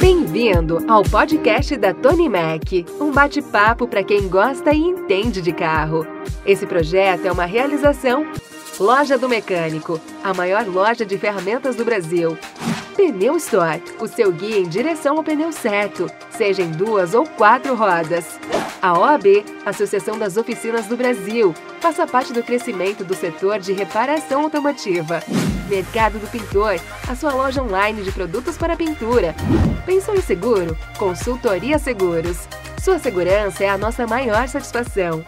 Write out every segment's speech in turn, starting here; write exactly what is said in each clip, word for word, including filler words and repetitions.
Bem-vindo ao podcast da Tony Mac, um bate-papo para quem gosta e entende de carro. Esse projeto é uma realização Loja do Mecânico, a maior loja de ferramentas do Brasil. Pneu Store, o seu guia em direção ao pneu certo, seja em duas ou quatro rodas. A O A B, Associação das Oficinas do Brasil, faça parte do crescimento do setor de reparação automotiva. Mercado do Pintor, a sua loja online de produtos para pintura. Pensou em seguro? Consultoria Seguros. Sua segurança é a nossa maior satisfação.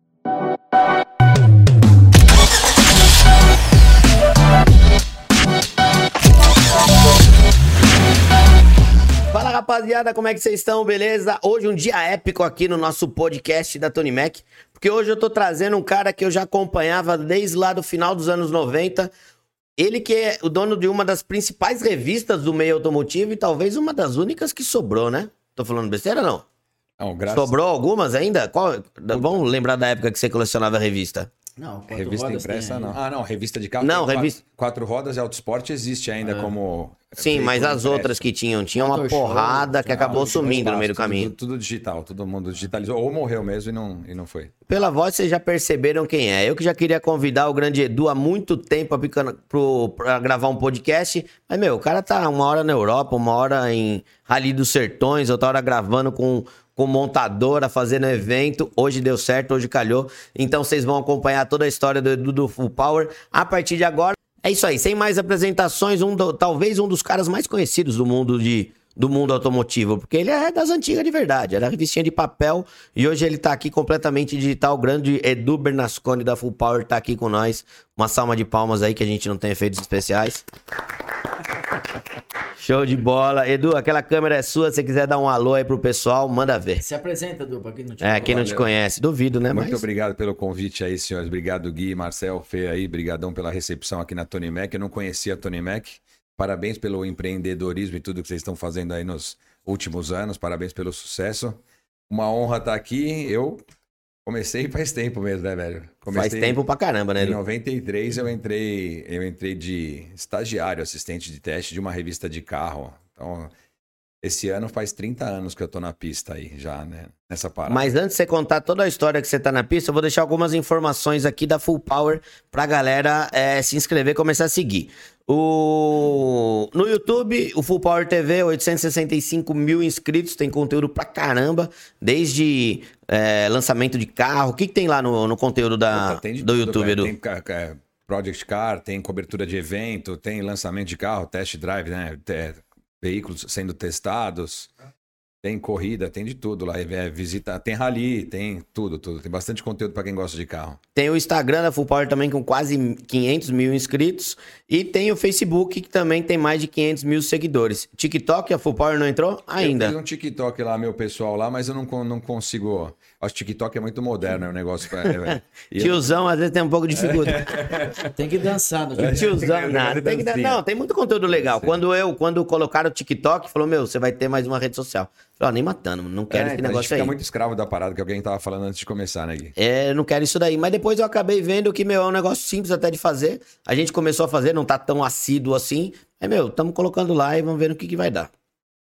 Fala, rapaziada, como é que vocês estão? Beleza? Hoje um dia épico aqui no nosso podcast da Tony Mac, porque hoje eu tô trazendo um cara que eu já acompanhava desde lá do final dos anos noventa. Ele que é o dono de uma das principais revistas do meio automotivo e talvez uma das únicas que sobrou, né? Tô falando besteira, não? Não, graças... Sobrou algumas ainda? Qual... Vamos lembrar da época que você colecionava revista. Não, quatro revista rodas impressa tem... não. Ah, não, revista de carro. Não, quatro, revista... Quatro rodas e autosport existe ainda é. como... Sim, mas as impresso. Outras que tinham, tinha uma Motor porrada show, que acabou sumindo no meio do caminho. Tudo, tudo digital, todo mundo digitalizou. Ou morreu mesmo e não, e não foi. Pela voz vocês já perceberam quem é. Eu que já queria convidar o grande Edu há muito tempo para gravar um podcast. Mas, meu, o cara tá uma hora na Europa, uma hora em Rally dos Sertões, outra hora gravando com... com montadora, fazendo evento. Hoje deu certo, hoje calhou. Então vocês vão acompanhar toda a história do Edu do Full Power a partir de agora. É isso aí, sem mais apresentações, um do, talvez um dos caras mais conhecidos do mundo, de, do mundo automotivo, porque ele é das antigas de verdade, era revistinha de papel e hoje ele tá aqui completamente digital. O grande Edu Bernasconi da Full Power tá aqui com nós. Uma salva de palmas aí que a gente não tem efeitos especiais. Show de bola. Edu, aquela câmera é sua. Se você quiser dar um alô aí pro pessoal, manda ver. Se apresenta, Edu, pra quem não te conhece. É, quem não te conhece. Duvido, né? Muito Mas... obrigado pelo convite aí, senhores. Obrigado, Gui, Marcel, Fê aí. Brigadão pela recepção aqui na Tony Mac. Eu não conhecia a Tony Mac. Parabéns pelo empreendedorismo e tudo que vocês estão fazendo aí nos últimos anos. Parabéns pelo sucesso. Uma honra estar aqui. Eu... Comecei faz tempo mesmo, né, velho? Comecei faz tempo pra caramba, né? Em noventa e três eu entrei, eu entrei de estagiário, assistente de teste de uma revista de carro. Então, esse ano faz trinta anos que eu tô na pista aí já, né? Nessa parada. Mas antes de você contar toda a história que você tá na pista, eu vou deixar algumas informações aqui da Full Power pra galera é, se inscrever e começar a seguir. O... No YouTube, o Full Power T V, oitocentos e sessenta e cinco mil inscritos, tem conteúdo pra caramba, desde é, lançamento de carro. O que, que tem lá no, no conteúdo da, Puta, do tudo, YouTube, Edu? Tem é, Project Car, tem cobertura de evento, tem lançamento de carro, test drive, né? Tem veículos sendo testados. Tem corrida, tem de tudo lá, é, visita, tem rally, tem tudo, tudo. Tem bastante conteúdo para quem gosta de carro. Tem o Instagram da Full Power também com quase quinhentos mil inscritos. E tem o Facebook que também tem mais de quinhentos mil seguidores. TikTok, a Full Power não entrou ainda? Eu fiz um TikTok lá, meu pessoal lá, mas eu não, não consigo... Acho que TikTok é muito moderno, é um negócio... É, é, Tiozão às vezes tem um pouco de dificuldade. Tem que dançar no TikTok. Tiozão, nada. Tem que dan... Não, tem muito conteúdo legal. Quando eu, quando colocaram o TikTok, falou, meu, você vai ter mais uma rede social. Falei, ó, nem matando, não quero é, esse então negócio aí. A gente fica aí. muito escravo da parada que alguém tava falando antes de começar, né, Gui? É, eu não quero isso daí. Mas depois eu acabei vendo que, meu, é um negócio simples até de fazer. A gente começou a fazer, não tá tão assíduo assim. É, meu, estamos colocando lá e vamos ver no que, que vai dar.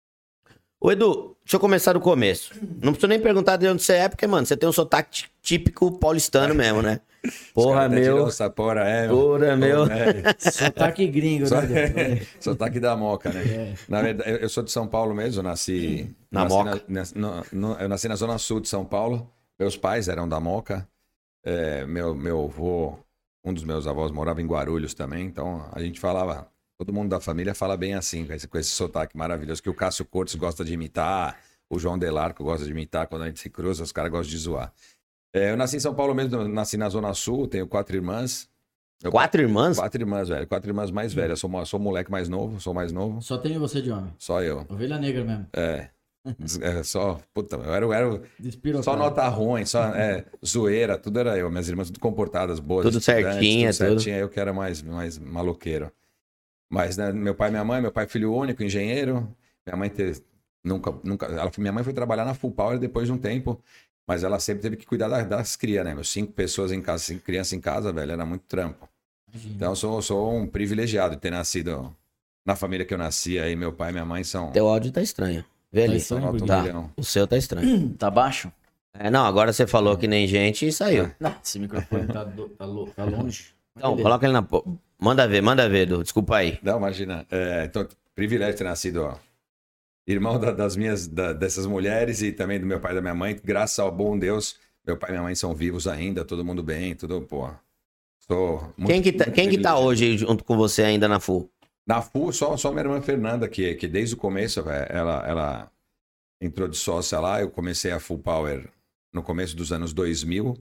Ô, Edu, deixa eu começar do começo. Não preciso nem perguntar de onde você é, porque, mano, você tem um sotaque típico paulistano mesmo, né? Porra, meu. Porra, é, Porra, meu. É. Sotaque gringo, so... né? Sotaque da Moca, né? É. Na verdade, eu sou de São Paulo mesmo, eu nasci... Na nasci Moca? Na, no, no, eu nasci na zona sul de São Paulo. Meus pais eram da Moca. É, meu, meu avô, um dos meus avós morava em Guarulhos também, então a gente falava... Todo mundo da família fala bem assim, com esse, com esse sotaque maravilhoso, que o Cássio Cortes gosta de imitar, o João Delarco gosta de imitar, quando a gente se cruza, os caras gostam de zoar. É, eu nasci em São Paulo mesmo, nasci na Zona Sul, tenho quatro irmãs. Eu, quatro irmãs? Quatro irmãs, velho. Quatro irmãs mais velhas. Sou, sou moleque mais novo, sou mais novo. Só tenho você de homem? Só eu. Ovelha negra mesmo. É. é só, puta, eu era, eu era só nota ruim, só é, zoeira, tudo era eu. Minhas irmãs tudo comportadas, boas. Tudo certinho, tudo certinho. Tudo. Eu que era mais, mais maloqueiro. Mas, né, meu pai e minha mãe, meu pai filho único, engenheiro. Minha mãe teve, nunca, nunca, ela, minha mãe foi trabalhar na Full Power depois de um tempo, mas ela sempre teve que cuidar das, das crias, né? Meus cinco pessoas em casa, cinco crianças em casa, velho, era muito trampo. Imagina. Então, eu sou, sou um privilegiado de ter nascido na família que eu nasci, aí meu pai e minha mãe são... Teu áudio tá estranho. Vê ali. Tá estranho, Nota um porque- Tá. milhão. O seu tá estranho. Tá baixo? É, não, agora você falou que nem gente e saiu. Não, esse microfone tá, do- tá, lo- tá longe. Então, Beleza. coloca ele na... po- Manda ver, manda ver, Edu. Desculpa aí. Não, imagina. É, então, privilégio de ter nascido, ó, irmão da- das minhas, da- dessas mulheres e também do meu pai e da minha mãe. Graças ao bom Deus, meu pai e minha mãe são vivos ainda, todo mundo bem, tudo, pô. Sou muito, Quem que, tá, muito quem que tá privilegiado. hoje junto com você ainda na F U? Na F U, só, só minha irmã Fernanda, que, que desde o começo, é, ela, ela entrou de sócia lá, eu comecei a Full Power no começo dos anos dois mil,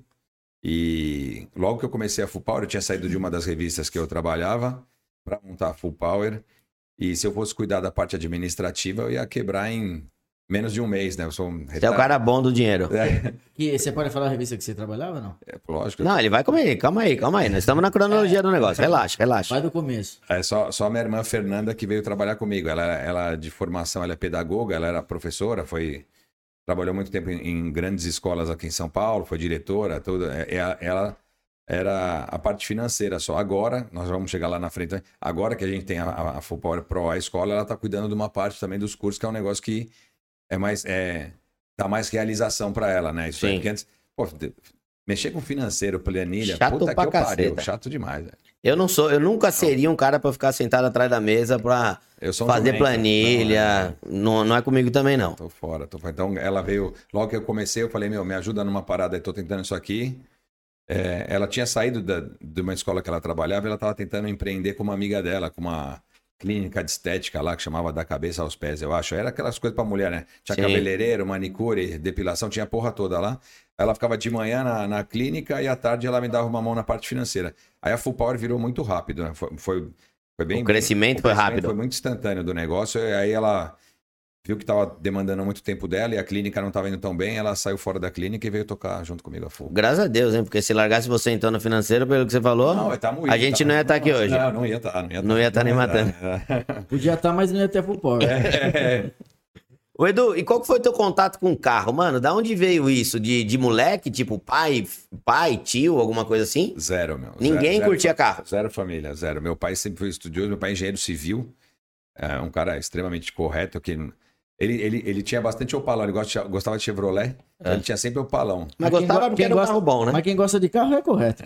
e logo que eu comecei a Full Power, eu tinha saído de uma das revistas que eu trabalhava para montar a Full Power, e se eu fosse cuidar da parte administrativa, eu ia quebrar em menos de um mês, né? Eu sou um Você é o cara bom do dinheiro. É, E você pode falar a revista que você trabalhava, não? é, lógico. Não, ele vai comer. Calma aí, calma aí. Nós estamos na cronologia do negócio. Relaxa, relaxa. Vai do começo. É só, só a minha irmã Fernanda que veio trabalhar comigo. Ela, ela de formação, ela é pedagoga, ela era professora, foi trabalhou muito tempo em, em grandes escolas aqui em São Paulo, foi diretora, tudo. É, é- ela era a parte financeira só. Agora, nós vamos chegar lá na frente. Agora que a gente tem a, a, a Full Power Pro, a escola, ela está cuidando de uma parte também dos cursos, que é um negócio que é mais é, dá mais realização para ela, né? Isso aí, Sim. porque antes, pô, de- mexer com financeiro, planilha, Chato puta pra que eu pariu, caceta. chato demais. Velho. Eu não sou, eu nunca seria um cara pra ficar sentado atrás da mesa pra Eu sou um fazer jumento. planilha. Não, não é comigo também, não. Tô fora, tô fora. Então ela veio, logo que eu comecei, eu falei, meu, me ajuda numa parada aí, tô tentando isso aqui. É, ela tinha saído da, de uma escola que ela trabalhava e ela tava tentando empreender com uma amiga dela, com uma clínica de estética lá, que chamava Da Cabeça aos Pés, eu acho. Era aquelas coisas pra mulher, né? Tinha Sim. cabeleireiro, manicure, depilação, tinha a porra toda lá. Ela ficava de manhã na, na clínica e à tarde ela me dava uma mão na parte financeira. Aí a Full Power virou muito rápido, né? Foi, foi, foi bem... O crescimento o foi crescimento rápido. Foi muito instantâneo do negócio, e aí ela viu que estava demandando muito tempo dela e a clínica não estava indo tão bem, ela saiu fora da clínica e veio tocar junto comigo a Full. Graças a Deus, hein? Porque se largasse você então no financeiro, pelo que você falou, Não, tá moído, a gente tá- não ia estar aqui hoje. Não, não ia estar. Não ia Não ia tá nem matando. Podia estar, mas não ia ter full power. É. Ô, Edu, e qual que foi o teu contato com o carro? Mano, da onde veio isso? De, de moleque, tipo pai, pai, tio, alguma coisa assim? Zero, meu. Ninguém zero, curtia zero, carro. Zero família, zero. Meu pai sempre foi estudioso, meu pai é engenheiro civil, é um cara extremamente correto, que ele, ele, ele tinha bastante Opalão, ele gosta- gostava de Chevrolet, então ele tinha sempre Opalão. Mas quem gostava go- porque quem era um gosta- carro bom, né? Mas quem gosta de carro é correto.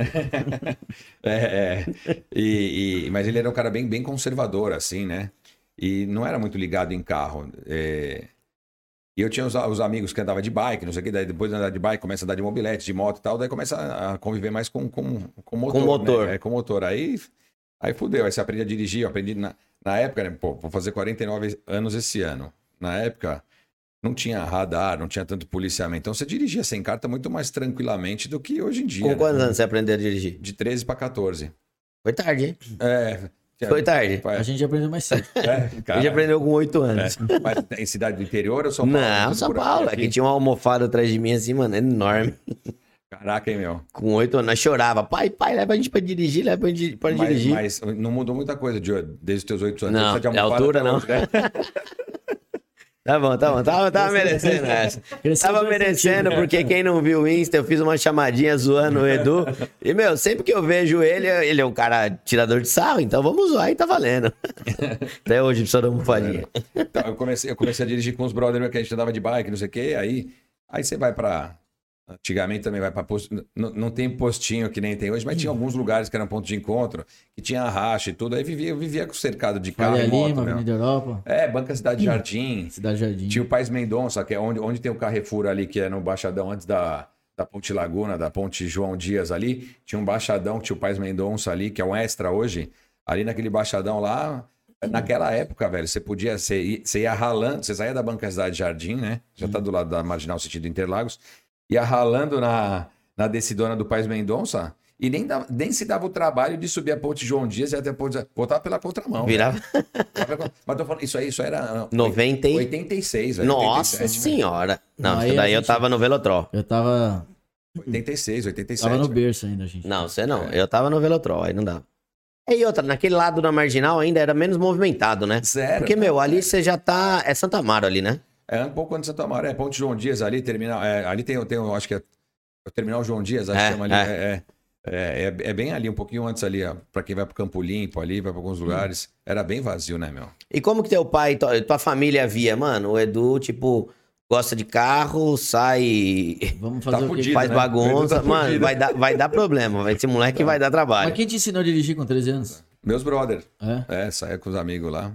É, é. E, e- mas ele era um cara bem, bem conservador, assim, né? E não era muito ligado em carro. É. E eu tinha os, os amigos que andavam de bike, não sei o que, daí depois de andar de bike, começa a andar de mobilete, de moto e tal, daí começa a conviver mais com, com, com motor. Com motor. Né? É, com motor. Aí, aí fudeu, aí você aprende a dirigir, eu aprendi na, na época, né? Pô, vou fazer quarenta e nove anos esse ano. Na época, não tinha radar, não tinha tanto policiamento. Então você dirigia sem carta muito mais tranquilamente do que hoje em dia. Com né? quantos anos você aprendeu a dirigir? De treze para quatorze. Foi tarde, hein? É. Foi tarde. A gente aprendeu mais cedo. É, cara, Ele aprendeu com oito anos. é. Mas em cidade do interior ou São Paulo? Não, Tudo São por aqui, Paulo. aqui? Aqui tinha uma almofada atrás de mim assim, mano, enorme. Caraca, hein, meu? Com oito anos, nós chorava. Pai, pai, leva a gente pra dirigir, leva a gente pra Mas, dirigir. mas não mudou muita coisa de, desde os teus oito anos. Não, Você tá de é almofada altura, até não. hoje, né? Tá bom, tá bom. Tava, tava merecendo essa. Cresceu Tava dois merecendo, centímetros. porque quem não viu o Insta, eu fiz uma chamadinha zoando o Edu. E, meu, sempre que eu vejo ele, ele é um cara tirador de sarro, então vamos zoar e tá valendo. Até hoje, precisa da almofadinha. Então, eu, comecei, eu comecei a dirigir com os brothers que a gente andava de bike, não sei o quê. Aí, aí você vai pra... Antigamente também vai pra posto. Não, não tem postinho que nem tem hoje, mas tinha alguns lugares que eram ponto de encontro, que tinha racha e tudo. Aí vivia, eu vivia com cercado de carro Faria e moto, Lima, meu. Avenida Europa, É, Banca Cidade Jardim. Cidade Jardim. Tinha o Pais Mendonça, que é onde, onde tem o Carrefour ali, que é no Baixadão, antes da, da Ponte Laguna, da Ponte João Dias ali. Tinha um Baixadão, que tinha o Pais Mendonça ali, que é um extra hoje. Ali naquele Baixadão lá, naquela época, velho, você podia, você ia, você ia ralando, você saía da Banca Cidade Jardim, né? Já tá do lado da Marginal sentido Interlagos. Ia ralando na, na descidona do Pais Mendonça e nem, dava- nem se dava o trabalho de subir a Ponte João Dias e até a ponte, voltar pela contramão. Virava velho. Mas tô falando, isso aí, isso era noventa e... oitenta e seis, velho. Nossa oitenta e sete, senhora. Não, Não, isso aí daí a eu gente- tava no Velotrol. Eu tava, oitenta e seis, oitenta e sete. tava no velho. berço ainda, gente. Não, você não. É. Eu tava no Velotrol, aí não dava. E outra, naquele lado da Marginal ainda era menos movimentado, né? Zero. Porque, meu, ali você já tá... É Santa Amaro ali, né? É um pouco antes de Santa Maria, é Ponte João Dias ali, terminal. É, ali tem, tem, eu acho que é o terminal João Dias, acho É, que chama ali. é. É, é, É, é, é bem ali, um pouquinho antes ali, ó, pra quem vai pro Campo Limpo ali, vai pra alguns lugares. Era bem vazio, né, meu? E como que teu pai, tua, tua família via, mano? O Edu, tipo, gosta de carro, sai, Vamos fazer Tá o quê? fudido, faz né? bagunça. O Edu tá Mano, fudido. vai dar, vai dar problema. Vai ser moleque que vai dar trabalho. Mas quem te ensinou a dirigir com treze anos? Meus brothers. É? É, saía com os amigos lá.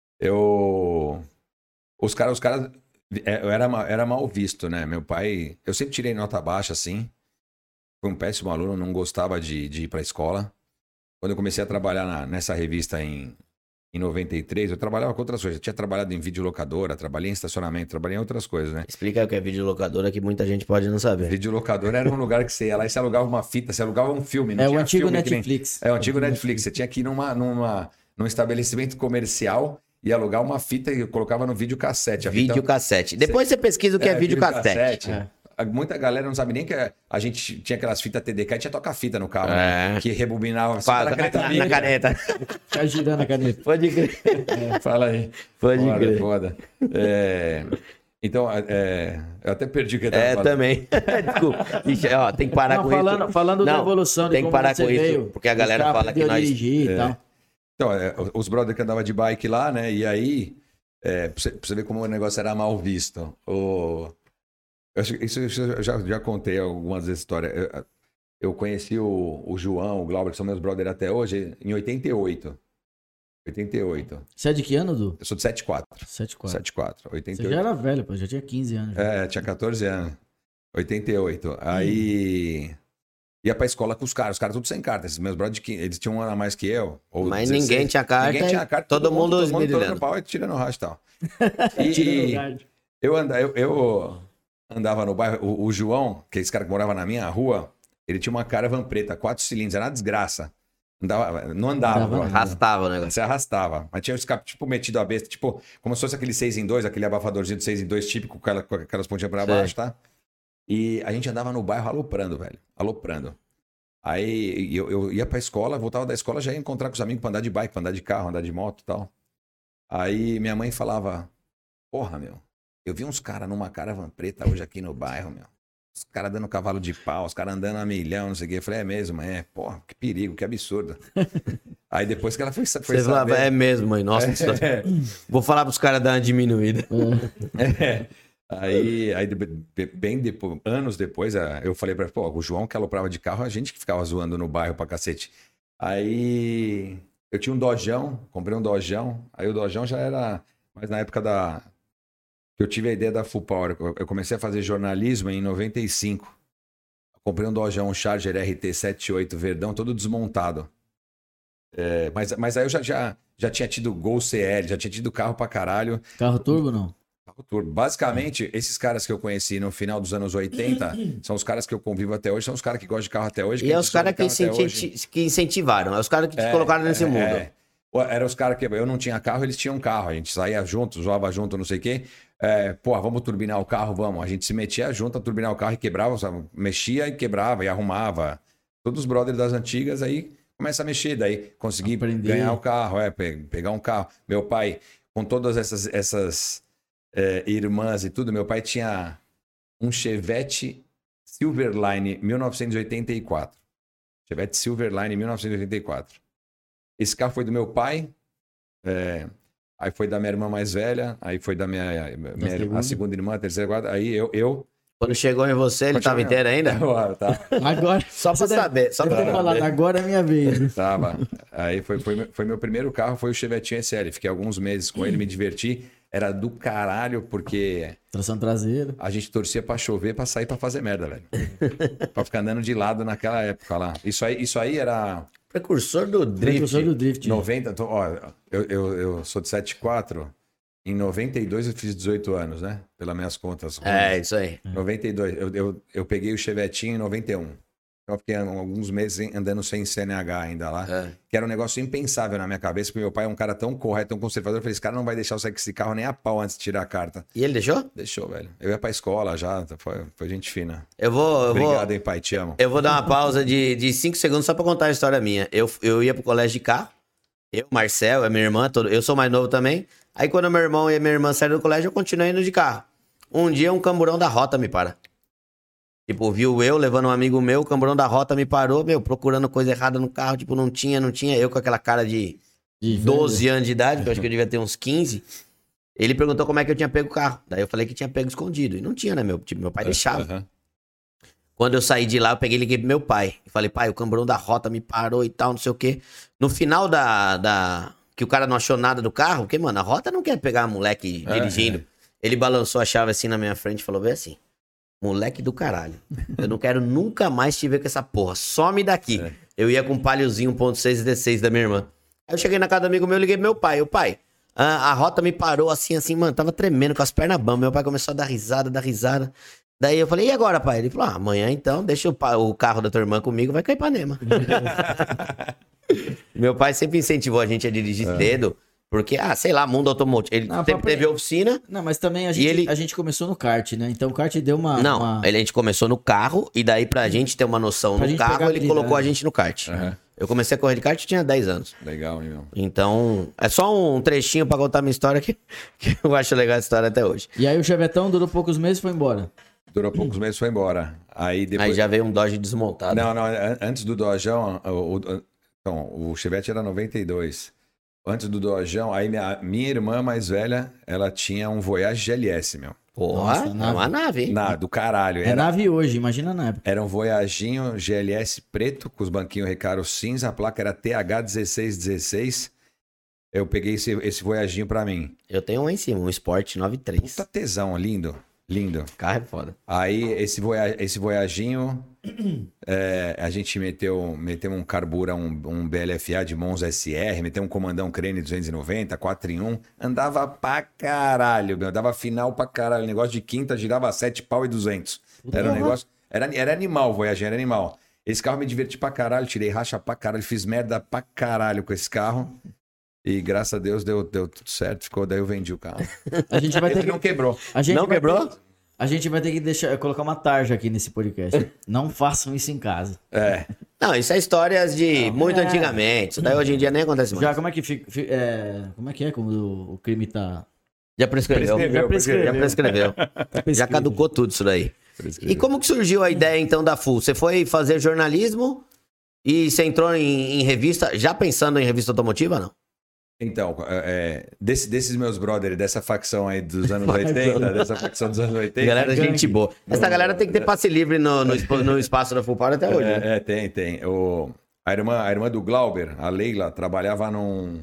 Eu. Os caras, os caras. é, Eu era, ma- era mal visto, né? Meu pai. Eu sempre tirei nota baixa, assim. Fui um péssimo aluno, não gostava de, de ir pra escola. Quando eu comecei a trabalhar na- nessa revista em, em noventa e três, eu trabalhava com outras coisas. Eu tinha trabalhado em videolocadora, trabalhei em estacionamento, trabalhei em outras coisas, né? Explica aí o que é videolocadora que muita gente pode não saber. Videolocadora era um lugar que você ia lá e você alugava uma fita, você alugava um filme. Não É o tinha antigo filme que nem- Netflix. É o antigo Netflix. Você tinha que ir numa, numa, num estabelecimento comercial e alugar uma fita e colocava no videocassete. A fita- Videocassete. Depois você pesquisa o que é, videocassete. É. Muita galera não sabe nem que a gente tinha aquelas fitas T D K e tinha tocar fita no carro, É. né? Que rebobinava assim, Faz, para a caneta na, vinha. na caneta. Ficar girando a caneta. Pode crer. Fala aí. Pode foda, crer. foda. É, Então, é, eu até perdi o que eu tava É, falando. também. Desculpa. Ixi, ó, tem que parar Não, com falando, isso. falando da Não, evolução, de tem que como parar você com isso, veio, porque a galera os caras fala que aprendeu a nós- dirigir e tal. Então, é, os brothers que andavam de bike lá, né? E aí, é, pra, você, pra você ver como o negócio era mal visto. O, eu acho que isso, isso eu já, já contei algumas vezes história. Eu, eu conheci o, o João, o Glauber, que são meus brothers até hoje, em oitenta e oito. oitenta e oito. Você é de que ano, Du? Eu sou de setenta e quatro. setenta e quatro. setenta e quatro. Você oitenta e oito. já era velho, pô. Já tinha quinze anos. É, tinha catorze anos. oitenta e oito. Aí. Ia pra escola com os caras, os caras tudo sem carta. Esses meus brothers, de quin- eles tinham um ano a mais que eu. Ou Mas dezesseis. ninguém tinha carta. Ninguém tinha carta. Todo, mundo todo mundo esmerilhando. no pau e tirando o racho e tal. Tira no E lugar. eu, anda, eu, eu andava no bairro, o, o João, que é esse cara que morava na minha rua, ele tinha uma Caravan preta, quatro cilindros, era uma desgraça. Andava, não andava, Andava agora. Arrastava o negócio. Você arrastava. Mas tinha o escape, tipo, metido a besta, tipo, como se fosse aquele seis em dois, aquele abafadorzinho de seis em dois típico, com, aquela- com aquelas pontinhas pra Sei. baixo, tá? E a gente andava no bairro aloprando, velho. Aloprando. Aí eu, eu ia pra escola, voltava da escola, já ia encontrar com os amigos pra andar de bike, pra andar de carro, andar de moto e tal. Aí minha mãe falava, porra, meu, eu vi uns caras numa Caravan preta hoje aqui no bairro, meu. Os caras dando cavalo de pau, os caras andando a milhão, não sei o quê. Eu falei, é mesmo, mãe? É, porra, que perigo, que absurdo. Aí depois que ela foi, foi Você falava, saber... é mesmo, mãe. Nossa, isso- vou falar pros caras dar uma diminuída. É. Aí, aí de- bem depois, anos depois, eh, eu falei pra pô, o João que aloprava de carro, a gente que ficava zoando no bairro pra cacete. Aí eu tinha um Dojão, comprei um Dojão, aí o Dojão já era, mas na época da que eu tive a ideia da Full Power, eu eu comecei a fazer jornalismo em noventa e cinco. Comprei um Dojão, um Charger R T setenta e oito verdão, todo desmontado. É, mas, mas aí eu já, já, já tinha tido Gol C L, já tinha tido carro pra caralho. Carro turbo, não? Carro turbo. Basicamente, esses caras que eu conheci no final dos anos oitenta são os caras que eu convivo até hoje, são os caras que gostam de carro até hoje. E que é a os gente sobe caras que, carro até hoje. incenti- que incentivaram. É os caras que te É, colocaram nesse é, mundo. é. Era os caras que eu não tinha carro, eles tinham carro. A gente saía junto, zoava junto, não sei o quê. É, pô, vamos turbinar o carro, vamos. A gente se metia junto a turbinar o carro e quebrava, sabe? Mexia e quebrava e arrumava. Todos os brothers das antigas aí começa a mexer, daí consegui Aprender. ganhar o carro, é, pe- pegar um carro. Meu pai, com todas essas, essas é, irmãs e tudo, meu pai tinha um Chevette Silverline mil novecentos e oitenta e quatro. Chevette Silverline mil novecentos e oitenta e quatro. Esse carro foi do meu pai, é, aí foi da minha irmã mais velha, aí foi da minha, minha segunda. a segunda irmã, a terceira, a quarta, aí eu... eu Quando chegou em você, ele Quando tava chegou- inteiro ainda? tá, Agora. Só pra Você deve- saber. Só Deve pra ter falado, saber. agora é minha vez. né? tava. Aí foi, foi, meu- foi meu primeiro carro, foi o Chevetinho S L. Fiquei alguns meses com ele, me diverti. Era do caralho, porque Tração traseira. a gente torcia pra chover pra sair pra fazer merda, velho. Pra ficar andando de lado naquela época lá. Isso aí, isso aí era Precursor do drift. Precursor do drift. noventa. tô- Ó, eu, eu, eu sou de setenta e quatro. Em noventa e dois eu fiz dezoito anos, né? Pelas minhas contas. É, isso aí. noventa e dois. Eu, eu, eu peguei o Chevetinho em noventa e um. Então eu fiquei alguns meses andando sem C N H ainda lá. É. Que era um negócio impensável na minha cabeça, porque meu pai é um cara tão correto, tão conservador. Eu falei, esse cara não vai deixar eu sair com esse carro nem a pau antes de tirar a carta. E ele deixou? Deixou, velho. Eu ia pra escola já, foi, foi gente fina. Eu vou. Eu Obrigado, vou... hein, pai, te amo. Eu vou dar uma pausa de, de cinco segundos só pra contar a história minha. Eu, eu ia pro colégio de carro. Eu, Marcel, a minha irmã, todo, eu sou mais novo também. Aí quando meu irmão e a minha irmã saíram do colégio, eu continuei indo de carro. Um dia um camburão da rota me para. Tipo, viu eu levando um amigo meu, o camburão da rota me parou, meu, procurando coisa errada no carro, tipo, não tinha, não tinha. Eu com aquela cara de De doze anos de idade, que eu acho que eu devia ter uns quinze. Ele perguntou como é que eu tinha pego o carro. Daí eu falei que tinha pego escondido. E não tinha, né, meu? Tipo, meu pai deixava. Aham. Quando eu saí de lá, eu peguei e liguei pro meu pai. E falei, pai, o camburão da rota me parou e tal, não sei o quê. No final da... da... que o cara não achou nada do carro, porque, mano, a rota não quer pegar moleque É, dirigindo. é. Ele balançou a chave assim na minha frente e falou, vê assim, moleque do caralho, eu não quero nunca mais te ver com essa porra, some daqui. É. Eu ia com um paliozinho um ponto seis D seis da minha irmã. Aí eu cheguei na casa do amigo meu, liguei pro meu pai. O pai, a, a rota me parou assim, assim, mano, tava tremendo com as pernas bambas. Meu pai começou a dar risada, dar risada. Daí eu falei, e agora, pai? Ele falou, ah, amanhã então, deixa o, pa- o carro da tua irmã comigo, vai cair Ipanema. Meu pai sempre incentivou a gente a dirigir cedo, porque, ah, sei lá, mundo automotivo. Ele Não, sempre papai- teve oficina. Não, mas também a gente, ele- a gente começou no kart, né? Então o kart deu uma... Não, uma- ele, a gente começou no carro, e daí pra gente ter uma noção Pra no gente carro, pegar ele habilidade. colocou a gente no kart. Aham. Eu comecei a correr de kart, eu tinha dez anos. Legal, hein, meu? Então, é só um trechinho pra contar minha história que, que eu acho legal essa história até hoje. E aí o Chevetão durou poucos meses e foi embora. Durou poucos meses e foi embora. Aí depois. Aí já veio um Dodge desmontado. Não, não, an- antes do Dojão, o, o- então, o Chevette era noventa e dois. Antes do Dojão, aí minha, minha irmã mais velha, ela tinha um Voyage G L S, meu. Porra, Nossa, é uma nave, hein? Na, do caralho. É Era, nave hoje, imagina na época. era um Voyaginho G L S preto, com os banquinhos Recaro cinza, a placa era T H dezesseis dezesseis. Eu peguei esse, esse Voyaginho pra mim. Eu tenho um aí em cima, um Sport noventa e três. Puta tesão, lindo, lindo. Carro é foda. Aí esse, voya esse Voyaginho, é, a gente meteu, meteu um carbura, um, um B L F A de Monza S R, meteu um comandão Crane duzentos e noventa, quatro em um, andava pra caralho, meu, dava final pra caralho, negócio de quinta girava sete pau e duzentos. Era um negócio, era, era animal o Voyaginho, era animal. Esse carro me diverti pra caralho, tirei racha pra caralho, fiz merda pra caralho com esse carro. E graças a Deus deu, deu tudo certo, ficou, daí eu vendi o carro. A gente vai ter Esse que... não quebrou. A gente Não vai quebrou? ter- A gente vai ter que deixar, colocar uma tarja aqui nesse podcast. Não façam isso em casa. É, Não, isso é histórias de muito é. antigamente. Isso daí hoje em dia nem acontece mais. Já como é que fica... fi- é, como é que é quando o, o crime tá... Já prescreveu. Prescreveu, Já prescreveu. Já prescreveu. tá Já prescrito? caducou tudo isso daí. prescreveu. E como que surgiu a ideia, então, da F U? Você foi fazer jornalismo e você entrou em, em revista, já pensando em revista automotiva, não? Então, é, desse- desses meus brothers, dessa facção aí dos anos oitenta, dessa facção dos anos oitenta. Galera, gangue. gente boa. Essa galera tem que ter passe livre no, no, expo- no espaço da Full Power até hoje, né? É, é, tem, tem. O, a, irmã, a irmã do Glauber, a Leila, trabalhava num,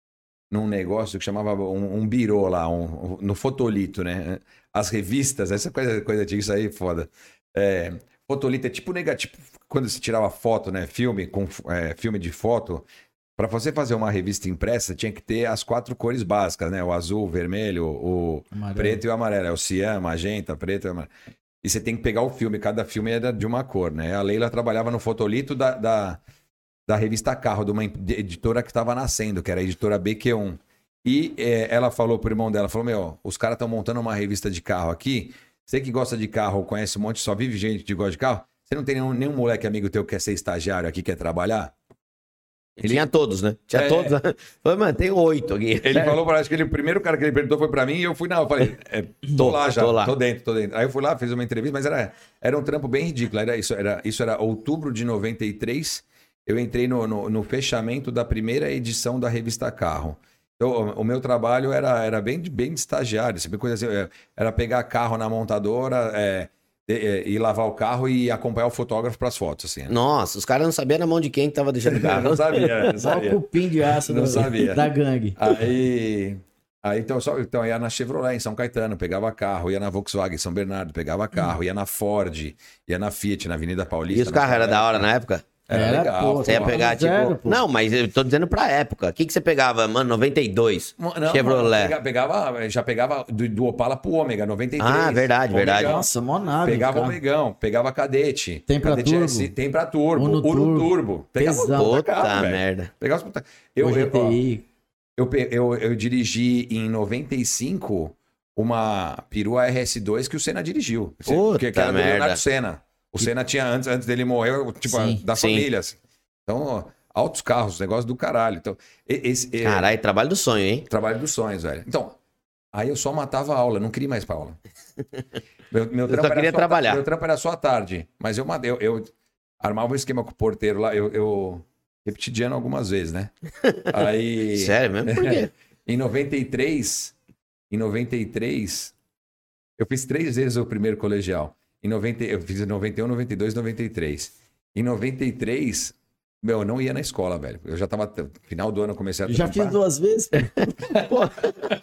num negócio que chamava um, um birô lá, um, no Fotolito, né? As revistas, essa coisa, coisa antiga, isso aí é foda. É, Fotolito é tipo negativo, quando você tirava foto, né? Filme, com, é, filme de foto. Para você fazer uma revista impressa, tinha que ter as quatro cores básicas, né? O azul, o vermelho, o Amarelo. preto e o amarelo. É o cian, magenta, preto e amarelo. E você tem que pegar o filme, cada filme era de uma cor, né? A Leila trabalhava no fotolito da, da, da revista Carro, de uma editora que estava nascendo, que era a editora B Q um. E é, ela falou pro irmão dela, falou, meu, os caras estão montando uma revista de carro aqui, você que gosta de carro, conhece um monte, só vive gente que gosta de carro, você não tem nenhum, nenhum moleque amigo teu que quer ser estagiário aqui, quer trabalhar? Ele tinha todos, né? Tinha É. todos. Falei, mano, tem oito aqui. Ele falou pra acho que ele, o primeiro cara que ele perguntou foi pra mim e eu fui, não, eu falei, é, tô, Tô, lá já, tô tô, lá. dentro, tô dentro. Aí eu fui lá, fiz uma entrevista, mas era, era um trampo bem ridículo. Era, isso, era, isso era outubro de noventa e três, eu entrei no, no, no fechamento da primeira edição da revista Carro. Então, o, o meu trabalho era, era bem, de- bem de estagiário, sabe? Coisa assim, é, era pegar carro na montadora, é, e, e- e lavar o carro e acompanhar o fotógrafo pras fotos, assim. Nossa, os caras não sabiam na mão de quem que tava deixando o carro. Não sabia, não Só o sabia. cupim de aço Não do- sabia. da gangue. Aí, aí então, só, então ia na Chevrolet em São Caetano, pegava carro, ia na Volkswagen em São Bernardo, pegava carro, ia na Ford, ia na Fiat, na Avenida Paulista. E os carros eram da hora na época? Era, Era, legal. pô, Você ia porra. pegar, zero, tipo... pô. Não, mas eu tô dizendo pra época. O que, que você pegava, mano? noventa e dois. Não, Chevrolet. pega- Pegava, já pegava do, do Opala pro Ômega, noventa e três. Ah, verdade, verdade. Omegão. Nossa, mó nave. Pegava cara. Omegão, pegava Cadete. Tem pra Cadete turbo? S, tem pra turbo, Uno Uno, turbo. turbo. Pegava os Pesão. puta Puta carro, velho. merda. Pegava os puta... eu, O eu, ó, G T I. Eu, pe- eu, eu dirigi em noventa e cinco uma perua R S dois que o Senna dirigiu. Puta que, que era do merda. Leonardo Senna. O Senna tinha, antes, antes dele morrer, tipo, Sim. da Sim. família. assim. Então, ó, altos carros, negócio do caralho. Então, e- esse é Caralho, trabalho do sonho, hein? trabalho dos sonhos, velho. Então, Aí eu só matava a aula, não queria mais pra aula. Meu, meu Eu só queria trabalhar. Meu trampo era só à tarde. Mas eu, eu, eu armava um esquema com o porteiro lá, eu, eu repeti de ano algumas vezes, né? Aí... Sério mesmo? Por quê? Em noventa e três, em noventa e três, eu fiz três vezes o primeiro colegial. Em noventa, eu fiz em noventa e um, noventa e dois, noventa e três. Em noventa e três, meu, eu não ia na escola, velho. Eu já tava, final do ano eu comecei a Já trampar. fiz duas vezes. Porra.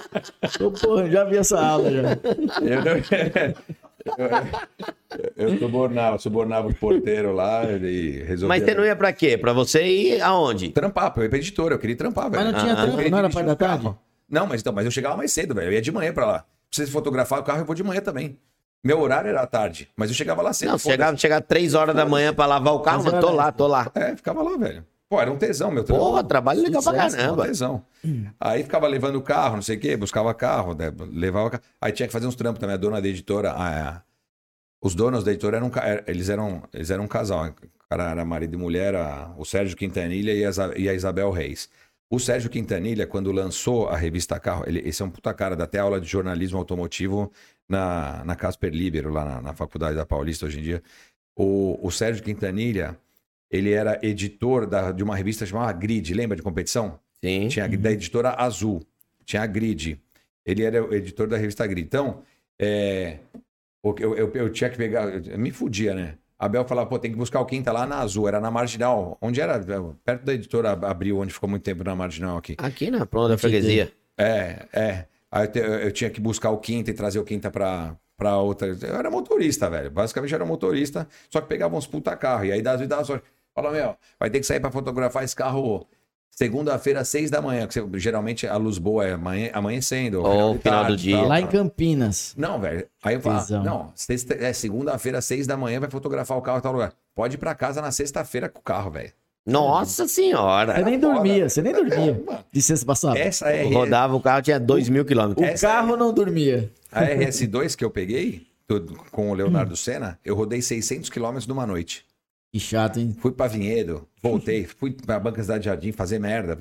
Ô, porra, já vi essa aula já. Eu, não... eu, eu subornava, subornava o porteiro lá e resolvia... Mas você não ia pra quê? Pra você ir aonde? Trampar, eu ia pra editora, eu queria trampar, velho. Mas não tinha Ah, trampo, não era parte da tarde? Não, mas, então, mas eu chegava mais cedo, velho. Eu ia de manhã pra lá. Pra você fotografar o carro, eu vou de manhã também. Meu horário era à tarde, mas eu chegava lá cedo. Não, chegava, chegava três horas da manhã pra lavar o carro, Mas mas tô era- lá, tô lá. É, ficava lá, velho. Pô, era um tesão, meu trampo. Porra, trabalho legal pra Sucesso, Era um caramba. tesão. Aí ficava levando o carro, não sei o quê, buscava carro, né, levava carro. Aí tinha que fazer uns trampos também. A dona da editora, a- os donos da editora eram, ca- era- eles eram, eles eram um casal. O cara era marido e mulher, a- o Sérgio Quintanilha e a, Isa- e a Isabel Reis. O Sérgio Quintanilha, quando lançou a revista Carro, ele, esse é um puta cara, dá até aula de jornalismo automotivo na, na Casper Libero, lá na, na Faculdade da Paulista hoje em dia. O, o Sérgio Quintanilha, ele era editor da- de uma revista chamada Grid, lembra de competição? Sim. Tinha a- da editora Azul, tinha a Grid. Ele era o editor da revista Grid. Então, é, o que eu, eu, eu tinha que pegar, eu me fudia, né? A Abel falava, pô, tem que buscar o Quinta lá na Azul, era na Marginal, onde era, perto da editora Abril, onde ficou muito tempo na Marginal aqui. Aqui na Plano da Freguesia. É, é. Aí eu, te- eu tinha que buscar o Quinta e trazer o Quinta pra, pra outra. Eu era motorista, velho. Basicamente eu era motorista, só que pegava uns puta carro. E aí dava dava sorte. Fala, meu, vai ter que sair pra fotografar esse carro segunda-feira, às seis da manhã. Que você- geralmente a luz boa é amanhã, amanhecendo. Ou de final do tarde, dia. tal. Lá em Campinas. Não, velho. Aí eu falo, Tesão. não, sexta, é segunda-feira, às seis da manhã, vai fotografar o carro em tal lugar. Pode ir pra casa na sexta-feira com o carro, velho. Nossa senhora. Você nem foda. dormia, você nem dormia. Mano, De sexta pra sábado. Essa é Rodava o carro, tinha dois mil O quilômetros. essa carro não dormia. a R S dois que eu peguei tudo, com o Leonardo Senna. Eu rodei seiscentos quilômetros numa noite. Que chato, hein? Fui pra Vinhedo, voltei, fui pra Banca Cidade Jardim fazer merda.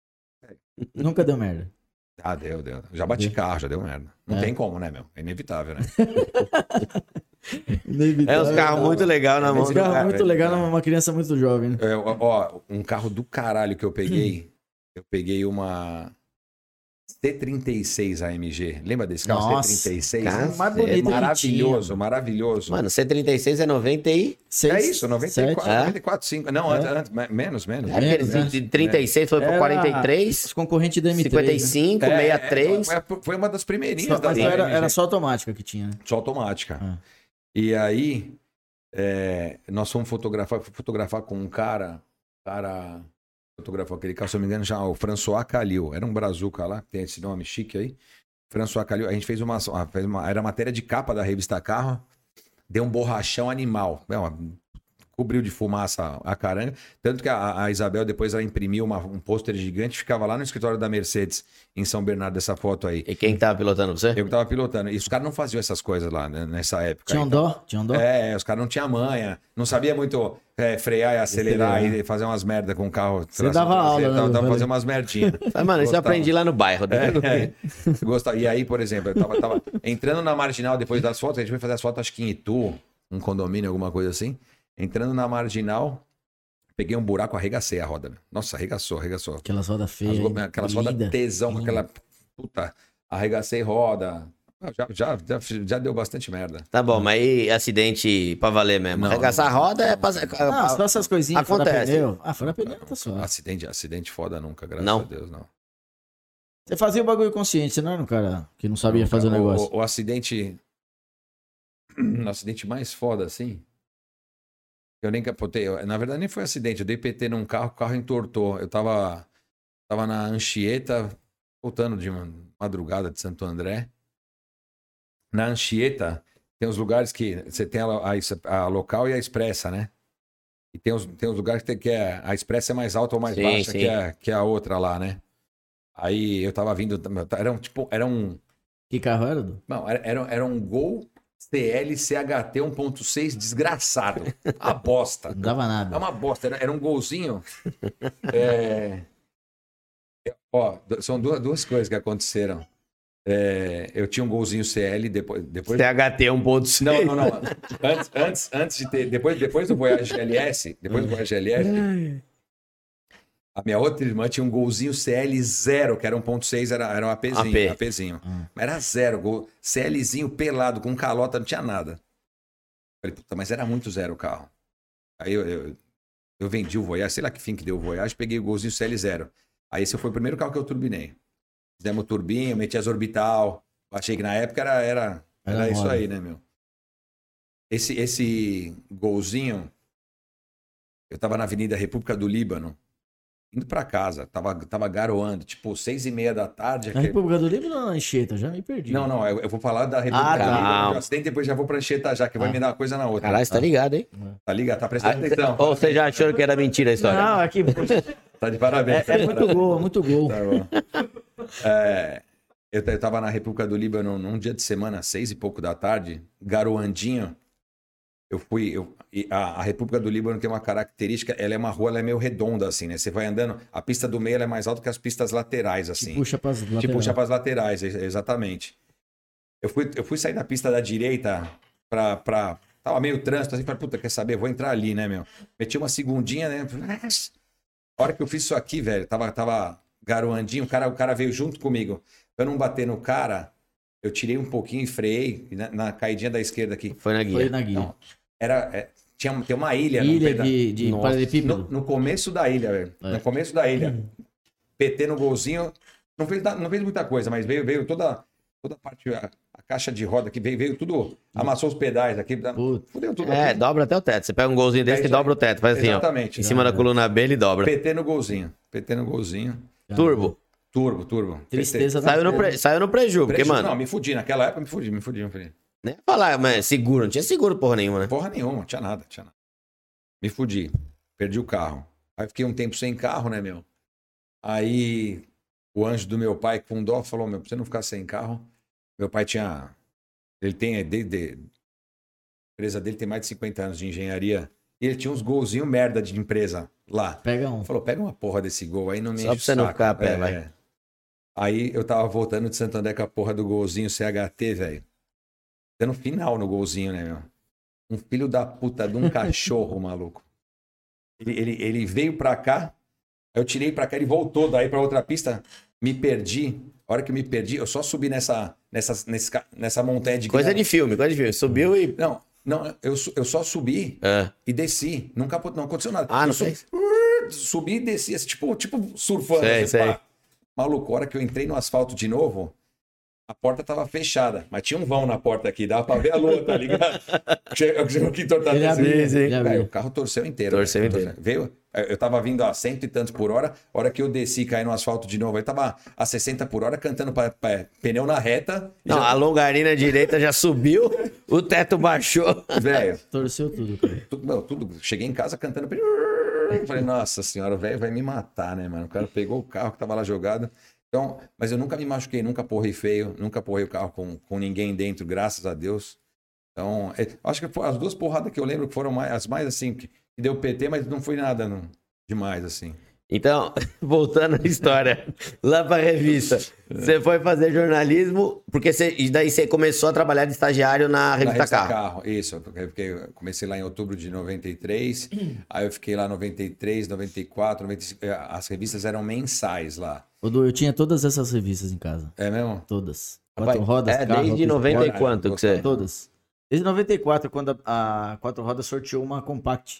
Nunca deu merda. Ah, deu, deu. Já bati carro, já deu merda. Não É. tem como, né, meu? É inevitável, né? É uns carros muito legais na mão Esse do carro é cara. muito legal numa criança muito jovem, né? É, ó, ó, um carro do caralho que eu peguei, eu peguei uma C trinta e seis A M G. Lembra desse carro? Nossa, C trinta e seis? cara, O mais é bonito Maravilhoso, que tinha. maravilhoso. Mano, C trinta e seis é noventa e... Seis, é isso, noventa e quatro, sete. noventa e quatro, cinco. Não, antes, antes, me- menos, menos. É aquele né? de trinta e seis foi pro Era quarenta e três, Os concorrentes da M três. cinquenta e né? cinco, É, sessenta e três. é, foi- foi uma das primeirinhas Só, da mas da era, A M G. era só automática que tinha, né? Só automática. Ah. E aí, é, nós fomos fotografar, fui fotografar com um cara, cara fotografou aquele carro, se eu não me engano, já o François Calil, era um brazuca lá, tem esse nome chique aí. François Calil, a gente fez uma, fez uma, era matéria de capa da revista Carro, deu um borrachão animal, é uma- cobriu de fumaça a caranga, tanto que a, a Isabel depois ela imprimiu uma- um pôster gigante, ficava lá no escritório da Mercedes, em São Bernardo, dessa foto aí. E quem que tava pilotando você? Eu que tava pilotando. E os caras não faziam essas coisas lá, né, nessa época. Tinha um Então, dó? Tinha um dó? é, os caras não tinham manha, não sabia muito é, frear e acelerar Acelerar. e fazer umas merda com o carro. Você dava aula, né, Tava, do tava rolê. fazer umas merdinhas. Mas, mano, isso eu Gostava. aprendi lá no bairro. né? É, gostava. E aí, por exemplo, eu tava, tava entrando na Marginal depois das fotos, a gente foi fazer as fotos, acho que em Itu, um condomínio, alguma coisa assim. Entrando na Marginal, peguei um buraco, arregacei a roda. Meu. Nossa, arregaçou, arregaçou. Aquelas rodas As feias. go- hein? aquelas rodas Linda. tesão, com Linda. aquela. Puta, arregacei roda. Ah, Já, já, já, já deu bastante merda. Tá bom, mas aí acidente pra valer mesmo. Não, Arregaçar a roda é pra... Não, só essas coisinhas. fora Acontece. pneu. Ah, fora pneu, tá só. Acidente, acidente foda nunca, graças Não. a Deus, não. Você fazia o bagulho consciente, você não era um cara que não sabia fazer o Cara, negócio. O, o acidente. O acidente mais foda, assim. Eu nem capotei. eu- Na verdade, nem foi acidente. Eu dei P T num carro, o carro entortou. Eu tava, tava na Anchieta, voltando de uma madrugada de Santo André. Na Anchieta, tem os lugares que você tem a, a- a local e a expressa, né? E tem os, tem os lugares que, tem, que é, a expressa é mais alta ou mais Sim, baixa sim. que a, que a outra lá, né? Aí eu tava vindo. Era um tipo. Era um. Que carro era, Du? Não, era, era, era um Gol C L C H T um ponto seis desgraçado. A bosta. Não dava É nada. uma bosta. Era, era um golzinho. É... Ó, du- são duas, duas coisas que aconteceram. É, eu tinha um golzinho C L, depois... depois... C H T um ponto seis. Não, não, não. Antes, antes, antes de ter... Depois, depois do Voyage G L S, depois do Voyage G L S, a minha outra irmã tinha um golzinho C L zero, que era um ponto seis, era, era um APzinho. A P. APzinho. Mas era zero, gol, CLzinho pelado, com calota, não tinha nada. Falei, puta, mas era muito zero o carro. Aí eu, eu, eu vendi o Voyage, sei lá que fim que deu o Voyage, peguei o golzinho C L zero. Aí esse foi o primeiro carro que eu turbinei. Fizemos o turbinho, meti as orbital. Achei que na época era, era, era, era isso aí, né, meu? Esse, esse golzinho, eu tava na Avenida República do Líbano, indo pra casa, tava, tava garoando, tipo, seis e meia da tarde. Na aquele... República do Líbano ou na Anchieta? Já me perdi. Não, não, eu, eu vou falar da República Ah, do tá. Líbano, eu acidente, depois já vou pra Anchieta já, que vai Ah. me dar uma coisa na outra. Caralho, você tá ligado, hein? Tá ligado? Tá prestando Ah, atenção. Ou você já achou que era mentira a história? Não, aqui... Tá de parabéns. É, tá é de muito parabéns. gol, é muito gol. Tá bom. É, eu, eu tava na República do Líbano num dia de semana, seis e pouco da tarde, garoandinho. Eu fui. Eu, e a, a República do Líbano tem uma característica, ela é uma rua, ela é meio redonda, assim, né? Você vai andando, a pista do meio ela é mais alta que as pistas laterais, assim. Te puxa pras Te laterais. puxa para as laterais, ex- exatamente. Eu fui, eu fui sair da pista da direita pra. pra tava meio trânsito, assim, falei, puta, quer saber? Vou entrar ali, né, meu? Meti uma segundinha, né? A hora que eu fiz isso aqui, velho, tava, tava garoandinho, o cara, o cara veio junto comigo. Pra eu não bater no cara, eu tirei um pouquinho e freiei na, na caidinha da esquerda aqui. Foi na guia. Foi na guia. Não, era, é, tinha, tem uma ilha. num Ilha peda- de, de Nossa. paralelepípedo. no, no começo da ilha, velho. É. No começo da ilha. P T no golzinho. Não fez, não fez muita coisa, mas veio, veio toda, toda a parte, a, a caixa de roda que veio, veio tudo, amassou os pedais aqui. Putz. Fudeu tudo É, aqui. dobra até o teto. Você pega um golzinho desse É que isso aí. dobra o teto. Faz assim, Exatamente. ó. Em cima da coluna B, ele dobra. P T no golzinho. P T no golzinho. Turbo. Turbo, turbo. Tristeza da Saiu no, pre... Saiu no preju, porque, Preju- mano, Não, me fudi. Naquela época me fudi, me fudi, me fudi. nem ia falar, mas seguro, não tinha seguro porra nenhuma, né? Porra nenhuma, tinha nada, tinha nada. Me fudi. Perdi o carro. Aí fiquei um tempo sem carro, né, meu? Aí o anjo do meu pai, com dó, falou, meu, pra você não ficar sem carro. Meu pai tinha... Ele tem, desde... A empresa dele tem mais de cinquenta anos de engenharia. E ele tinha uns golzinhos merda de empresa lá. Pega um. Falou, pega uma porra desse gol aí, não me Só enche pra você o não saco. ficar a pé, É, vai. é. Aí eu tava voltando de Santo André com a porra do golzinho C H T, velho. Dando final no golzinho, né, meu? Um filho da puta de um cachorro, maluco. Ele, ele, ele veio pra cá, eu tirei pra cá, ele voltou daí pra outra pista, me perdi. A hora que eu me perdi, eu só subi nessa, nessa, nesse ca- nessa montanha de Coisa grama. de filme, coisa de filme. Subiu e. Não, não, eu, su- eu só subi É. e desci. Não, capot... não aconteceu nada. Ah, não eu su- fez? Subi e desci, assim, tipo, tipo surfando. Sei, assim, sei. pá. Maluco, a hora que eu entrei no asfalto de novo, a porta tava fechada, mas tinha um vão na porta aqui, dava pra ver a lua, tá ligado? Chegou chegou aqui tortado Ele assim. abriu, sim. ele Velho, abriu. o carro torceu inteiro. Torceu velho. inteiro. Veio, eu tava vindo a cento e tantos por hora, a hora que eu desci e caí no asfalto de novo, aí tava a sessenta por hora cantando pra, pra- pneu na reta. e Não, já- a longarina direita já subiu, o teto baixou. Velho, Torceu tudo, cara. tudo, meu, tudo. Cheguei em casa cantando. Eu falei, nossa senhora, o velho vai me matar, né, mano? O cara pegou o carro que tava lá jogado. Então, mas eu nunca me machuquei, nunca porrei feio, nunca porrei o carro com, com ninguém dentro, graças a Deus. Então, é, acho que foi as duas porradas que eu lembro que foram mais, as mais assim, que, que deu P T, mas não foi nada não, demais, assim. Então, voltando à história, lá pra revista, você foi fazer jornalismo, porque você, e daí você começou a trabalhar de estagiário na Na revista revista Carro. Isso, porque eu fiquei- eu comecei lá em outubro de noventa e três, aí eu fiquei lá em noventa e três, noventa e quatro, noventa e cinco, eh, as revistas eram mensais lá. Ô, Du, eu tinha todas essas revistas em casa. É mesmo? Todas. Rapaz, Quatro rodas, é, carro, desde auto noventa e esporte, quanto que você... Todas. Desde noventa e quatro, quando a, a Quatro Rodas sorteou uma Compact.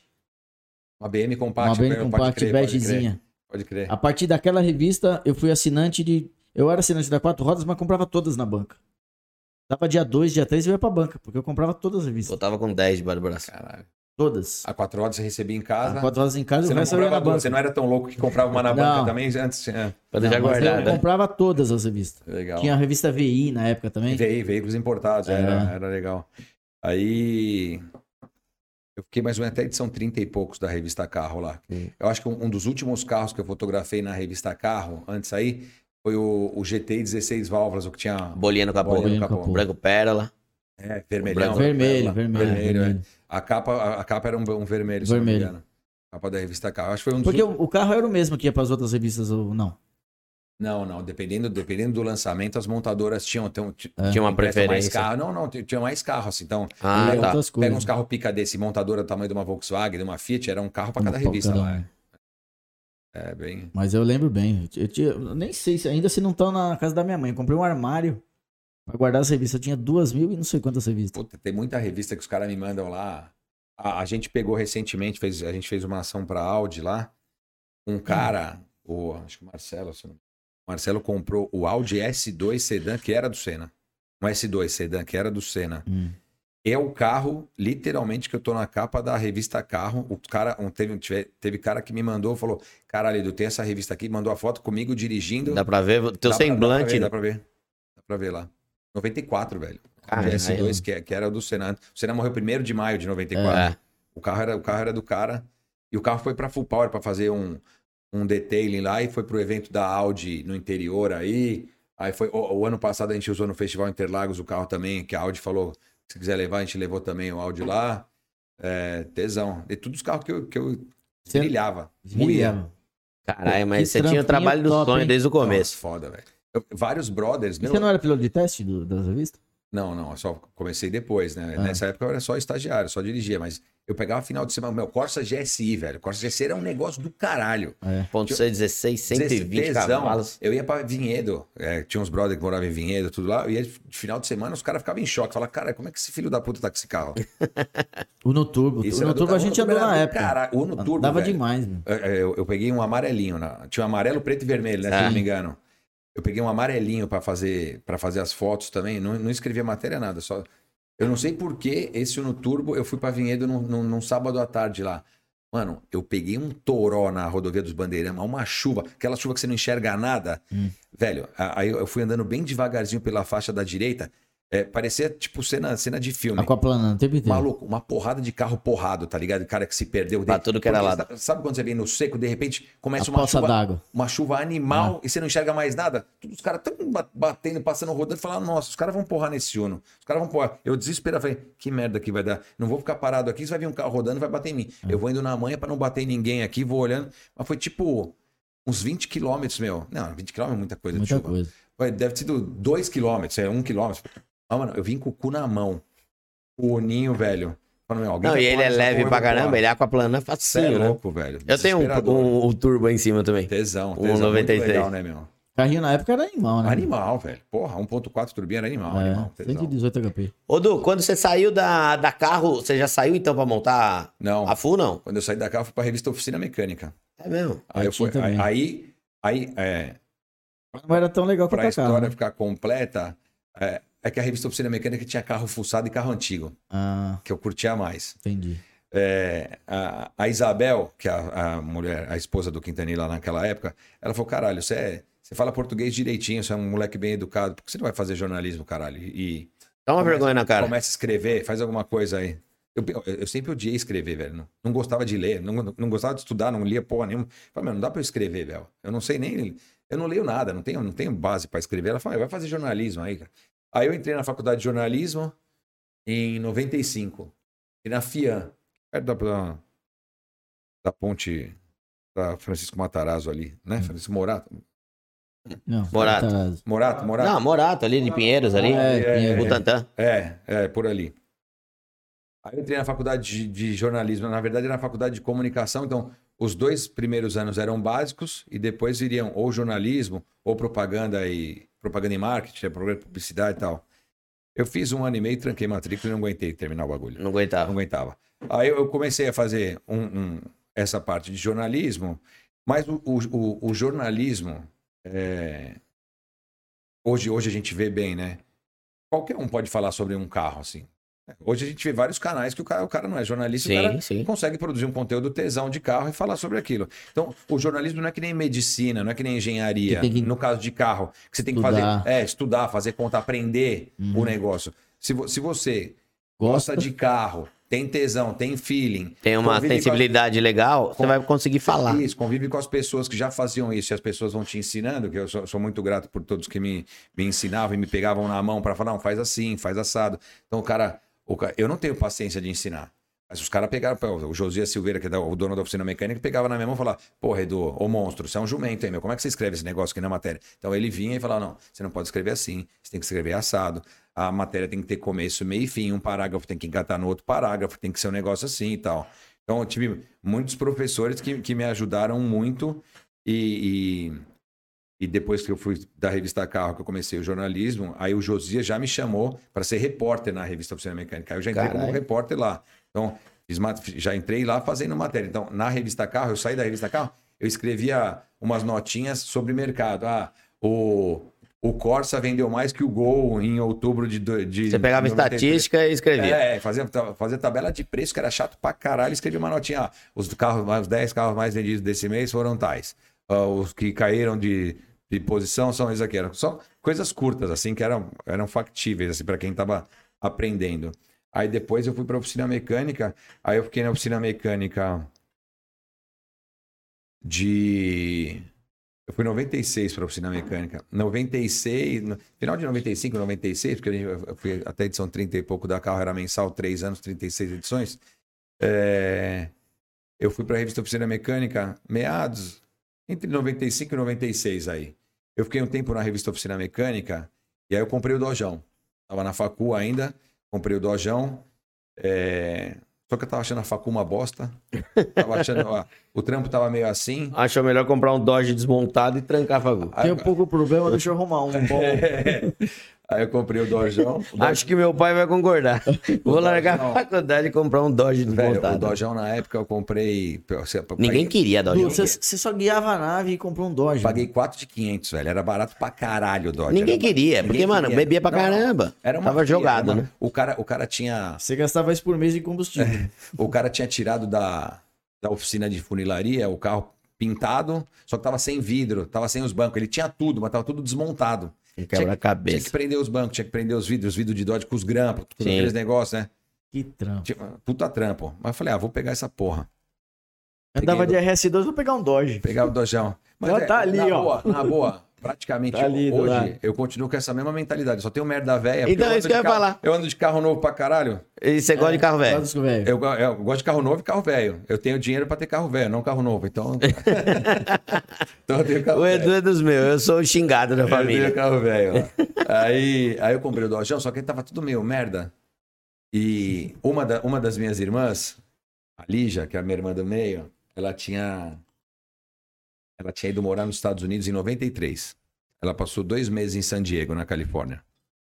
Uma B M Compact. Uma B M pode Compact crer, pode crer, begezinha. Pode crer. A partir daquela revista, eu fui assinante de... Eu era assinante da Quatro Rodas, mas comprava todas na banca. Dava dia dois, dia três e eu ia pra banca, porque eu comprava todas as revistas. Eu tava com dez de bar do braço. Caralho. Todas. A quatro rodas você recebia em casa. A Quatro Rodas em casa e Você o não, resto eu ia na comprava duas, banca. você não era tão louco que comprava uma na Não. banca também antes. É. Pra deixar Não, mas guardada. eu comprava todas as revistas. Legal. Tinha a revista V I na época também. Ve- veículos importados, É. era, era legal. Aí eu fiquei mais ou menos até a edição trinta e poucos da revista Carro lá. Hum. Eu acho que um, um dos últimos carros que eu fotografei na revista Carro, antes aí, foi o, o G T I dezesseis válvulas, o que tinha Bolinha no capô. Bolinha no capô. Branco pérola. é, vermelhão. Vermelho, né? vermelho, vermelho, vermelho. é. A capa, a, a capa era um, um vermelho, se Vermelho. não me engano. A capa da revista Carro. Acho que foi um dos Porque últimos- o, o carro era o mesmo que ia para as outras revistas ou não? Não, não. Dependendo, dependendo do lançamento, as montadoras tinham, tinham, é. tinha uma preferência. Mais carro. Não, não, tinha mais carro, assim. Então, ah, pega, tá. pega uns carros pica desse, montadora do tamanho de uma Volkswagen, de uma Fiat, era um carro para cada revista cada... lá. É, bem... Mas eu lembro bem. Eu, tinha, eu nem sei, se ainda se não estão na casa da minha mãe. Eu comprei um armário pra guardar as revistas. Eu tinha duas mil e não sei quantas revistas. Puta, tem muita revista que os caras me mandam lá. A, a gente pegou recentemente, fez, a gente fez uma ação pra Audi lá. Um cara, hum. o, acho que o Marcelo, se não... O Marcelo comprou o Audi S dois Sedan, que era do Senna. Um S dois Sedan, que era do Senna. Hum. É o carro, literalmente, que eu tô na capa da revista Carro. O cara, um, teve, teve cara que me mandou, falou, caralho, eu tenho essa revista aqui, mandou a foto comigo dirigindo. Dá pra ver? Teu dá semblante. Pra, dá, pra ver, dá pra ver. Dá pra ver lá. noventa e quatro, velho. Ah, o S dois, que, que era do Senna. O Senna morreu primeiro de maio de noventa e quatro. É. O, carro era, o carro era do cara. E o carro foi pra Full Power pra fazer um... um detailing lá e foi pro evento da Audi no interior aí. Aí foi o, o ano passado a gente usou no Festival Interlagos o carro também, que a Audi falou, se quiser levar, a gente levou também o Audi lá. É, tesão. De todos os carros que eu, que eu brilhava. Brilhava. Caralho, mas você tinha o trabalho do top, sonho hein? Desde o começo. Nossa, foda, velho. Vários brothers... E meu... você não era piloto de teste do, das revistas? Não, não, eu só comecei depois, né? Ah. Nessa época eu era só estagiário, só dirigia, mas eu pegava final de semana, meu, Corsa G S I, velho. Corsa G S I era um negócio do caralho. É. Ponto C dezesseis, cento e vinte cavalos. Eu ia pra Vinhedo, é, tinha uns brothers que moravam em Vinhedo, tudo lá, eu ia de final de semana, os caras ficavam em choque, falavam, cara, como é que esse filho da puta tá com esse carro? O no Turbo, o no Turbo a gente andou na época. Cara, o no Turbo, dava velho, demais, meu. Eu, eu, eu peguei um amarelinho, na, tinha um amarelo, preto e vermelho, né, é. se não me engano. Eu peguei um amarelinho pra fazer, pra fazer as fotos também. Não, não escrevia matéria, nada. Só... Eu não sei por que esse no Turbo, eu fui pra Vinhedo num, num, num sábado à tarde lá. Mano, eu peguei um toró na rodovia dos Bandeiramas, uma chuva, aquela chuva que você não enxerga nada. Hum. Velho, aí eu fui andando bem devagarzinho pela faixa da direita. É, parecia tipo cena, cena de filme. Aquaplanando o tempo inteiro. Maluco, uma porrada de carro porrado, tá ligado? O cara que se perdeu. Pra tudo que era lado. Sabe quando você vem no seco, de repente começa a uma chuva, d'água. uma chuva animal ah. e você não enxerga mais nada? Todos os caras estão batendo, passando, rodando, falando, nossa, os caras vão porrar nesse Uno. Os caras vão porrar. Eu desespero, falei, que merda que vai dar? Não vou ficar parado aqui, você vai vir um carro rodando e vai bater em mim. Ah. Eu vou indo na manha pra não bater em ninguém aqui, vou olhando. Mas foi tipo uns vinte quilômetros, meu. Não, vinte quilômetros é muita coisa muita de chuva. Coisa. Deve ter sido dois quilômetros, é um quilômetro. Ah, mano, eu vim com o cu na mão. O Oninho, velho. Falando, alguém não, e ele é leve pra caramba, ele é aquaplana facinho, é né? louco, velho. Eu tenho um, um, um turbo aí em cima também. Tesão, tesão. Um noventa e seis. Legal, né, meu? Carrinho na época era animal, né? Animal, velho. Porra, um ponto quatro turbina era animal, é, animal. Tesão. cento e dezoito H P. Ô, Du, quando você saiu da, da carro, você já saiu então pra montar não. a full, não? Quando eu saí da carro, fui pra revista Oficina Mecânica. É mesmo? Aí eu, eu fui, aí, aí, aí, é... Não era tão legal pra pra a história carro, né? ficar completa... É, É que a revista Oficina Mecânica tinha carro fuçado e carro antigo. Ah, que eu curtia mais. Entendi. É, a, a Isabel, que é a, a mulher, a esposa do Quintanilha lá naquela época, ela falou, caralho, você, é, você fala português direitinho, você é um moleque bem educado, por que você não vai fazer jornalismo, caralho? E dá uma começa, vergonha na cara. Começa a escrever, faz alguma coisa aí. Eu, eu, eu sempre odiei escrever, velho. Não, não gostava de ler, não, não gostava de estudar, não lia porra nenhuma. Falei, mano, não dá pra eu escrever, velho. Eu não sei nem... Eu não leio nada, não tenho, não tenho base pra escrever. Ela falou, vai fazer jornalismo aí, cara. Aí eu entrei na faculdade de jornalismo em noventa e cinco. E na FIAN, perto da, da, da ponte da Francisco Matarazzo ali, né? Francisco Morato. Não, Morato. Morato, Morato. Não, Morato, ali de Pinheiros, ali. É, é, Butantã. É, é, por ali. Aí eu entrei na faculdade de, de jornalismo, na verdade era na faculdade de comunicação, então os dois primeiros anos eram básicos e depois viriam ou jornalismo ou propaganda e propaganda e marketing, programa de publicidade e tal. Eu fiz um ano e meio, tranquei matrícula e não aguentei terminar o bagulho. Não aguentava. Não aguentava. Aí eu comecei a fazer um, um, essa parte de jornalismo, mas o, o, o jornalismo, é... hoje, hoje a gente vê bem, né? Qualquer um pode falar sobre um carro, assim. Hoje a gente vê vários canais que o cara, o cara não é jornalista, sim, o cara sim. consegue produzir um conteúdo tesão de carro e falar sobre aquilo. Então, o jornalismo não é que nem medicina, não é que nem engenharia, que que no caso de carro, que você tem estudar. que fazer, é, estudar, fazer conta, aprender uhum. o negócio. Se, vo, se você gosta. gosta de carro, tem tesão, tem feeling... Tem uma sensibilidade a... legal, você vai conseguir falar. Isso, convive com as pessoas que já faziam isso e as pessoas vão te ensinando, que eu sou, sou muito grato por todos que me, me ensinavam e me pegavam na mão para falar, não, faz assim, faz assado. Então, o cara... Eu não tenho paciência de ensinar. Mas os caras pegaram, o Josias Silveira, que é o dono da oficina mecânica, pegava na minha mão e falava, porra, Edu, ô monstro, você é um jumento, hein, meu? Como é que você escreve esse negócio aqui na matéria? Então ele vinha e falava, não, você não pode escrever assim, você tem que escrever assado, a matéria tem que ter começo, meio e fim, um parágrafo tem que engatar no outro parágrafo, tem que ser um negócio assim e tal. Então eu tive muitos professores que, que me ajudaram muito e, e, e depois que eu fui da revista Carro, que eu comecei o jornalismo, aí o Josias já me chamou para ser repórter na revista Oficina Mecânica. Aí eu já entrei Caralho. como repórter lá. Então, já entrei lá fazendo matéria. Então, na revista Carro, eu saí da revista Carro, eu escrevia umas notinhas sobre mercado. Ah, o, o Corsa vendeu mais que o Gol em outubro de... de Você pegava noventa e três. Estatística e escrevia. É, fazia, fazia tabela de preço, que era chato pra caralho. Escrevia uma notinha. Ah, os, carros, os dez carros mais vendidos desse mês foram tais. Uh, os que caíram de, de posição são esses aqui. Eram só coisas curtas, assim, que eram, eram factíveis, assim, para quem tava aprendendo. Aí depois eu fui para a oficina mecânica, aí eu fiquei na oficina mecânica de... Eu fui em noventa e seis para a oficina mecânica. noventa e seis, no final de noventa e cinco, noventa e seis, porque eu fui até a edição trinta e pouco da Carro, era mensal, três anos, trinta e seis edições. É... Eu fui para a revista Oficina Mecânica, meados, entre noventa e cinco e noventa e seis aí. Eu fiquei um tempo na revista Oficina Mecânica, e aí eu comprei o Dojão. Estava na facu ainda... Comprei o Dojão, é... só que eu tava achando a facu uma bosta. Tava achando, ó, o trampo tava meio assim. Achou melhor comprar um Dodge desmontado e trancar a facu. Tem um pouco problema, deixa eu arrumar um bom. Aí eu comprei o Dojão. O Acho que meu pai vai concordar. Vou largar a faculdade e comprar um Dodge desmontado. Velho, o Dojão na época eu comprei... Ninguém queria Dodge. Você, você só guiava a nave e comprou um Dodge. Paguei quatro de quinhentos, velho. Era barato pra caralho o Dodge. Ninguém era... queria, Ninguém porque, queria. mano, bebia pra não, caramba. Era uma Tava fria, jogado, uma... né? O cara, o cara tinha... Você gastava isso por mês em combustível. O cara tinha tirado da, da oficina de funilaria o carro pintado, só que tava sem vidro, tava sem os bancos. Ele tinha tudo, mas tava tudo desmontado. Quebra-cabeça. Tinha que prender os bancos, tinha que prender os vidros, os vidros de Dodge com os grampos, com aqueles negócios, né? Que trampo. Tinha, puta trampo. Mas eu falei, ah, vou pegar essa porra. Andava Peguei de R S dois, vou pegar um Dodge. Pegar o Dojão. Mas Ela é, tá ali, na ó. Boa, na boa, praticamente Tá ali, do hoje, lado. eu continuo com essa mesma mentalidade. Só tenho merda velha. Então, eu isso que eu ia carro, falar. Eu ando de carro novo pra caralho. E você gosta de carro velho? Gosto do velho. Eu, eu gosto de carro novo e carro velho. Eu tenho dinheiro pra ter carro velho, não carro novo. Então, então eu tenho carro O Edu velho. é dos meus, eu sou o xingado da Eu família. tenho carro velho. Ó. aí, aí eu comprei o Dojão, só que ele tava tudo meio merda. E uma, da, uma das minhas irmãs, a Lígia, que é a minha irmã do meio, ela tinha... Ela tinha ido morar nos Estados Unidos em noventa e três. Ela passou dois meses em San Diego, na Califórnia.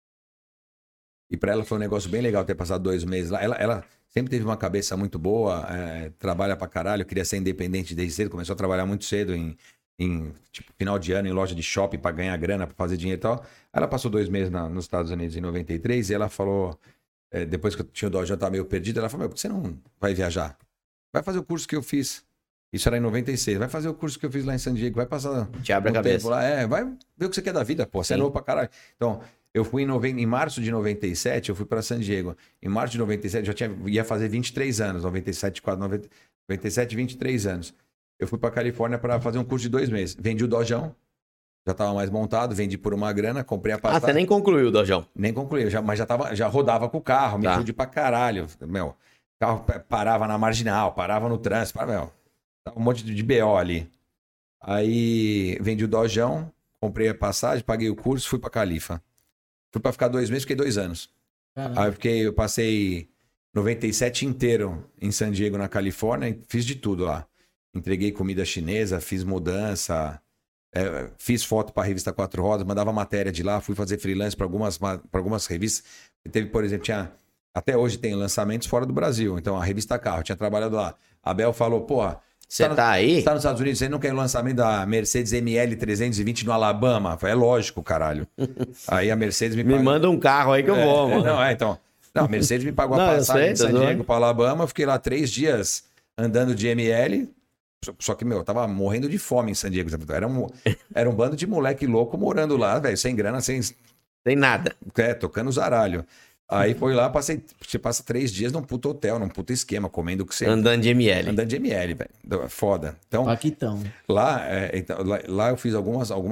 E para ela foi um negócio bem legal ter passado dois meses lá. Ela, ela sempre teve uma cabeça muito boa, é, trabalha pra caralho, queria ser independente desde cedo, começou a trabalhar muito cedo em, em tipo, final de ano, em loja de shopping para ganhar grana, para fazer dinheiro e tal. Ela passou dois meses na, nos Estados Unidos em noventa e três e ela falou, é, depois que eu tinha o Dodge, eu tava meio perdido, ela falou, meu, por que você não vai viajar? Vai fazer o curso que eu fiz. Isso era em noventa e seis. Vai fazer o curso que eu fiz lá em San Diego. Vai passar Te abre um a cabeça. tempo lá. É, vai ver o que você quer da vida, pô. Você é Sim. novo pra caralho. Então, eu fui em, noventa, em março de noventa e sete, eu fui pra San Diego. Em março de noventa e sete, eu já tinha, ia fazer vinte e três anos. noventa e sete, quatro, noventa, noventa e sete, vinte e três anos. Eu fui pra Califórnia pra fazer um curso de dois meses. Vendi o Dojão. Já tava mais montado. Vendi por uma grana. Comprei a Ah, passagem. você nem concluiu o Dojão. Nem concluí, já, mas já, tava, já rodava com o carro, me Tá. ajude pra caralho. Meu, o carro parava na marginal, parava no trânsito, parava, meu, um monte de B O ali. Aí vendi o Dojão, comprei a passagem, paguei o curso, fui pra Califa. Fui pra ficar dois meses, fiquei dois anos. Caramba. Aí eu fiquei, eu passei noventa e sete inteiro em San Diego, na Califórnia, e fiz de tudo lá. Entreguei comida chinesa, fiz mudança, é, fiz foto para a revista Quatro Rodas, mandava matéria de lá, fui fazer freelance para algumas, para algumas revistas. Teve, por exemplo, tinha, até hoje tem lançamentos fora do Brasil. Então, a revista Carro, tinha trabalhado lá. A Bel falou, porra, Você no- tá aí? Você tá nos Estados Unidos, você não quer o lançamento da Mercedes M L trezentos e vinte no Alabama? Eu falei, é lógico, caralho. Aí a Mercedes me Me pagou- manda um carro aí que eu é, vou, é, mano. Não, é, então. Não, a Mercedes me pagou Não, a eu passagem sei, de tá San zoando. Diego para Alabama. Eu fiquei lá três dias andando de M L. Só- Só que, meu, eu tava morrendo de fome em San Diego. Era um, era um bando de moleque louco morando lá, velho, sem grana, sem. Tem nada. É, tocando os aralho. Aí foi lá, passei. Você passa três dias num puto hotel, num puto esquema, comendo o que você. Andando de M L. Andando de M L, velho. Foda. Então, Paquitão. lá, é, então, lá, lá eu fiz algumas, algumas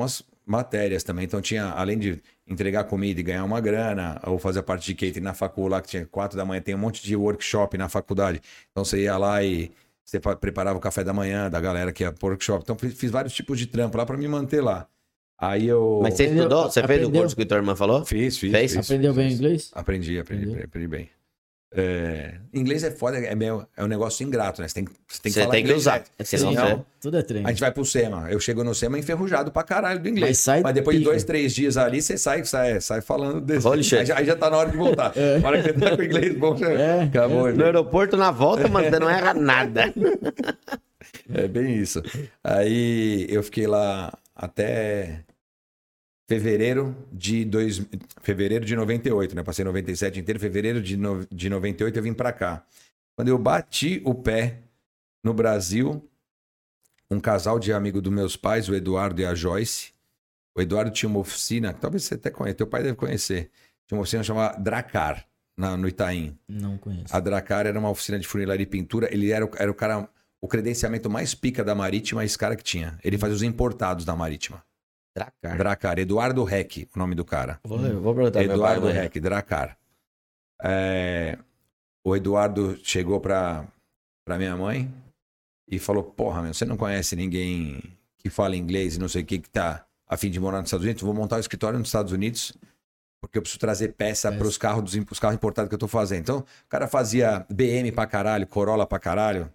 matérias também. Então tinha, além de entregar comida e ganhar uma grana, ou fazer a parte de catering na faculdade, lá que tinha quatro da manhã, tem um monte de workshop na faculdade. Então você ia lá e você preparava o café da manhã da galera que ia pro workshop. Então fiz, fiz vários tipos de trampo lá para me manter lá. Aí eu... Mas você estudou? Você Aprendeu? fez o curso que a tua irmã falou? Fiz, fiz. Fez? fiz Aprendeu fiz, bem fiz. inglês? Aprendi, aprendi, Aprendeu? aprendi bem. É, inglês é foda, é, meio, é um negócio ingrato, né? Você tem, você tem que Você falar tem que inglês, usar. né? Senão Senão, você- Tudo é treino. a gente vai pro SEMA. Eu chego no SEMA enferrujado pra caralho do inglês. Mas sai Mas depois de pica. dois, três dias ali, você sai, sai, sai falando desse. Holy shit. Aí, já- aí já tá na hora de voltar. Na hora que você tá com o inglês bom, já É, acabou. No irmão. aeroporto, na volta, mano, você não erra nada. É bem isso. Aí eu fiquei lá até fevereiro de, dois, fevereiro de noventa e oito, né? Passei noventa e sete inteiro. Fevereiro de, no, de noventa e oito eu vim pra cá. Quando eu bati o pé no Brasil, um casal de amigo dos meus pais, o Eduardo e a Joyce. O Eduardo tinha uma oficina, que talvez você até conheça, teu pai deve conhecer. Tinha uma oficina chamada Dracar, na, no Itaim. Não conheço. A Dracar era uma oficina de funilaria e pintura. Ele era, o- era o cara, o credenciamento mais pica da Marítima, esse cara que tinha. Ele fazia os importados da Marítima. Dracar. Dracar, Eduardo Reck, o nome do cara. Vou, vou perguntar pro meu Eduardo pai amanhã. Reck, Dracar. É, o Eduardo chegou pra, pra minha mãe e falou: Porra, meu, você não conhece ninguém que fala inglês e não sei o que, que tá a fim de morar nos Estados Unidos? Vou montar um escritório nos Estados Unidos porque eu preciso trazer peça Peça. pros carros, dos, pros carros importados que eu tô fazendo. Então, o cara fazia B M pra caralho, Corolla pra caralho.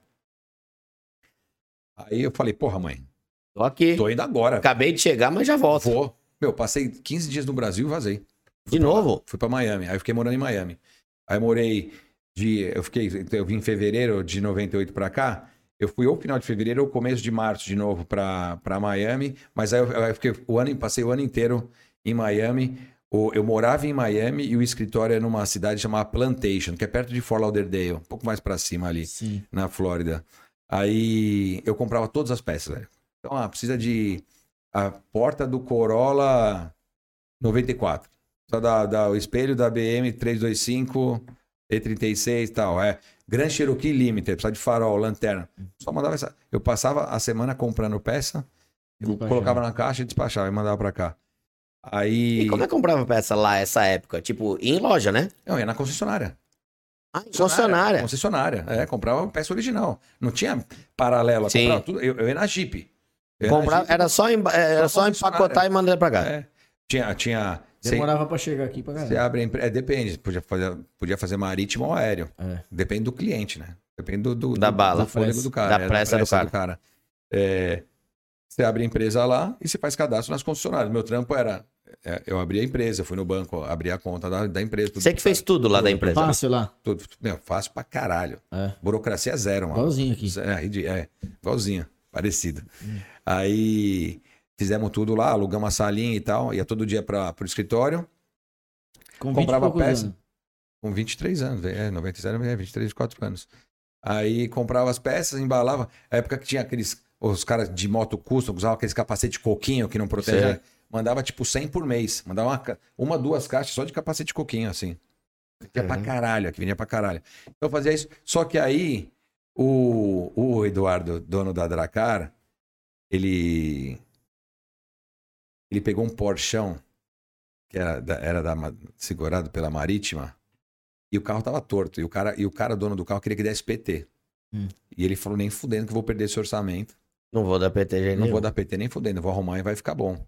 Aí eu falei: Porra, mãe, Tô aqui. tô indo agora. Acabei de chegar, mas já volto. Vou. Meu, passei quinze dias no Brasil e vazei. De novo? Fui pra Miami. Aí eu fiquei morando em Miami. Aí eu morei de. Eu fiquei. Eu vim em fevereiro de noventa e oito pra cá. Eu fui ou final de fevereiro ou começo de março de novo pra, pra Miami. Mas aí eu, eu fiquei o ano, passei o ano inteiro em Miami. O- Eu morava em Miami e o escritório é numa cidade chamada Plantation, que é perto de Fort Lauderdale, um pouco mais pra cima ali, Sim. na Flórida. Aí eu comprava todas as peças, velho. Então, ah, precisa de a porta do Corolla noventa e quatro. Só da, da, o espelho da B M trezentos e vinte e cinco, E trinta e seis e tal. É. Grand Cherokee Limited, precisa de farol, lanterna. Só mandava essa. Eu passava a semana comprando peça, eu Despachava. colocava na caixa e despachava e mandava pra cá. Aí. E como é que comprava peça lá, essa época? Tipo, em loja, né? Não, ia na concessionária. Ah, em concessionária. Concessionária. É, comprava peça original. Não tinha paralela. Sim. Comprava tudo. Eu, eu ia na Jeep. Eu ia na Comprava, Jeep. era só, em- era Só só empacotar e mandar pra cá. É. Tinha. tinha você, Demorava pra chegar aqui pra você caralho. abre a empre- é, depende. Podia fazer, podia fazer marítimo ou aéreo. É. Depende do cliente, né? Depende do, do- Da do- bala. do fôlego pressa. do cara. Da é, pressa do cara. É, você abre a empresa lá e você faz cadastro nas concessionárias. Meu trampo era. é, eu abri a empresa, fui no banco, abri a conta da, da empresa. tudo Você que fez tudo lá da empresa. Fácil lá. Tudo, meu, fácil pra caralho. É. Burocracia zero, mano. Igualzinho aqui. É, ide- é, igualzinho, parecido. Aí fizemos tudo lá, alugamos uma salinha e tal, ia todo dia para pro escritório, Com vinte comprava e poucos peça. anos. com vinte e três anos, é, noventa e sete, é, vinte e três, vinte e quatro anos. Aí comprava as peças, embalava. A época que tinha aqueles, os caras de moto custom, usavam aqueles capacete coquinho que não protege. Sei. Mandava tipo cem por mês. Mandava uma, ca- uma, duas caixas só de capacete coquinho, assim. Vinha pra Caramba. caralho, aqui vinha pra caralho. Então eu fazia isso. Só que aí, o, o Eduardo, dono da Dracar, ele. Ele pegou um Porschão, que era, da, era da, ma- segurado pela Marítima, e o carro tava torto. E o cara, e o cara dono do carro, queria que desse P T. Hum. E ele falou: nem fudendo que eu vou perder esse orçamento. Não vou dar P T de jeito Não nenhum. vou dar P T nem fudendo, vou arrumar e vai ficar bom.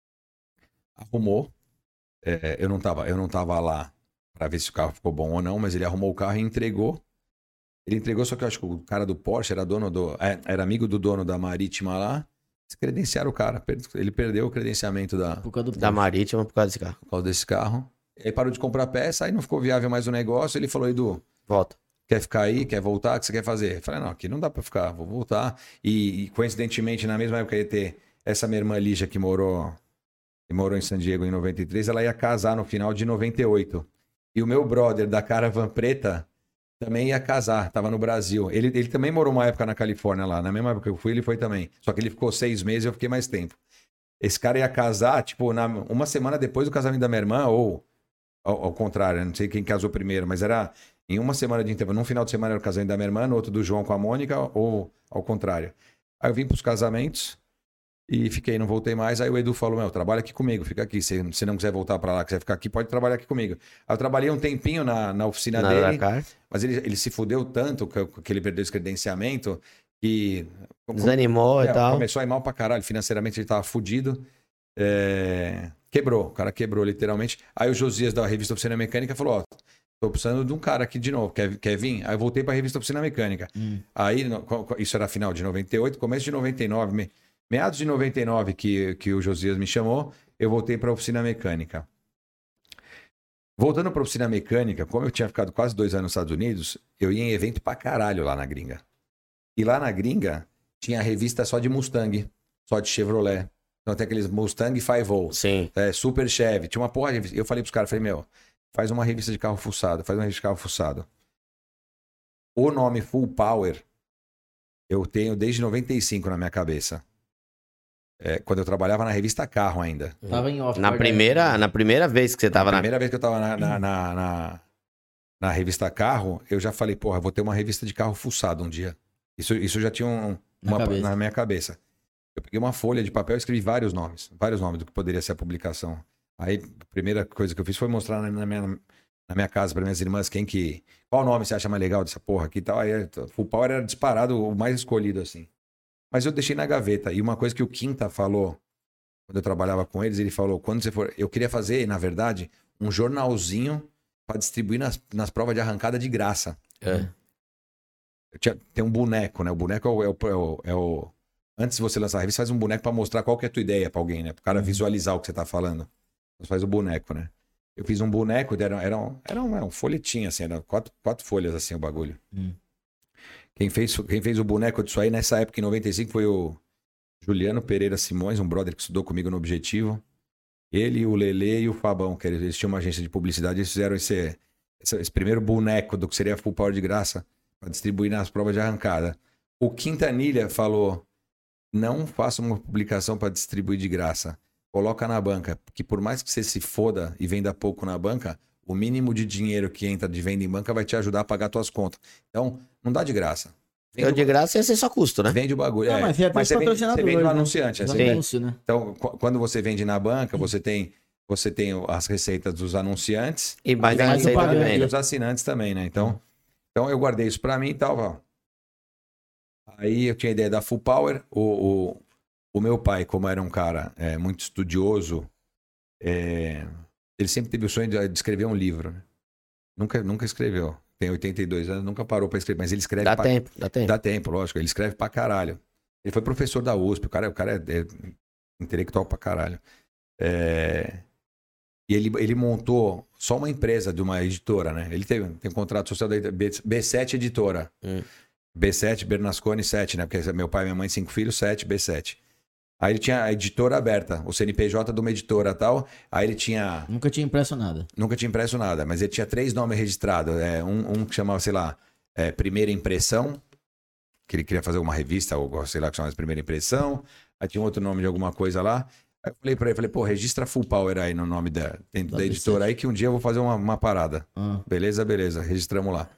Arrumou. É, eu, não tava, eu não tava lá pra ver se o carro ficou bom ou não, mas ele arrumou o carro e entregou. Ele entregou, só que eu acho que o cara do Porsche era dono do. é, era amigo do dono da Marítima lá. Se credenciaram o cara. per- Ele perdeu o credenciamento da, Por causa do Da Marítima por causa desse carro. por causa desse carro. E aí parou de comprar peça, aí não ficou viável mais o negócio. Ele falou: Edu, Volta. quer ficar aí? Quer voltar? O que você quer fazer? Eu falei: não, aqui não dá pra ficar, vou voltar. E, e, coincidentemente, na mesma época ia ter essa minha irmã Lígia que morou, que morou em San Diego em noventa e três, ela ia casar no final de noventa e oito. E o meu brother da Caravan Preta também ia casar, tava no Brasil. Ele, ele também morou uma época na Califórnia lá, na mesma época que eu fui, ele foi também. Só que ele ficou seis meses e eu fiquei mais tempo. Esse cara ia casar, tipo, na, uma semana depois do casamento da minha irmã, ou ao, ao contrário, eu não sei quem casou primeiro, mas era em uma semana de intervalo. Num final de semana era o casamento da minha irmã, no outro do João com a Mônica, ou ao contrário. Aí eu vim pros casamentos E fiquei, não voltei mais. Aí o Edu falou, meu, trabalha aqui comigo, fica aqui. Se você não quiser voltar pra lá, quiser ficar aqui, pode trabalhar aqui comigo. Aí eu trabalhei um tempinho na, na oficina Na dele, Dracar. mas ele, ele se fudeu tanto que, que ele perdeu esse credenciamento que... Desanimou é, e tal. Começou a ir mal pra caralho. Financeiramente ele tava fudido. É... Quebrou, o cara quebrou literalmente. Aí o Josias da revista Oficina Mecânica falou, ó, tô precisando de um cara aqui de novo, quer, quer vir? Aí eu voltei pra revista Oficina Mecânica. Hum. Aí, no- isso era final de noventa e oito, começo de noventa e nove, me- meados de noventa e nove que, que o Josias me chamou, eu voltei pra Oficina Mecânica. Voltando pra Oficina Mecânica, como eu tinha ficado quase dois anos nos Estados Unidos, eu ia em evento pra caralho lá na gringa. E lá na gringa tinha revista só de Mustang, só de Chevrolet. Então tem aqueles Mustang cinco Sim. é, Super Chevy, tinha uma porra de revista. Eu falei pros caras, falei, meu, faz uma revista de carro fuçado, faz uma revista de carro fuçado. O nome Full Power eu tenho desde noventa e cinco na minha cabeça. É, quando eu trabalhava na revista Carro ainda. Tava em off. Na guarda- primeira, na primeira vez que você tava A na... primeira vez que eu tava na, na, na, na, na revista Carro, eu já falei, porra, vou ter uma revista de carro fuçado um dia. Isso, isso já tinha um, Na uma, cabeça. na minha cabeça. Eu peguei uma folha de papel e escrevi vários nomes. Vários nomes do que poderia ser a publicação. Aí, a primeira coisa que eu fiz foi mostrar na, na minha, na minha casa para minhas irmãs quem que... Qual nome você acha mais legal dessa porra aqui e tal. Aí, Full Power era disparado o mais escolhido, assim. Mas eu deixei na gaveta. E uma coisa que o Quinta falou, quando eu trabalhava com eles, ele falou, quando você for... Eu queria fazer, na verdade, um jornalzinho para distribuir nas, nas provas de arrancada de graça. É. Eu tinha, tem um boneco, né? O boneco é o, é o, é o, é o- Antes de você lançar a revista, faz um boneco pra mostrar qual que é a tua ideia pra alguém, né? Pro cara visualizar o que você tá falando. Você faz o boneco, né? Eu fiz um boneco, era, era, um, era um, é, um folhetinho, assim, era quatro, quatro folhas, assim, o bagulho. Hum. Quem fez, quem fez o boneco disso aí, nessa época, em noventa e cinco, foi o Juliano Pereira Simões, um brother que estudou comigo no Objetivo. Ele, o Lelê e o Fabão, que eles, eles tinham uma agência de publicidade, eles fizeram esse, esse, esse primeiro boneco do que seria Full Power de graça para distribuir nas provas de arrancada. O Quintanilha falou, não faça uma publicação para distribuir de graça. Coloca na banca, porque por mais que você se foda e venda pouco na banca, o mínimo de dinheiro que entra de venda em banca vai te ajudar a pagar suas contas. Então, não dá de graça. Eu Vende de o- graça ia ser só custo, né? Vende o bagulho. Não, é. mas tem até os você vende, você patrocinadores, vende no né? anunciante. Os Você vende- anúncios, né? Então, qu- quando você vende na banca, você tem, você tem as receitas dos anunciantes E mais e a mais o receita de pagante. e venda. os assinantes também, né? Então, então eu guardei isso pra mim e tal. Ó. Aí eu tinha a ideia da Full Power. O, o, o meu pai, como era um cara é, muito estudioso, é, ele sempre teve o sonho de, de escrever um livro. Né? Nunca, nunca escreveu. Tem oitenta e dois anos, nunca parou pra escrever, mas ele escreve Dá pra, tempo, dá tempo. Dá tempo, lógico. Ele escreve pra caralho. Ele foi professor da U S P. O cara, o cara é, é intelectual pra caralho. É, E ele, ele montou só uma empresa de uma editora, né? Ele teve, tem um contrato social da B- B sete Editora. Hum. B sete, Bernasconi sete, né? Porque meu pai e minha mãe, cinco filhos, sete, B sete. Aí ele tinha a editora aberta, o C N P J de uma editora e tal. Aí ele tinha... Nunca tinha impresso nada. Nunca tinha impresso nada, mas ele tinha três nomes registrados. É, um, um que chamava, sei lá, é, Primeira Impressão, que ele queria fazer uma revista, ou sei lá, que chamava Primeira Impressão. Aí tinha outro nome de alguma coisa lá. Aí eu falei pra ele, falei, pô, registra Full Power aí no nome da, dentro Da da B editora sete. aí, que um dia eu vou fazer uma, uma parada. Ah. Beleza, beleza, registramos lá.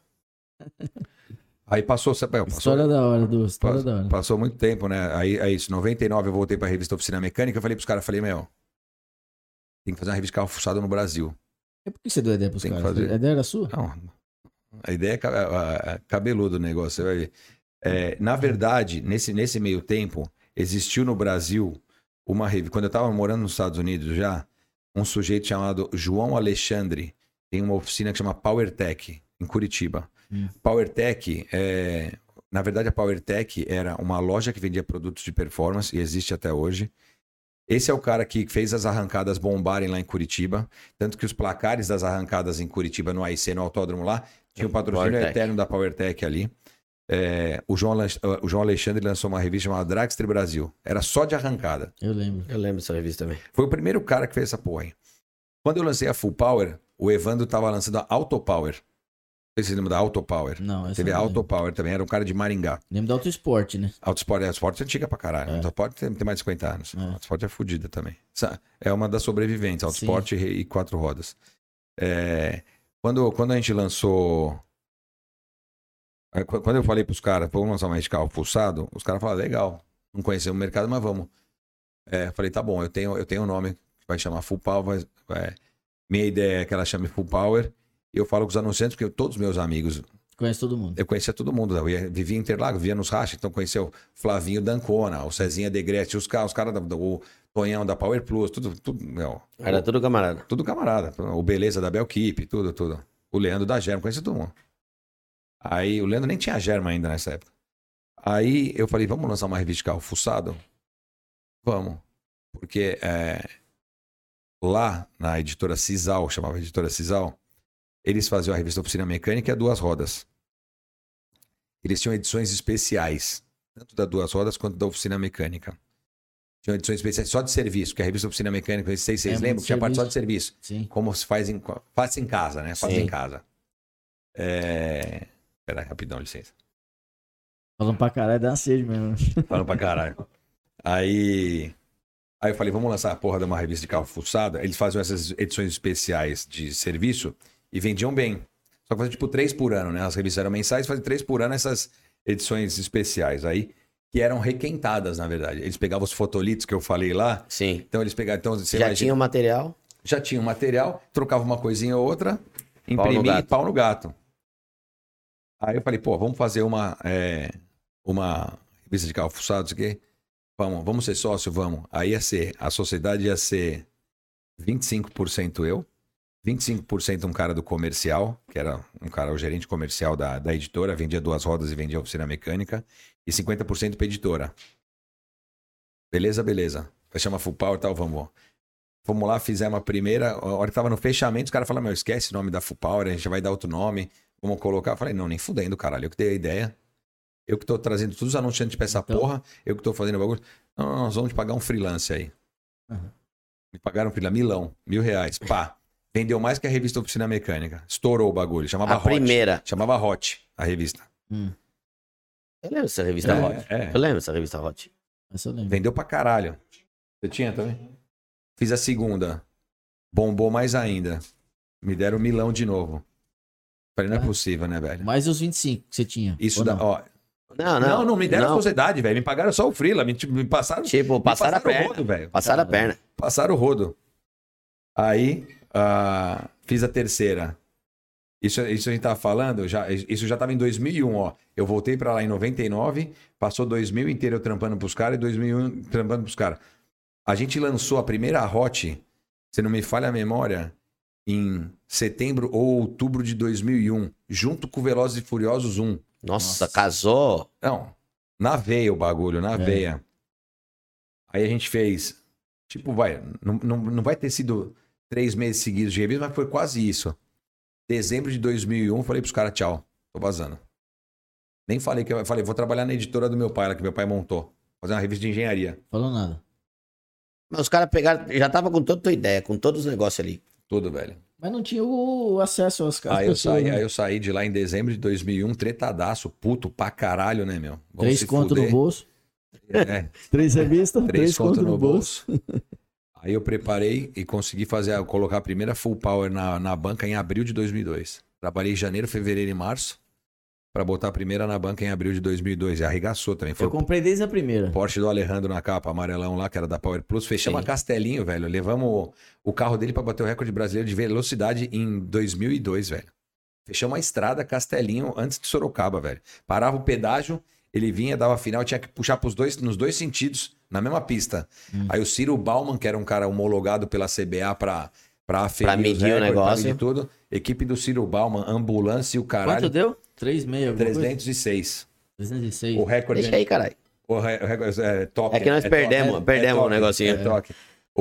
Aí passou, sabe, passou, História da hora, Du. História passou, da hora. passou muito tempo, né? Aí, aí isso, em noventa e nove eu voltei pra revista Oficina Mecânica, eu falei pros caras, falei, meu, tem que fazer uma revista de carro fuçado no Brasil. E por que você deu a ideia pros Tem que caras? fazer. A ideia era sua? Não, a ideia é ca- a- a- cabeludo o negócio, você vai ver. É, na verdade, nesse, nesse meio tempo, existiu no Brasil uma revista. Quando eu estava morando nos Estados Unidos já, um sujeito chamado João Alexandre tem uma oficina que chama PowerTech, em Curitiba. Hum. PowerTech, é, na verdade, a PowerTech era uma loja que vendia produtos de performance e existe até hoje. Esse é o cara que fez as arrancadas bombarem lá em Curitiba. Tanto que os placares das arrancadas em Curitiba, no A I C, no autódromo lá, tinha o patrocínio PowerTech. eterno da PowerTech ali. É, o, João, Alex- o João Alexandre lançou uma revista chamada Dragster Brasil. Era só de arrancada. Eu lembro. Eu lembro dessa revista também. Foi o primeiro cara que fez essa porra aí. Quando eu lancei a Full Power, o Evandro tava lançando a Auto Power. Não sei se você lembra da Auto Power. Não, essa Teve eu a não Auto Power também, era um cara de Maringá. Lembro do Auto Esporte, né? Autosport é Autosport é antiga pra caralho. É. Autosport tem, tem mais de cinquenta anos. É. Autosport é fodida também. Essa é uma das sobreviventes. Autosport e, e quatro rodas. É, quando, quando a gente lançou... é, qu- Quando eu falei pros caras, vamos lançar uma rede de carro pulsado, os caras falaram, legal, não conhecemos o mercado, mas vamos. É, falei, tá bom, eu tenho, eu tenho um nome que vai chamar Full Power. É, minha ideia é que ela chame Full Power. E eu falo com os anunciantes, porque todos os meus amigos... Conhece todo mundo. Eu conhecia todo mundo. Eu ia, vivia em Interlagos, vivia nos rachas. Então conhecia o Flavinho Dancona, o Cezinha Degrete, os caras, os caras do Tonhão da Power Plus, tudo... tudo meu, Era o, tudo camarada. Tudo camarada. O Beleza da Belkeep, tudo, tudo. O Leandro da Germa, conhecia todo mundo. Aí o Leandro nem tinha Germa ainda nessa época. Aí eu falei, vamos lançar uma revista de carro fuçado? Vamos. Porque é, lá na editora Cisal, chamava editora Cisal, eles faziam a revista Oficina Mecânica e a Duas Rodas. Eles tinham edições especiais, tanto da Duas Rodas quanto da Oficina Mecânica. Tinham edições especiais só de serviço, que a revista Oficina Mecânica, não sei se vocês é, lembram, tinha parte só de serviço. Sim. Como se faz em, faz em casa, né? Faz Sim. em casa. É... Pera aí, rapidão, licença. Falando pra caralho, dá uma sede mesmo. Falando pra caralho. Aí... Aí eu falei, vamos lançar a porra de uma revista de carro fuçada. Eles faziam essas edições especiais de serviço e vendiam bem. Só que faziam tipo três por ano, né? As revistas eram mensais, faziam três por ano essas edições especiais aí, que eram requentadas, na verdade. Eles pegavam os fotolitos que eu falei lá. Sim. Então eles pegavam... Então, você Já imagina, tinha o material? Já tinha o material, trocava uma coisinha ou outra, Pau no imprimia e gato. pau no gato. Aí eu falei, pô, vamos fazer uma, é, uma revista de carro fuçado, isso aqui. Vamos, vamos ser sócio? Vamos. Aí ia ser, a sociedade ia ser vinte e cinco por cento eu, vinte e cinco por cento um cara do comercial, que era um cara, o gerente comercial da, da editora, vendia Duas Rodas e vendia Oficina Mecânica, e cinquenta por cento pra editora. Beleza, beleza. Vai chamar Full Power e tal, vamos. Fomos lá, fizemos a primeira, a hora que tava no fechamento, os caras falaram, meu, esquece o nome da Full Power, a gente vai dar outro nome, vamos colocar. Eu falei, não, nem fudendo, caralho, eu que dei a ideia. Eu que tô trazendo todos os anunciantes pra essa Então... porra, eu que tô fazendo o bagulho. Não, não, nós vamos te pagar um freelance aí. Uhum. Me pagaram um freelance, milão, mil reais, pá. Vendeu mais que a revista Oficina Mecânica. Estourou o bagulho, chamava A Hot. primeira. Chamava Hot, a revista. Hum. Eu lembro dessa revista É, Hot. é. Eu lembro dessa revista Hot. Essa eu lembro. Vendeu pra caralho. Você tinha também? Fiz a segunda. Bombou mais ainda. Me deram um milão de novo. Falei, não é Ah. possível, né, velho? Mais os vinte e cinco que você tinha. Isso ou dá, não? ó. Não, Não, não. não, me deram não. a sociedade, velho. Me pagaram só o freela. Me, me passaram. Tipo, me passaram a o perna. rodo, velho. Passaram a perna. Passaram o rodo. Aí, ah, fiz a terceira. Isso, isso a gente tava falando, já, isso já tava em dois mil e um, ó. Eu voltei pra lá em noventa e nove, passou dois mil inteiro eu trampando pros caras e dois mil e um trampando pros caras. A gente lançou a primeira Hot, se não me falha a memória, em setembro ou outubro de dois mil e um, junto com Velozes e Furiosos um. Nossa, Nossa. casou. Não, na veia o bagulho, na É. veia. Aí a gente fez, tipo, vai, não, não, não vai ter sido três meses seguidos de revista, mas foi quase isso. Dezembro de dois mil e um, falei pros caras, tchau, tô vazando. Nem falei que eu falei, vou trabalhar na editora do meu pai, lá que meu pai montou. Fazer uma revista de engenharia. Falou nada. Mas os caras pegaram, já tava com toda a tua ideia, com todos os negócios ali. Tudo, velho. Mas não tinha o acesso às casas. Aí eu, saí, aí eu saí de lá em dezembro de dois mil e um, tretadaço, puto pra caralho, né, meu? Vamos Três se conto fuder. no bolso. É, Três revistas, três conto no bolso. Aí eu preparei e consegui fazer, a- colocar a primeira Full Power na, na banca em abril de dois mil e dois. Trabalhei em janeiro, fevereiro e março pra botar a primeira na banca em abril de dois mil e dois. E arregaçou também. Foi Eu comprei desde a primeira. o Porsche do Alejandro na capa, amarelão lá, que era da Power Plus. Fechamos Sim. a Castelinho, velho. Levamos o, o carro dele pra bater o recorde brasileiro de velocidade em dois mil e dois, velho. Fechamos a estrada Castelinho antes de Sorocaba, velho. Parava o pedágio, ele vinha, dava final, tinha que puxar pros dois, nos dois sentidos, na mesma pista. Hum. Aí o Ciro Bauman, que era um cara homologado pela C B A pra, pra aferir Pra medir os o recordes, negócio. Pra medir tudo. Equipe do Ciro Bauman, ambulância e o caralho. Quanto deu? três vírgula seis. trezentos e seis. trezentos e seis. O recorde... Deixa aí, caralho. O re- o recorde é toque. É que nós toque, perdemos- perdemos toque, o negocinho. é toque.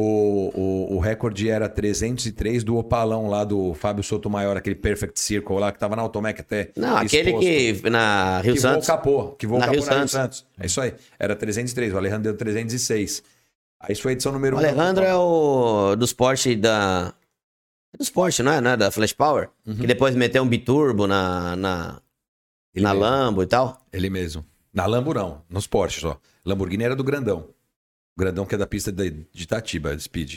O, o, o recorde era trezentos e três do Opalão lá do Fábio Sotomayor, aquele Perfect Circle lá, que tava na Automec até. Não, aquele exposto. que na Rio Que voou o Santos. capô, que voou o Na capô Rio na Rio Santos. Santos. É isso aí. Era trezentos e três, o Alejandro deu trezentos e seis. Aí isso foi a edição número O um. Alejandro é o dos Porsche da. É dos Porsche, não é? Não é? Da Flash Power? Que depois meteu um biturbo na, na, Ele na mesmo. Lambo e tal. Ele mesmo. Na Lambo não, nos Porsche só. Lamborghini era do Grandão. O Grandão que é da pista de, de Itatiba, de Speed.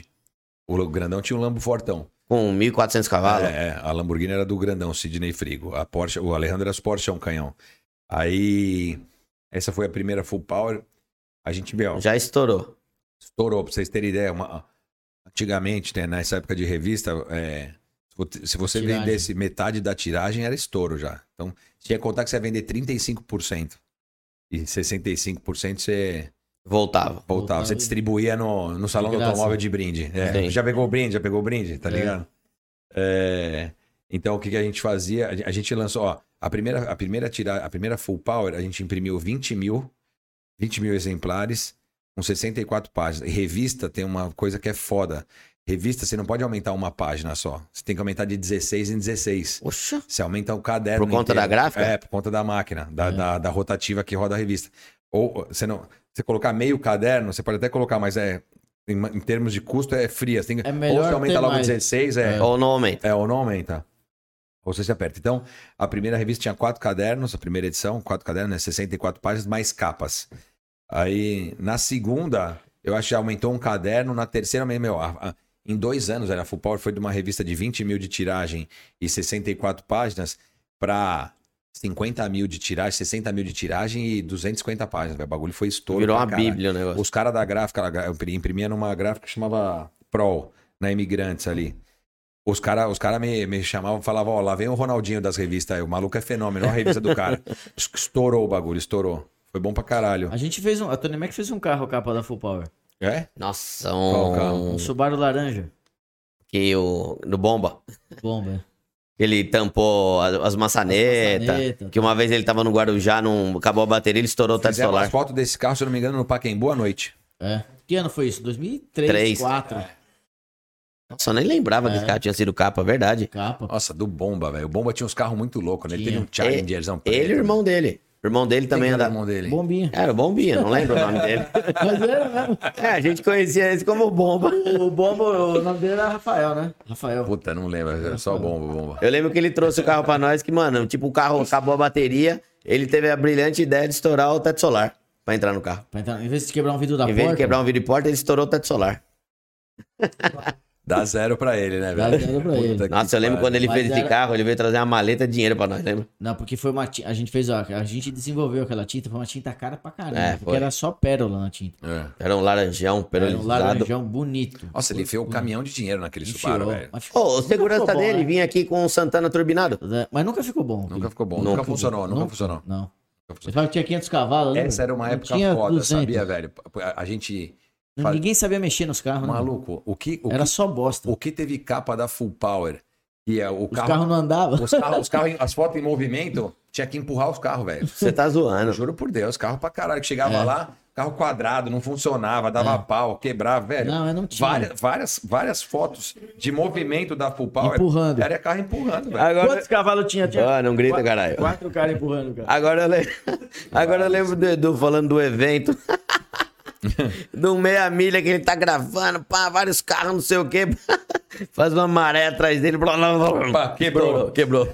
O Grandão tinha um Lambo fortão. Com mil e quatrocentos cavalos. É, é, a Lamborghini era do Grandão, Sidney Frigo. A Porsche, o Alejandro era Porsche, é um canhão. Aí, essa foi a primeira Full Power. A gente viu, ó, Já estourou. Estourou, pra vocês terem ideia. Uma... Antigamente, né, nessa época de revista, é... se você Tiragem. vendesse metade da tiragem, era estouro já. Então, tinha que contar que você ia vender trinta e cinco por cento. E sessenta e cinco por cento você Voltava. voltava. Voltava Você e- distribuía no, no salão do graça. automóvel de brinde. É, Sim. já pegou o brinde, já pegou o brinde, tá É. ligado? É, então, o que, que a gente fazia? A gente lançou, ó, a primeira, a primeira tira, a primeira Full Power, a gente imprimiu vinte mil exemplares com sessenta e quatro páginas. E revista tem uma coisa que é foda. Revista, você não pode aumentar uma página só. Você tem que aumentar de dezesseis em dezesseis. Poxa. Você aumenta o caderno Por conta inteiro. da gráfica? É, por conta da máquina, da, É. da, da rotativa que roda a revista. Ou você não, você colocar meio caderno, você pode até colocar, mas é em, em termos de custo é fria. Você tem que, É melhor ou você aumenta ter logo mais. dezesseis, é, Ou não aumenta. é, ou não aumenta. Ou você se aperta. Então, a primeira revista tinha quatro cadernos, a primeira edição, quatro cadernos, né, sessenta e quatro páginas, mais capas. Aí, na segunda, eu acho que aumentou um caderno, na terceira, meu, a, a, em dois anos, a Full Power foi de uma revista de vinte mil de tiragem e sessenta e quatro páginas para cinquenta mil de tiragem, sessenta mil de tiragem e duzentas e cinquenta páginas. O bagulho foi estouro. Virou pra uma caralho. bíblia o negócio. Os caras da gráfica, ela- eu imprimia numa gráfica que chamava Prol, na Imigrantes ali. Os caras os cara me, me chamavam e falavam, ó, lá vem o Ronaldinho das revistas aí, o maluco é fenômeno, olha a revista do cara. Estourou o bagulho, estourou. Foi bom pra caralho. A gente fez um. A Tony Mac fez um carro capa da Full Power. É? Nossa, Qual carro? um... Um Subaru laranja. Que o... No Bomba. Bomba. Ele tampou as, as maçanetas. maçanetas. Que uma vez ele tava no Guarujá, não acabou a bateria, ele estourou o teto Fizeram solar. as fotos desse carro, se eu não me engano, no Pacaembu à noite. É. Que ano foi isso? dois mil e três, Três. dois mil e quatro. Nossa, eu nem lembrava que esse É. carro tinha sido capa, verdade. Capa. Nossa, do Bomba, velho. O Bomba tinha uns carros muito loucos, né? Ele Tinha. teve um Challengerzão preto. Ele e o irmão dele. O irmão dele Quem também que era o andava. irmão dele. Bombinha. Era o Bombinha, não lembro o nome dele. Mas era mesmo. É, a gente conhecia esse como Bomba. O Bomba, o nome dele era Rafael, né? Rafael. Puta, não lembro. Era só o Bomba, Bomba. Eu lembro que ele trouxe o carro pra nós, que, mano, tipo, o carro acabou a bateria, ele teve a brilhante ideia de estourar o teto solar pra entrar no carro. Pra entrar- em vez de quebrar um vidro da Em vez porta. de quebrar um vidro de porta, ele estourou o teto solar. Dá zero pra ele, né, Dá velho? zero pra ele. Puta que Nossa, eu lembro pariu. quando ele Mas fez esse era- carro, ele veio trazer uma maleta de dinheiro pra nós, lembra? Não, porque foi uma tinta. A gente fez, ó, a gente desenvolveu aquela tinta, foi uma tinta cara pra caramba. É, porque foi. era só pérola na tinta. É. Era um laranjão, Era um perolizado. laranjão bonito. Nossa, ele enfiou um caminhão de dinheiro naquele Enfiou. Subaru, velho. Mas ficou- Ô, o nunca segurança ficou bom, dele né? vinha aqui com o Santana turbinado. É, Mas nunca ficou bom. Nunca ficou bom. Nunca Nunca, ficou funcionou, nunca, Nunca- funcionou. Não. Nunca Você funcionou. fala que tinha quinhentos cavalos, lembra? Essa era uma Não época tinha foda, duzentos. sabia, velho? A, a gente... Não, Ninguém sabia mexer nos carros, né? Maluco, o que, o, Era que, só bosta. o que teve capa da Full Power, que é o Os carro... carros não andavam. Os carros, os carros, as fotos em movimento, tinha que empurrar os carros, velho. Você tá zoando. Juro por Deus, carro pra caralho. Que chegava É. lá, carro quadrado, não funcionava, dava É. pau, quebrava, velho. Não, eu não tinha. Várias, várias, várias fotos de movimento da Full Power. Empurrando. Era carro empurrando, velho. Agora... Quantos cavalos tinha? tinha Ah, não grita, quatro, caralho. Quatro caras empurrando, cara. Agora eu lembro, Agora eu lembro do Edu falando do evento. Do meia milha que ele tá gravando, pá, vários carros, não sei o quê. Faz uma maré atrás dele. Blá, blá, blá. Pá, quebrou. Quebrou.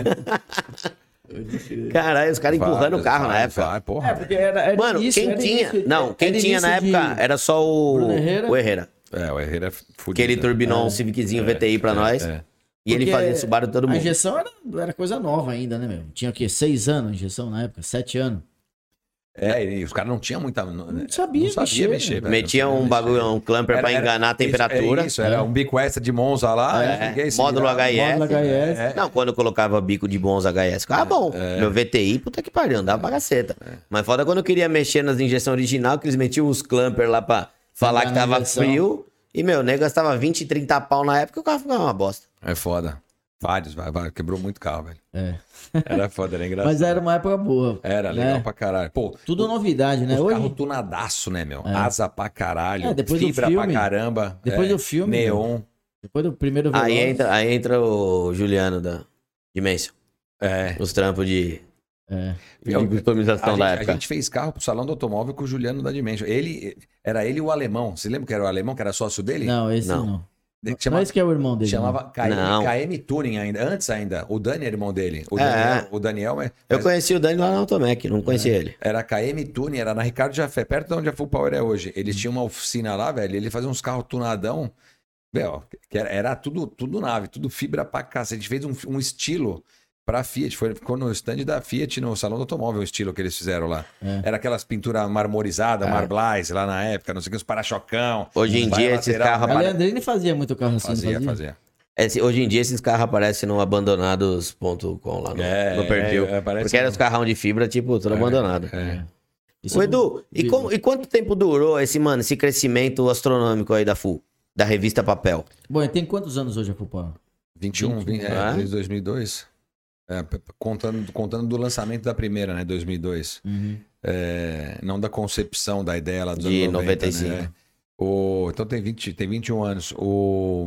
Caralho, os caras empurrando o carro na Vários, época. vai, porra. É, porque era, era Mano, início, quem era tinha. início- Não, era quem tinha na início época de- era só o. Bruno Herrera. O Herrera. É, o Herrera é fudido. Que ele né? turbinou um Civiczinho V T I pra é, nós. é. E ele Porque fazia Subaru todo A mundo. injeção era, era coisa nova ainda, né, meu? Tinha o quê? Seis anos a injeção na época? Sete anos? É, e os caras não tinham muita. Não, sabia não sabia mexer, mexer, né? velho. Metia Não sabia um bagulho, mexer. um clamper Era- pra era- enganar a temperatura. Isso, isso, era um bico extra de Monza lá. É, ninguém se módulo virava. H I S. Módulo H I S. É. Não, quando eu colocava bico de bons H S, ficava bom. Meu V T I, puta que pariu, andava pra caceta. Mas foda quando eu queria mexer nas injeções original, que eles metiam os clamper lá pra falar Enganar que a tava injeção. frio. E, meu, o nego gastava vinte, trinta pau na época e o carro ficava uma bosta. É foda. Vários, vai, vai. Quebrou muito carro, velho. É. Era foda, era engraçado. Mas era uma época boa. Era né? legal pra caralho. Pô, Tudo novidade, né? os Hoje, carros tunadaço, né, meu? Asa pra caralho. É, depois do fibra filme- pra caramba. depois é, do filme, Neon. depois do primeiro Veloz, Aí entra, aí entra o Juliano da Dimensão. É. Os trampos de, É. de Eu- customização A da gente, a época. gente fez carro pro salão do automóvel com o Juliano da Dimension. Ele, era ele e o alemão. Você lembra que era o alemão, que era sócio dele? Não, esse Não. não. Que Não, chamava- esse que é o irmão dele. Chamava K M, Não. K M Turing ainda, antes ainda. O Dani era irmão dele. O É. Daniel, o Daniel é- Eu mas conheci o Dani lá na Automec, não conhecia ele. era K M Turing, era na Ricardo Jafé, perto de onde a Full Power é hoje. Eles tinham uma oficina lá, velho, ele fazia uns carros tunadão. Velho, que era, era tudo, tudo nave, tudo fibra pra cá. A gente fez um, um estilo pra Fiat. Foi, ficou no stand da Fiat, no Salão do Automóvel, o estilo que eles fizeram lá. É. Era aquelas pinturas marmorizadas, é. marblais, lá na época, não sei o que, os para-chocão. Hoje em dia, esses carros... A Leandrini fazia muito carro assim, Fazia, fazia. fazia. Esse, hoje em dia, esses carros aparecem no abandonados ponto com lá no, É, no perfil. é, aparece porque eram no- os carrão de fibra, tipo, tudo É, abandonado. é. Isso Ô, é Edu, e, bom. como- e quanto tempo durou esse, mano, esse crescimento astronômico aí da F U? Da revista Papel? Bom, e tem quantos anos hoje a Full vinte e um, vinte, é, Ah. desde dois mil e dois. É, p- p- contando, contando do lançamento da primeira, né? dois mil e dois. Uhum. É, não da concepção da ideia lá dos De anos noventa, noventa e cinco. né? O, então tem, vinte, tem vinte e um anos. O...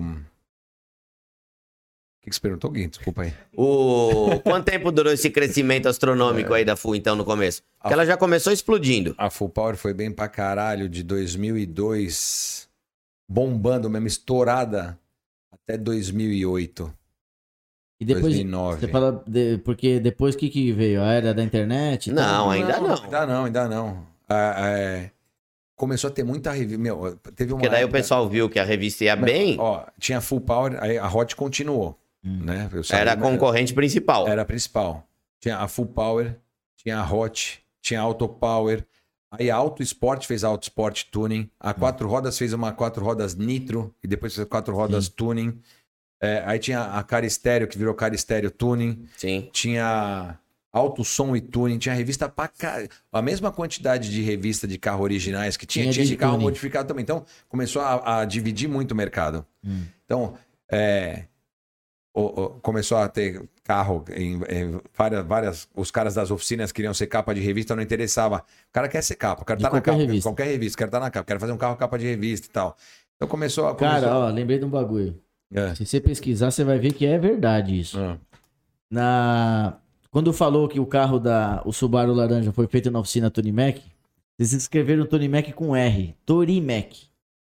O que, que você perguntou, Gui? Desculpa aí. O... Quanto tempo durou esse crescimento astronômico aí da F U, então, no começo? Porque ela já começou explodindo. A Full Power foi bem pra caralho de dois mil e dois, bombando mesmo, estourada até dois mil e oito. E depois, dois mil e nove. você fala, de- porque depois o que que veio? A era da internet? e tal? Não, ainda não. Ainda não, ainda não. Ah, é, começou a ter muita revista. Meu, teve uma Porque daí o época- pessoal viu que a revista ia bem, Ó, tinha Full Power, aí a Hot continuou. Né? Eu sabia, era a mas- concorrente principal. Era a principal. Tinha a Full Power, tinha a Hot, tinha a Auto Power. Aí a Auto Sport fez a Auto Sport Tuning. A Quatro Rodas fez uma Quatro Rodas Nitro. E depois fez a Quatro Rodas Tuning. É, aí tinha a Cara Estéreo, que virou Cara Estéreo Tuning. Sim. Tinha Auto Som e Tuning. Tinha revista pra caralho. A mesma quantidade de revista de carro originais que tinha, Tinha tinha de de carro tuning. modificado também. Então começou a, a dividir muito o mercado. Hum. Então, é, o- o- começou a ter carro em, em várias, várias. Os caras das oficinas queriam ser capa de revista, não interessava. O cara quer ser capa, o cara De tá na qualquer capa, revista. qualquer revista, quer tá na capa, quer fazer um carro capa de revista e tal. Então começou a. Cara, começou- ó, lembrei de um bagulho. É. Se você pesquisar, você vai ver que é verdade isso. Ah. Na... Quando falou que o carro da o Subaru laranja foi feito na oficina Tony Mac, eles escreveram Tony Mac com R. Torimac.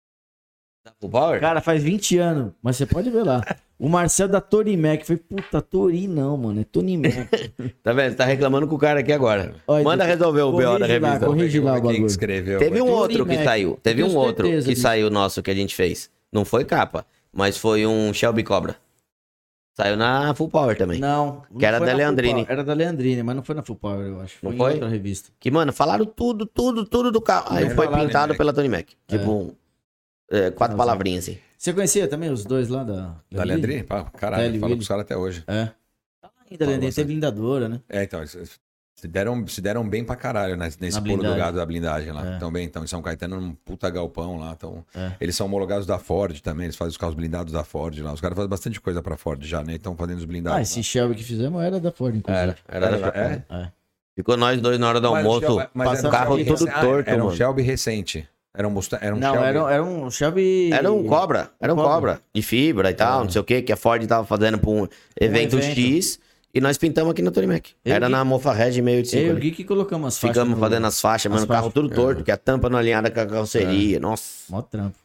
Da Full Power? Cara, faz vinte anos, mas você pode ver lá. O Marcel da Torimac foi, puta, Tori não, mano, é Tony Mac. Tá vendo? Você tá reclamando com o cara aqui agora. Olha, Manda Edu, resolver o B O da corrige lá, revista. corrige lá o Quem que bagulho. escreveu? Teve um Tony outro que Mac. saiu. Teve Eu um tenho outro certeza que disso. saiu nosso que a gente fez. Não foi capa, mas foi um Shelby Cobra. Saiu na Full Power também. Não. não Que era foi da na Full Leandrini. Power. Era da Leandrini, mas não foi na Full Power, eu acho. Foi Não em foi? outra revista. Que, mano, falaram tudo, tudo, tudo do carro. Aí Não foi falaram, pintado né? pela Tony Mac. Tipo, um, é, quatro Não, palavrinhas assim. Você conhecia também os dois lá da Da Leandrini? Pá, Caralho, Tele eu falo Willy. pros caras até hoje. É. Ainda Leandrini bastante. teve blindadora, né? É, então, eles se deram, se deram bem pra caralho nesse, nesse Na pulo do blindagem. gado da blindagem lá. É. Também, então, em São Caetano, num puta galpão lá. Então, É. eles são homologados da Ford também, eles fazem os carros blindados da Ford lá. Os caras fazem bastante coisa pra Ford já, né? Estão fazendo os blindados. Ah, esse Shelby que fizemos era da Ford, inclusive. Era, era, Era, era, é? É. Ficou nós dois na hora do Mas o almoço. Shelby- mas passa era o um carro Shelby todo recente. Ah, torto, Era um mano. Shelby recente. Era um, Mustang, era um Não, Shelby... era, um- era um Shelby... Era um Cobra, era um Cobra. Cobra, de fibra e tal, não sei o que, que a Ford tava fazendo pra um evento, evento. X, e nós pintamos aqui no Tony Mac. Eu Era vi- na Mofa Red meio de Eu e cinco. o Gui que colocamos as faixas. Ficamos no- fazendo as faixas, as mano, o carro faixas. tudo torto, que a tampa não alinhada com a carroceria, nossa. Mó trampo.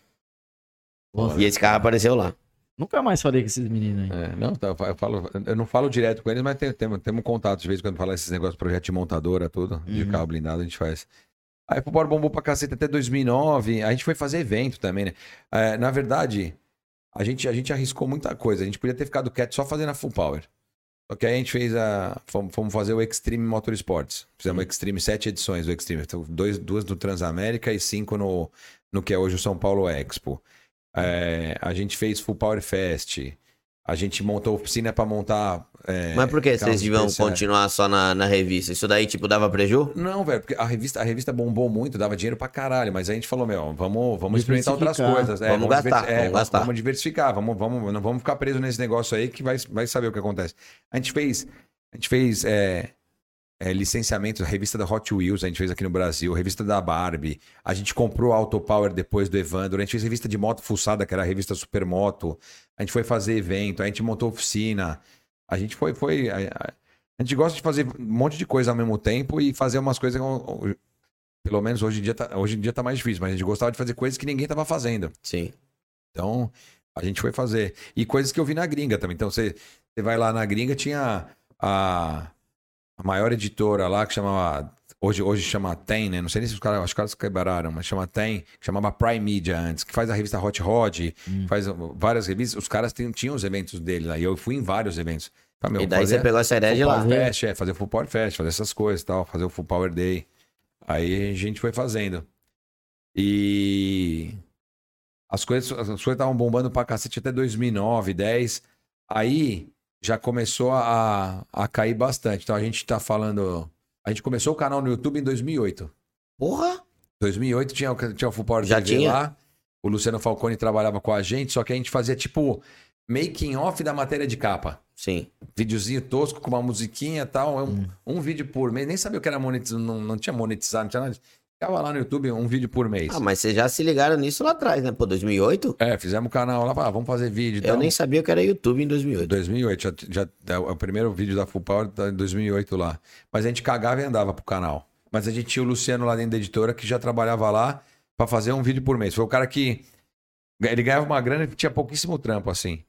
E esse carro apareceu lá. Nunca mais falei com esses meninos aí. É, não, tá, eu, falo, eu não falo direto com eles, mas tem- tem- temos contato de vez em quando falar esses negócios, projeto de montadora, tudo, de Uhum. carro blindado, a gente faz. Aí o Power bombou pra caceta até dois mil e nove, a gente foi fazer evento também, né? É, na verdade, a gente, a gente arriscou muita coisa, a gente podia ter ficado quieto só fazendo a Full Power. Só que aí a gente fez a... Fomos, fomos fazer o Extreme Motorsports. Fizemos o Extreme, sete edições do Extreme. Então, dois, duas no Transamérica e cinco no, no que é hoje o São Paulo Expo. É, a gente fez Full Power Fest. A gente montou oficina pra montar... é, Mas por que carros vocês deviam especiais. continuar só na, na revista? Isso daí, tipo, dava preju? Não, velho, porque a revista, a revista bombou muito, dava dinheiro pra caralho, mas a gente falou, meu, vamos, vamos experimentar outras Diversificar. coisas. É, Vamos gastar, diversi- é, vamos gastar. Vamos diversificar, vamos, vamos, não vamos ficar preso nesse negócio aí que vai, vai saber o que acontece. A gente fez, a gente fez é, é, licenciamento, a revista da Hot Wheels, a gente fez aqui no Brasil, revista da Barbie, a gente comprou a Auto Power depois do Evandro, a gente fez revista de moto fuçada, que era a revista Supermoto, a gente foi fazer evento, a gente montou oficina, a gente foi... foi a, a, a gente gosta de fazer um monte de coisa ao mesmo tempo e fazer umas coisas que, pelo menos hoje em dia tá, hoje em dia tá mais difícil, mas a gente gostava de fazer coisas que ninguém tava fazendo. Sim. Então, a gente foi fazer. E coisas que eu vi na gringa também. Então, você, você vai lá na gringa, tinha a, a maior editora lá que chamava... Hoje, hoje chama Tem, né? Não sei nem se os caras, os caras quebraram, mas chama Tem, que chamava Prime Media antes, que faz a revista Hot Rod, Hum. faz várias revistas. Os caras tinham, tinham os eventos dele lá, e eu fui em vários eventos. Falei, meu, E daí fazer você pegou essa ideia de Full lá. Power Fest, é, fazer o Full Power Fest, fazer essas coisas e tal, fazer o Full Power Day. Aí a gente foi fazendo. E as coisas as coisas estavam bombando pra cacete até dois mil e nove, dez. Aí já começou a, a cair bastante. Então a gente tá falando... A gente começou o canal no YouTube em dois mil e oito. Porra! dois mil e oito tinha, o- tinha o Full Power Já T V tinha? lá. O Luciano Falcone trabalhava com a gente, só que a gente fazia tipo making off da matéria de capa. Sim. Videozinho tosco com uma musiquinha e tal. Um, hum. um vídeo por mês. Nem sabia o que era monetizar, não, não tinha monetizado, não tinha nada. Ficava lá no YouTube um vídeo por mês. Ah, mas vocês já se ligaram nisso lá atrás, né? Pô, dois mil e oito? É, fizemos o canal lá, ah, vamos fazer vídeo e Eu tal. nem sabia que era YouTube em dois mil e oito. dois mil e oito, já, já, o primeiro vídeo da Full Power tá em dois mil e oito lá. Mas a gente cagava e andava pro canal. Mas a gente tinha o Luciano lá dentro da editora que já trabalhava lá pra fazer um vídeo por mês. Foi o cara que... Ele ganhava uma grana e tinha pouquíssimo trampo, assim.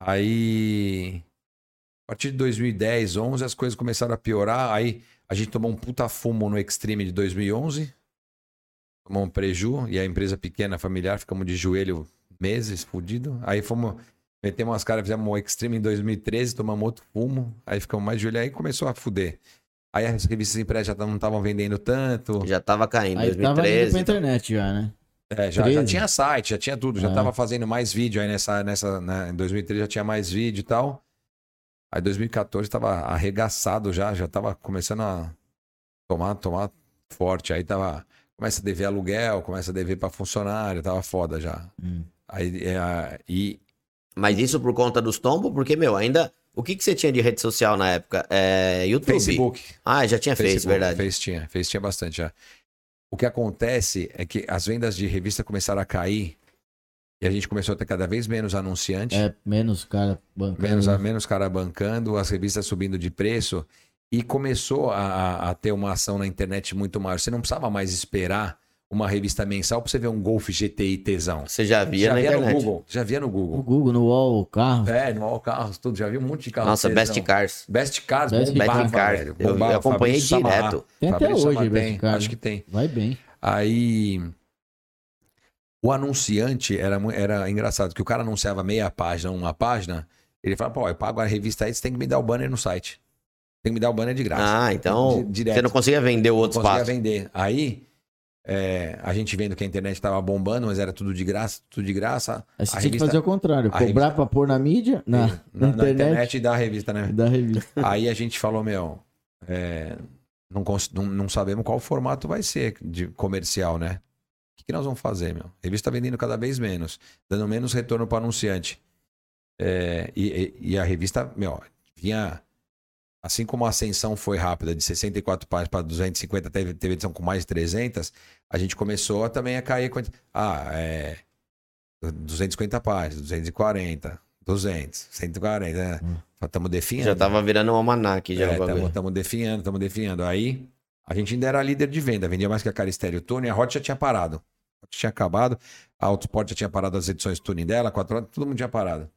Aí... A partir de dois mil e dez, onze, as coisas começaram a piorar. Aí a gente tomou um puta fumo no Extreme de dois mil e onze. Tomou um preju. E a empresa pequena, familiar, ficamos de joelho meses, fudido. Aí fomos... Metemos umas caras, fizemos um Extreme em dois mil e treze, tomamos outro fumo. Aí ficamos mais de joelho. Aí começou a fuder. Aí as revistas impressas já não estavam vendendo tanto. Já tava caindo, Aí dois mil e tava indo treze. pra internet já, né? É, já, já tinha site, já tinha tudo. Já É. tava fazendo mais vídeo aí nessa... nessa né, em dois mil e treze já tinha mais vídeo e tal. Aí dois mil e quatorze tava arregaçado já, já tava começando a tomar, tomar forte. Aí tava, começa a dever aluguel, começa a dever pra funcionário, tava foda já. Hum. Aí, é, e... Mas isso por conta dos tombos? Porque, meu, ainda... O que, que você tinha de rede social na época? É, YouTube? Facebook. Ah, já tinha Face, Facebook, verdade. Face tinha, Face tinha bastante já. O que acontece é que as vendas de revista começaram a cair e a gente começou a ter cada vez menos anunciante. É, menos cara bancando. Menos, menos cara bancando, as revistas subindo de preço. E começou a, a, a ter uma ação na internet muito maior. Você não precisava mais esperar uma revista mensal pra você ver um Golf G T I tesão. Você já via já na via internet. no Google. Já via no No Google. Google, no UOL, o carro. É, no All Carros, tudo. Já vi um monte de carro. Nossa, tesão. Best Cars. Best Cars, Best bombava, Best Cars. velho. Eu- Bombava. eu acompanhei Fabrício Samarra. direto. Tem até Fabrício hoje, Samarra Best tem, Cars. acho que tem. Vai bem. Aí o anunciante era, mu- era engraçado, que o cara anunciava meia página, uma página, ele falava, pô, eu pago a revista aí, você tem que me dar o banner no site. Tem que me dar o banner de graça. Ah, então Di- direto. você não conseguia vender o Não outro conseguia espaço. vender. Aí é, a gente vendo que a internet tava bombando, mas era tudo de graça, tudo de graça. Aí você a tinha que fazer o contrário. a Cobrar revista- pra pôr na mídia, na, na, na na internet, internet e da revista, né? da revista. Aí a gente falou, meu, é, não, cons- não, não sabemos qual formato vai ser de comercial, né? O que, que nós vamos fazer, meu? A revista tá vendendo cada vez menos, dando menos retorno para anunciante. É, e, e- e a revista, meu, vinha... Assim como a ascensão foi rápida, de sessenta e quatro páginas para duzentos e cinquenta, teve, teve edição com mais de trezentas, a gente começou a, também a cair. Com... Ah, é... duzentas e cinquenta páginas, duzentos e quarenta, duzentos, cento e quarenta, né? Hum. Estamos definhando. Já tava virando um almanac já. o bagulho. Estamos definhando, estamos definhando. Aí, a gente ainda era líder de venda, vendia mais que a Caristério Tuning, a Hot já tinha parado. A Hot tinha acabado, a Autosport já tinha parado as edições Tuning dela, quatro horas, todo mundo tinha parado.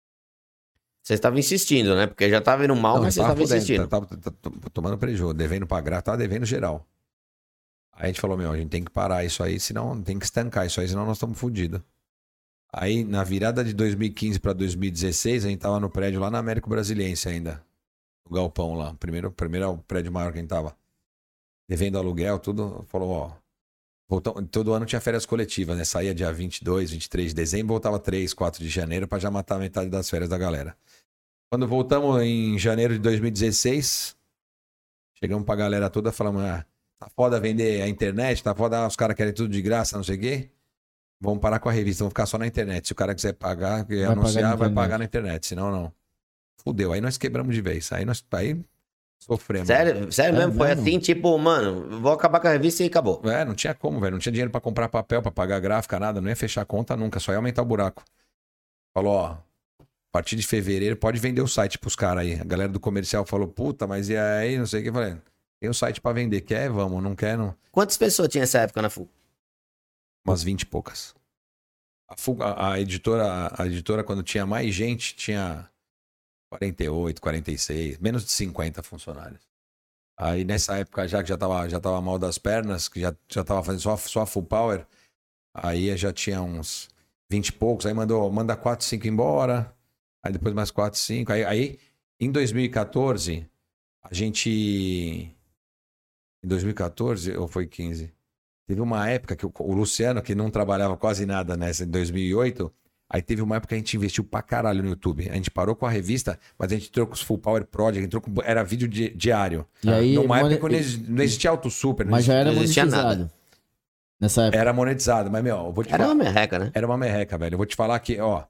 Vocês estavam insistindo, né? Porque já tava indo mal, Não, mas vocês tava estavam fudendo, insistindo. Tava, tava- tava tomando prejuízo, devendo pra graça, tava devendo geral. Aí a gente falou, meu, a gente tem que parar isso aí, senão tem que estancar isso aí, senão nós estamos fodidos. Aí, na virada de dois mil e quinze para dois mil e dezesseis, a gente tava no prédio lá na Américo Brasiliense ainda. No galpão lá. Primeiro, primeiro prédio maior que a gente tava. Devendo aluguel, tudo. Falou, ó. Voltamos, todo ano tinha férias coletivas, né? Saía dia vinte e dois, vinte e três de dezembro, voltava três, quatro de janeiro pra já matar a metade das férias da galera. Quando voltamos em janeiro de dois mil e dezesseis, chegamos pra galera toda e falamos, ah, tá foda vender a internet, tá foda, ah, os caras querem tudo de graça, não sei o quê. Vamos parar com a revista, vamos ficar só na internet. Se o cara quiser pagar, Vai anunciar, pagar na vai internet. pagar na internet, senão não. Fudeu, aí nós quebramos de vez. Aí nós aí sofremos. Sério, sério É mesmo? Foi mesmo? assim, tipo, mano, vou acabar com a revista e acabou. É, não tinha como, velho. Não tinha dinheiro pra comprar papel, pra pagar gráfica, nada. Não ia fechar a conta nunca, só ia aumentar o buraco. Falou, ó, a partir de fevereiro pode vender o site pros caras aí. A galera do comercial falou, puta, mas e aí, não sei o que. Eu falei, tem o site pra vender. Quer? Vamos. Não quer? Não. Quantas pessoas tinha nessa época na F U? Umas vinte e poucas. A, Fu- a- a editora, a editora, quando tinha mais gente, tinha quarenta e oito, quarenta e seis, menos de cinquenta funcionários. Aí nessa época, já que já tava, já tava mal das pernas, que já, já tava fazendo só, só a Full Power, aí já tinha uns vinte e poucos, aí mandou, manda quatro, cinco embora, aí depois mais quatro, cinco, aí, aí Em dois mil e quatorze, a gente... Em dois mil e quatorze, ou foi quinze? Teve uma época que o, o Luciano, que não trabalhava quase nada nessa, em dois mil e oito, aí teve uma época que a gente investiu pra caralho no YouTube. A gente parou com a revista, mas a gente entrou com os Full Power Project, entrou com, era vídeo di, diário. E aí, Numa mone- época que não existia Auto Super. Não Mas já existia, era não existia monetizado. nada. Nessa época. era monetizado, mas, meu, eu vou te Era falar... uma merreca, né? Era uma merreca, velho. Eu vou te falar que, ó...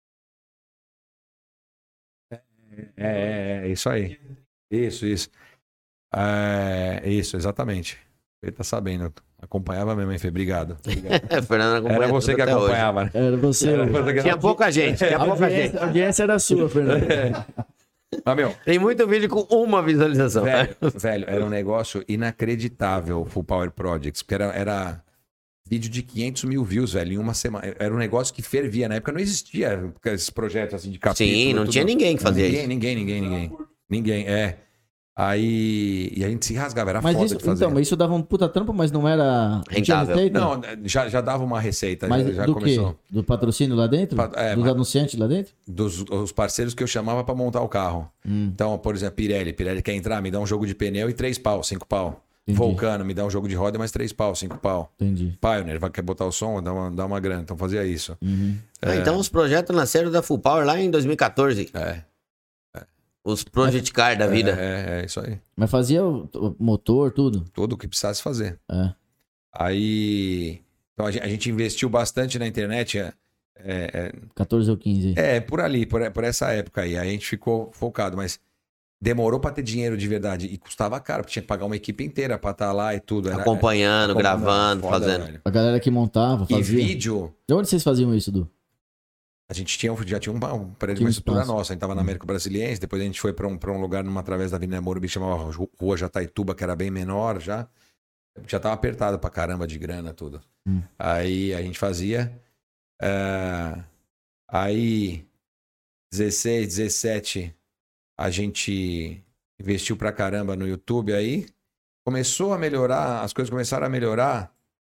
É, é, é isso aí. Isso, isso. É, isso, exatamente. Ele tá sabendo. Acompanhava mesmo, hein, Fê? Obrigado. Obrigado. É, Fernando acompanha Era você tudo que até hoje. acompanhava, né? Era você. Era o- você que- Tinha pouca gente, tinha A pouca gente. audiência, a audiência era sua, Fernando. Mas, meu, Tem muito vídeo com uma visualização. velho, velho, era um negócio inacreditável o Full Power Projects, porque era, era vídeo de quinhentos mil views, velho, em uma semana. Era um negócio que fervia. Na época não existia esses projetos assim de capítulo. Sim, não tudo. tinha ninguém que fazia ninguém, isso. Ninguém, ninguém, ninguém. Ninguém, é. Aí... E a gente se rasgava, era Mas foda isso, de fazer. então, mas isso dava um puta trampo, mas não era... não tinha Rentável. receita? Não, já, já dava uma receita, Mas já, já do começou. quê? Do patrocínio lá dentro? Pa- é, Dos mas- anunciantes lá dentro? Dos os parceiros que eu chamava pra montar o carro. Hum. Então, por exemplo, Pirelli. Pirelli quer entrar, me dá um jogo de pneu e três pau, cinco pau. Entendi. Vulcano, me dá um jogo de roda e mais três pau, cinco pau. Entendi. Pioneer, vai quer botar o som, dá uma, dá uma grana. Então fazia isso. Uhum. Ah, então os projetos nasceram da Full Power lá em dois mil e quatorze. É. Os Project Car da vida. É, é, é isso aí. Mas fazia o, o motor, tudo? Tudo o que precisasse fazer. É. Aí. Então a gente, a gente investiu bastante na internet. É, é, quatorze ou quinze. é, por ali, por, por essa época aí. Aí a gente ficou focado, mas demorou pra ter dinheiro de verdade. E custava caro, porque tinha que pagar uma equipe inteira pra estar lá e tudo. Era- Acompanhando, era- gravando, foda, fazendo. velho. A galera que montava, E fazia. vídeo. De onde vocês faziam isso, Du? A gente tinha, já tinha uma, um prédio, Tinha um uma estrutura espaço. nossa. A gente tava na América Brasiliense, depois a gente foi pra um, pra um lugar numa através da Avenida Morumbi, chamava Ru- Rua Jataituba, que era bem menor já. Já tava apertado pra caramba de grana, tudo. Hum. Aí a gente fazia. é, Aí, dezesseis, dezessete, a gente investiu pra caramba no YouTube. Aí começou a melhorar, as coisas começaram a melhorar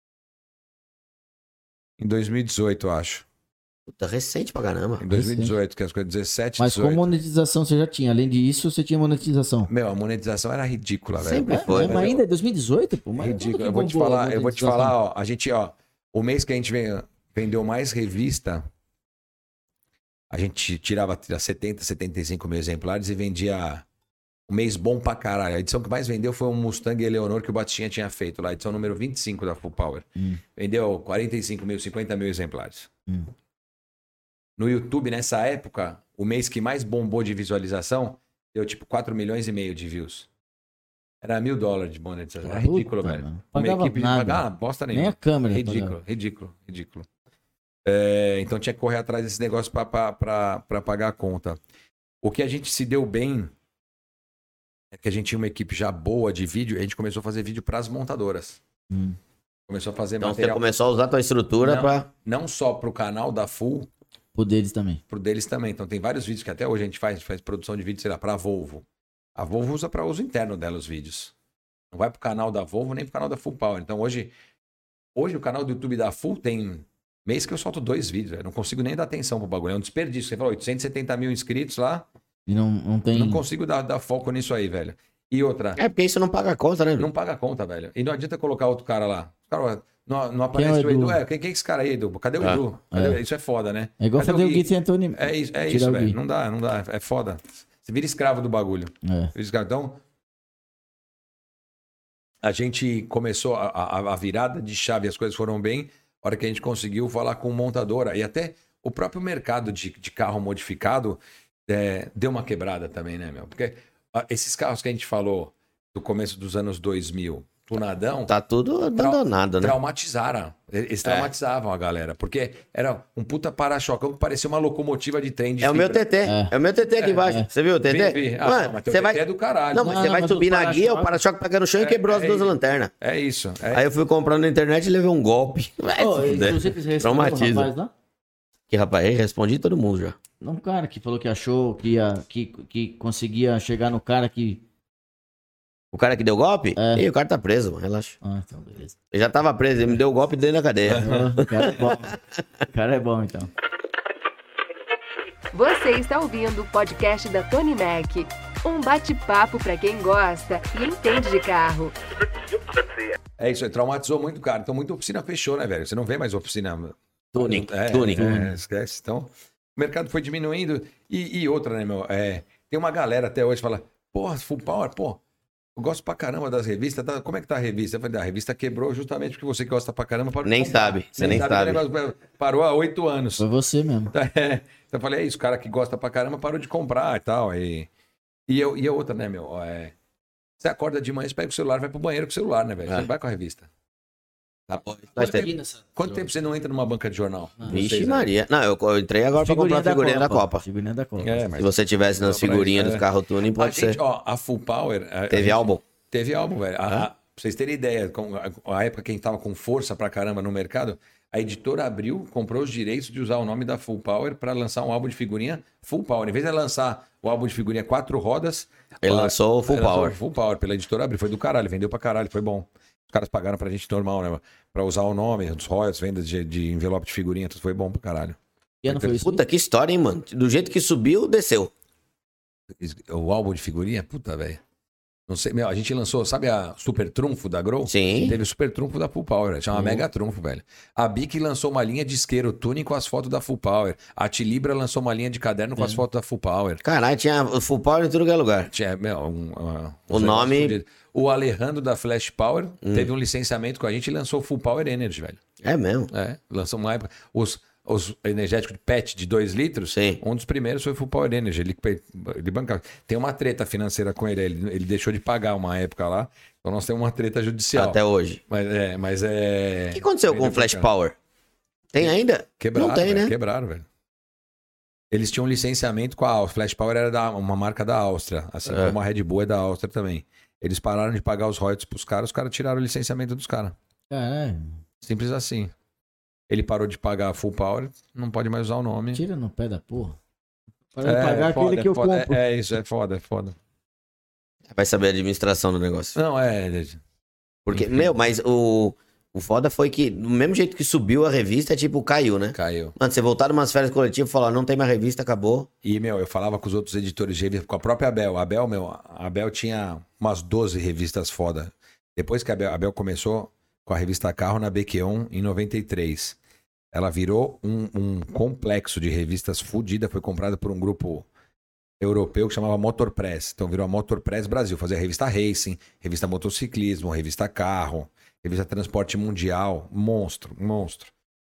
em dois mil e dezoito, eu acho. Puta, recente pra caramba. Em dois mil e dezoito, que as coisas dezessete, Mas com dezoito. monetização você já tinha. Além disso, você tinha monetização. Meu, a monetização era ridícula, velho. Sempre É, foi. mas ainda é dois mil e dezoito, pô. Mas Ridículo. quando que Eu vou te bombou a falar, eu vou te monetização? falar, ó, a gente, ó, o mês que a gente ven- vendeu mais revista, a gente tirava setenta, setenta e cinco mil exemplares e vendia um mês bom pra caralho. A edição que mais vendeu foi um Mustang Eleonor que o Batistinha tinha feito lá, a edição número vinte e cinco da Full Power. Hum. Vendeu quarenta e cinco mil, cinquenta mil exemplares. Hum. No YouTube, nessa época, o mês que mais bombou de visualização, deu tipo quatro milhões e meio de views. Era mil dólares de monetização. Era Puta, ridículo, velho. mano. Uma Pagava equipe de nada. pagar bosta Nem nenhuma. a câmera. Ridículo, pagava. ridículo, ridículo. É, então tinha que correr atrás desse negócio para pagar a conta. O que a gente se deu bem é que a gente tinha uma equipe já boa de vídeo e a gente começou a fazer vídeo para as montadoras. Hum. Começou a fazer Então você material começou a usar a tua estrutura Não. pra... não só para o canal da Full, Por deles também. pro deles também. Então tem vários vídeos que até hoje a gente faz, a gente faz produção de vídeo, sei lá, para a Volvo. A Volvo usa para uso interno dela os vídeos. Não vai pro canal da Volvo nem pro canal da Full Power. Então hoje, hoje o canal do YouTube da Full tem mês que eu solto dois vídeos. Eu não consigo nem dar atenção pro bagulho. É um desperdício. Você falou oitocentos e setenta mil inscritos lá. E não, não tem... Não consigo dar, dar foco nisso aí, velho. E outra, É porque isso não paga conta, né? não paga conta, velho. E não adianta colocar outro cara lá. Cara, não, não Quem é aparece o o Edu. Edu? É, quem, quem é esse cara aí, Edu? Cadê o Ah, Edu? Cadê o- é. Isso é foda, né? É igual Cadê fazer o Gui? Gui sem Antônio. É isso, é tirar isso o velho. Gui. Não dá, não dá. É foda. Você vira escravo do bagulho. É. Vira escravo. Então, a gente começou a, a, a virada de chave, as coisas foram bem, a hora que a gente conseguiu falar com montadora. E até o próprio mercado de, de carro modificado é, deu uma quebrada também, né, meu? Porque ah, esses carros que a gente falou do começo dos anos dois mil, tunadão, Tá tudo abandonado, né? traumatizaram. Eles É. traumatizavam a galera, porque era um puta para-choque, que parecia uma locomotiva de trem de É o meu fibra. T T. É. É o meu T T aqui embaixo. é. Você viu o T T? Vi, vi. Ah, Mano, não, mas teu você T T vai... é do caralho. Não, mas Não, você não, vai mas subir o na guia, para-choque- o para-choque pega no chão e É, quebrou as é duas isso. lanternas. É isso. É. Aí eu fui comprando na internet e levei um golpe. Vai Ô, se fuder. inclusive, você respondeu o Traumatiza. rapaz lá? Que rapaz, aí respondi todo mundo já. Não, um cara que falou que achou que, ia, que, que conseguia chegar no cara que... O cara que deu golpe? É. Ih, o cara tá preso, mano, relaxa. Ah, então beleza. Ele já tava preso, ele me deu o golpe dentro da cadeia. Ah, o cara é bom. O cara é bom, então. Você está ouvindo o podcast da Tony Mac, um bate-papo para quem gosta e entende de carro. É isso aí, traumatizou muito, cara. Então, muita oficina fechou, né, velho? Você não vê mais oficina... Tuning, é, tuning. É, esquece. Então, o mercado foi diminuindo. E, e outra, né, meu? É, tem uma galera até hoje que fala, porra, Full Power, pô, eu gosto pra caramba das revistas. Tá, como é que tá a revista? Eu falei, a revista quebrou justamente porque você gosta pra caramba. Parou Nem sabe, você nem sabe. O negócio parou há oito anos. Foi você mesmo. É, então eu falei, é isso, o cara que gosta pra caramba parou de comprar e tal. E, e, eu, e a outra, né, meu? É, você acorda de manhã, você pega o celular, vai pro banheiro com o celular, né, velho? Você É. não vai com a revista. Tá. Quanto, tempo, quanto tempo você não entra numa banca de jornal? Vixe Vocês, né? Maria. Não, eu, eu entrei agora pra comprar a figurinha da Copa. Figurinha da Copa. É, mas Se você tivesse nas Pra figurinhas isso, dos é. carros tuning, a pode gente, ser. ó, a Full Power... a- a Teve gente- álbum? Teve álbum, velho. A, a, pra vocês terem ideia, com a, a época que a gente tava com força pra caramba no mercado, a editora Abril comprou os direitos de usar o nome da Full Power pra lançar um álbum de figurinha Full Power. Em vez de lançar o álbum de figurinha quatro rodas... Ele ela- lançou o Full ela lançou Power. o Full Power pela editora Abril. Foi do caralho, vendeu pra caralho, foi bom. Os caras pagaram pra gente normal, né? Pra usar o nome, os royalties, vendas de, de envelope de figurinha, tudo foi bom pra caralho. Que ano foi isso? Puta, que história, hein, mano? Do jeito que subiu, desceu. O álbum de figurinha, puta, velho. Não sei, meu, a gente lançou, sabe a Super Trunfo da Grow? Sim. Teve o Super Trunfo da Full Power, chama Uhum. Mega Trunfo, velho. A Bic lançou uma linha de isqueiro tuning com as fotos da Full Power. A Tilibra lançou uma linha de caderno com as fotos da Full Power. Caralho, tinha Full Power em todo lugar. Tinha, meu, um, uh, O uns nome- negócios fudidos. O Alejandro da Flash Power teve um licenciamento com a gente e lançou o Full Power Energy, velho. É mesmo. É, lançou uma época. Os, os energéticos de P E T de dois litros, Sim. um dos primeiros foi o Full Power Energy. Ele, ele bancava. Tem uma treta financeira com ele, ele. Ele deixou de pagar uma época lá. Então nós temos uma treta judicial. Até hoje. Mas é. Mas é... O que aconteceu com o Flash Power? Tem ainda? Quebraram, Não tem, velho, né? Quebraram, velho. Eles tinham um licenciamento com a Áustria. Flash Power era da, uma marca da Áustria, assim É. como a Red Bull é da Áustria também. Eles pararam de pagar os royalties pros caras, os caras tiraram o licenciamento dos caras. Caralho, Simples assim. Ele parou de pagar a Full Power, não pode mais usar o nome. tira no pé da porra. Para de pagar foda, aquele que eu foda. compro. É, é isso, é foda, é foda. Vai saber a administração do negócio. Não, é. Porque, Enfim. meu, mas o, o foda foi que, do mesmo jeito que subiu a revista, tipo, caiu, né? Caiu. Mano, você voltar umas férias coletivas e falar, não tem mais revista, acabou. E, meu, eu falava com os outros editores de revista, com a própria Abel. A Abel, meu, a Abel tinha umas doze revistas foda. Depois que a Abel, a Abel começou com a revista Carro na B Q um em noventa e três, ela virou um, um complexo de revistas fodida, foi comprada por um grupo europeu que chamava Motor Press. Então virou a Motor Press Brasil, fazia revista Racing, revista Motociclismo, revista Carro, revista Transporte Mundial, monstro, monstro.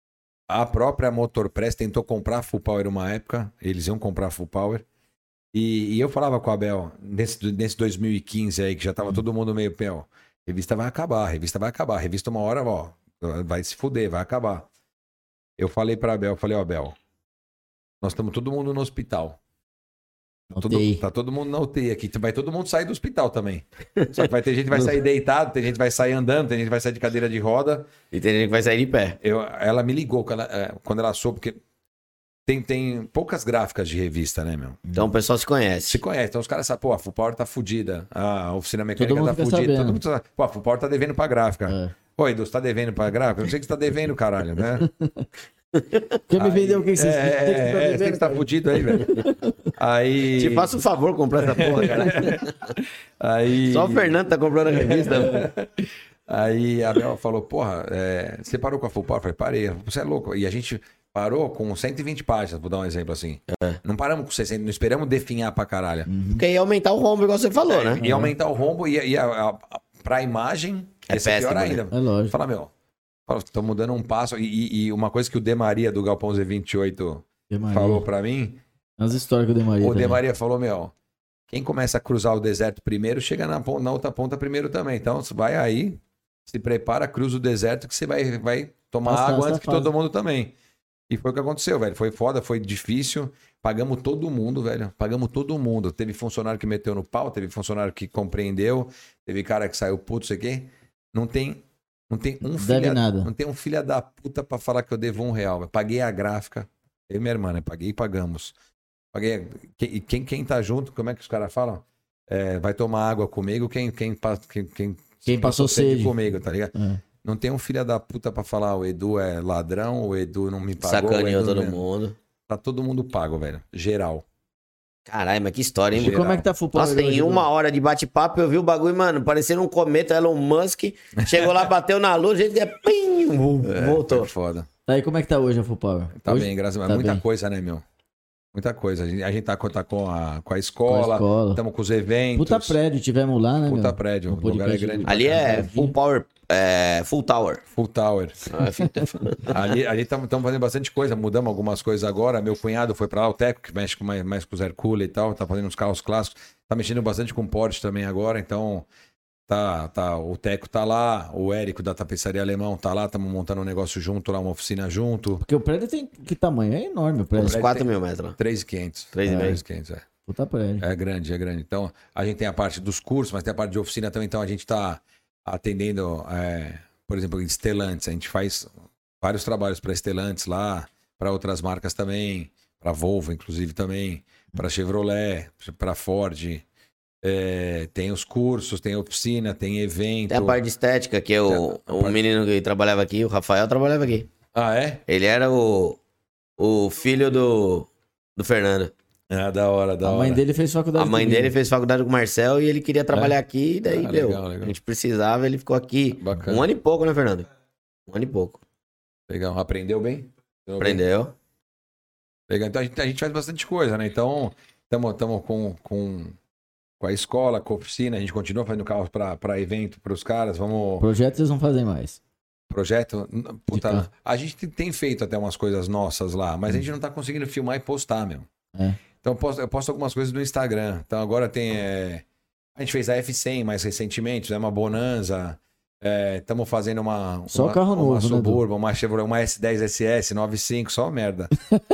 A própria Motor Press tentou comprar a Full Power uma época, eles iam comprar a Full Power, e, e eu falava com a Abel, nesse, nesse dois mil e quinze aí, que já tava todo mundo meio, meu, revista vai acabar, revista vai acabar, revista uma hora, ó, vai se fuder, vai acabar. Eu falei pra Abel, eu falei, ó, Abel, nós estamos todo mundo no hospital. Todo, U T I. tá todo mundo na U T I aqui. Vai todo mundo sair do hospital também. Só que vai ter gente que vai sair deitado, tem gente que vai sair andando, tem gente que vai sair de cadeira de roda. E tem gente que vai sair de pé. Eu, ela me ligou quando ela, é, quando ela soube, porque tem, tem poucas gráficas de revista, né, meu? Então o pessoal se conhece. Se conhece. Então os caras sabem, pô, a Full Power tá fudida. A oficina mecânica Todo mundo tá fica fudida. sabendo. Todo mundo sabe. Pô, a Full Power tá devendo pra gráfica. É. Ô, Edu, você tá devendo pra gráfica? Eu não sei que você tá devendo, caralho, né? Quer me vender o que É, você é, é, é, você que tá fudido aí, velho. Aí... Te faça um favor comprar essa porra, cara. Aí... Só o Fernando tá comprando a revista. Aí a Abel falou, porra, é, você parou com a Full Power? Eu falei, parei. Você é louco. E a gente parou com cento e vinte páginas, vou dar um exemplo assim. É. Não paramos com sessenta, não esperamos definhar pra caralho. Porque ia aumentar o rombo, igual você falou, né? E aumentar o rombo e, e a, a, a, pra imagem, É ia ser pior péssimo, ainda. É lógico. Fala, meu, estamos dando um passo. E, e- e uma coisa que o De Maria do Galpão Z vinte e oito Demaria. falou pra mim, As histórias que eu Demaria. o também. De Maria falou, meu, quem começa a cruzar o deserto primeiro, chega na, pon- na outra ponta primeiro também. Então, você vai aí, se prepara, cruza o deserto, que você vai, vai tomar Passar água essa antes que fase. todo mundo também. E foi o que aconteceu, velho. Foi foda, foi difícil. Pagamos todo mundo, velho. Pagamos todo mundo. Teve funcionário que meteu no pau, teve funcionário que compreendeu, teve cara que saiu puto, isso aqui. Não tem, não tem um Deve filha, nada. não tem um filho da puta pra falar que eu devo um real. Eu paguei a gráfica. Eu e minha irmã, né? Paguei e pagamos. Paguei. Quem, quem, quem tá junto, como é que os caras falam? É, vai tomar água comigo, quem, quem, pa- quem, quem, Quem passou sede. comigo, tá ligado? É. Não tem um filho da puta pra falar o Edu é ladrão, o Edu não me pagou. o Sacaneou Edu todo não- mundo. tá todo mundo pago, velho. Geral. Caralho, mas que história, hein? E como é que tá a Full Power Nossa, tem hoje, uma Bruno? hora de bate-papo, eu vi o bagulho, mano, parecendo um cometa, Elon Musk. Chegou lá, bateu na luz, gente que é... Pim, voltou. É foda. Tá aí, como é que tá hoje a Full Power? Tá Hoje? bem, graças a Deus. Tá Muita bem. coisa, né, meu? Muita coisa. A gente, a gente tá, com- tá com, a, com a Com a escola, escola. estamos com os eventos. Puta prédio, tivemos lá, né, Puta meu? prédio, Um o lugar é podcast grande. do- Ali é Maravilha. full power, é, full tower. Full Tower. Ali ali estamos fazendo bastante coisa, mudamos algumas coisas agora. Meu cunhado foi pra lá, o Teco, que mexe com mais, mais com os Hercule e tal, tá fazendo uns carros clássicos. Tá mexendo bastante com Porsche também agora, então tá, tá, o Teco tá lá, o Érico da Tapeçaria Alemão tá lá, estamos montando um negócio junto lá, uma oficina junto. Porque o prédio tem... Que tamanho? É enorme o Uns prédio. prédio quatro tem- mil metros lá. três mil e quinhentos. três e meio. três mil e quinhentos, é. Puta prédio. É grande, é grande. Então, a gente tem a parte dos cursos, mas tem a parte de oficina também. Então, a gente está atendendo, é, por exemplo, em Stellantis. A gente faz vários trabalhos para Stellantis lá, para outras marcas também, para Volvo, inclusive, também, para Chevrolet, para Ford. É, tem os cursos, tem oficina, tem evento. Tem a parte de estética, que é o, Tem a- a o parte- menino que trabalhava aqui, o Rafael, trabalhava aqui. Ah, é? Ele era o, o filho do, do Fernando. Ah, da hora, da A hora. mãe dele fez faculdade A mãe comigo. dele fez faculdade com o Marcel e ele queria trabalhar aqui, e daí, Ah, meu, legal, legal. a gente precisava, ele ficou aqui Bacana. um ano e pouco, né, Fernando? Um ano e pouco. Legal. Aprendeu bem? Aprendeu bem? Aprendeu. Legal. Então a gente, a gente faz bastante coisa, né? Então, estamos com, com, com a escola, com a oficina, a gente continua fazendo carros para evento para os caras. Vamos. Projetos eles não fazem mais. Projeto. Puta, carro. a gente tem- tem feito até umas coisas nossas lá, mas a gente não tá conseguindo filmar e postar, meu. É. Então eu posto, eu posto algumas coisas no Instagram. Então agora tem. é, A gente fez a F cem mais recentemente, fizemos uma Bonanza. Estamos fazendo uma. Só uma, carro uma novo, né, Suburban, uma Chevrolet, uma S dez S S, nove cinco, só merda.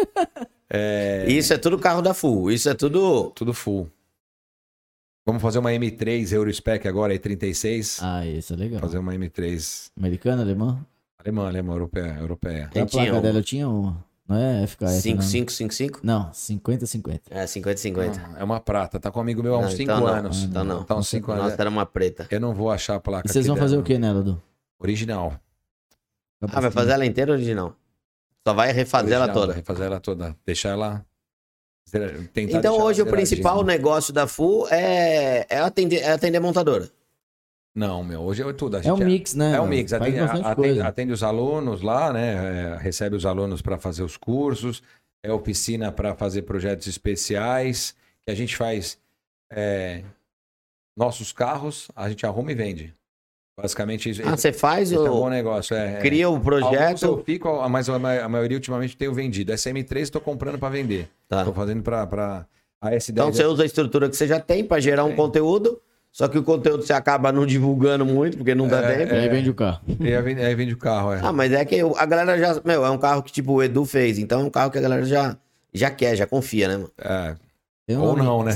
É, Isso é tudo carro da Full. Isso é tudo. Tudo full. Vamos fazer uma M três Eurospec agora, E trinta e seis. Ah, isso é legal. Fazer uma M três Americana, alemã? alemã, alemã, europeia. europeia. Quem A tinha placa um? dela eu tinha uma. Não é F K F, cinco não. cinco cinco cinco? Não, cinquenta cinquenta. É, cinquenta cinquenta. Não, é uma prata. Tá com um amigo meu há uns Não, cinco então não. anos. Então não. Tá uns cinco anos. Nossa, era uma preta. Eu não vou achar a placa. E vocês aqui vão fazer dela. o que nela, Du? Original. Ah, vai fazer ela inteira ou original? Só vai refazer ela Original, toda. Refazer ela toda. Deixar ela. Tentar Então deixar hoje o ela principal zeradinha. negócio da Full é, é, atender, é atender montadora. Não, meu. Hoje é tudo. A É um gente mix, né? É um mano? mix. Faz Atende, bastante atende- coisa. atende os alunos lá, né? É, recebe os alunos para fazer os cursos. É oficina para fazer projetos especiais. Que a gente faz é, nossos carros, a gente arruma e vende. Basicamente isso. Ah, esse, você faz esse é um bom o. negócio. É, Cria o Alguns eu projeto. fico, mas a ma- a maioria ultimamente tenho vendido. Essa M três estou comprando para vender. Tá. Estou fazendo para a S dez. Então você usa a estrutura que você já tem para gerar um Tem. conteúdo. Só que o conteúdo você acaba não divulgando muito, porque não dá É, tempo. E aí vende o carro. E aí vende, aí vende o carro, é. Ah, mas é que a galera já. Meu, é um carro que tipo o Edu fez. Então é um carro que a galera já, já quer, já confia, né, mano? É, Tem um ou nome. não, né?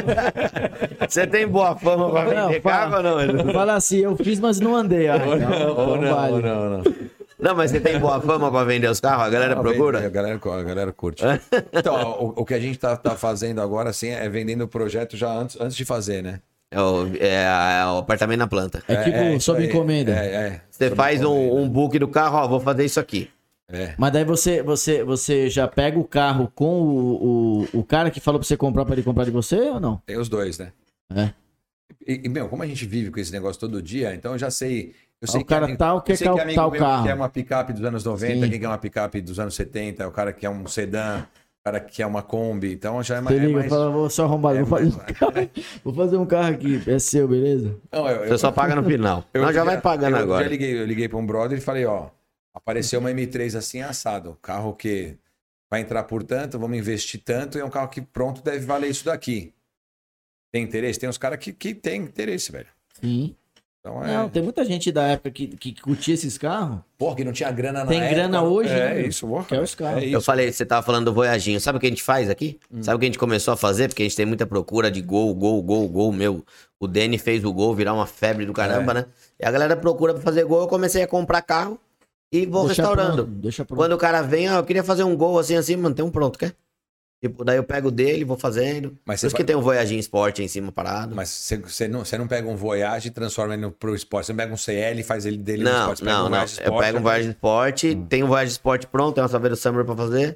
Você tem boa fama pra Não, vender fala. carro ou não, Edu? Fala assim, eu fiz, mas não andei. Ah, Ou então- não, ou então não, vale. ou não, não. Não, mas você tem boa fama pra vender os carros? A galera Ah, procura? vende, A galera, a galera curte. Então, o, o que a gente tá, tá fazendo agora, assim, é vendendo o projeto já antes, antes de fazer, né? É o, é, é o apartamento na planta. É tipo isso sob aí. encomenda. É, é. Você Sob faz um, encomenda. um book do carro, ó, vou fazer isso aqui. É. Mas daí você, você, você já pega o carro com o, o, o cara que falou pra você comprar pra ele comprar de você ou não? Tem os dois, né? É. E, e, meu, como a gente vive com esse negócio todo dia, então eu já sei. Eu sei o cara amigo- tal quer eu sei tal- amigo tal meu carro. que quer uma picape dos anos noventa, Sim. quem quer uma picape dos anos setenta, o cara que quer um sedã, o cara que quer uma Kombi. Então já é Você mais. é liga, mais- fala, vou só arrombar, é vou, fazer um mais- carro, vou fazer um carro aqui, é seu, beleza? Não, eu, Você eu- só paga no final. eu Não, já vai pagando eu, agora. Já liguei, eu liguei para um brother e falei, ó, apareceu uma M três assim assado, carro que vai entrar por tanto, vamos investir tanto, e é um carro que pronto deve valer isso daqui. Tem interesse? Tem uns caras que, que tem interesse, velho. Sim. Então é. Não, tem muita gente da época que, que curtia esses carros, Porra, que não tinha grana na Tem época. grana hoje, É né, meu? isso, porra. Que é os carros. É Eu isso. falei, você tava falando do Voyaginho. Sabe o que a gente faz aqui? Hum. Sabe o que a gente começou a fazer? Porque a gente tem muita procura de gol, gol, gol, gol. Meu, o Dani fez o gol virar uma febre do caramba, É. né? E a galera procura pra fazer gol. Eu comecei a comprar carro e vou Deixa restaurando. pronto, deixa pronto. Quando o cara vem, ó, eu queria fazer um gol assim, assim, mano, tem um pronto, quer? Tipo, daí eu pego o dele, vou fazendo. Mas Por você isso que vai- tem um Voyaginho Sport aí em cima parado. Mas você, você, não, você não pega um Voyage e transforma ele no, pro esporte. Você não pega um C L e faz ele dele no Não, esporte. Você pega não, um não. Voyage Eu Sport, pego um Voyage Sport, tem um Voyage Sport pronto, tem uma Saveiro Summer pra fazer.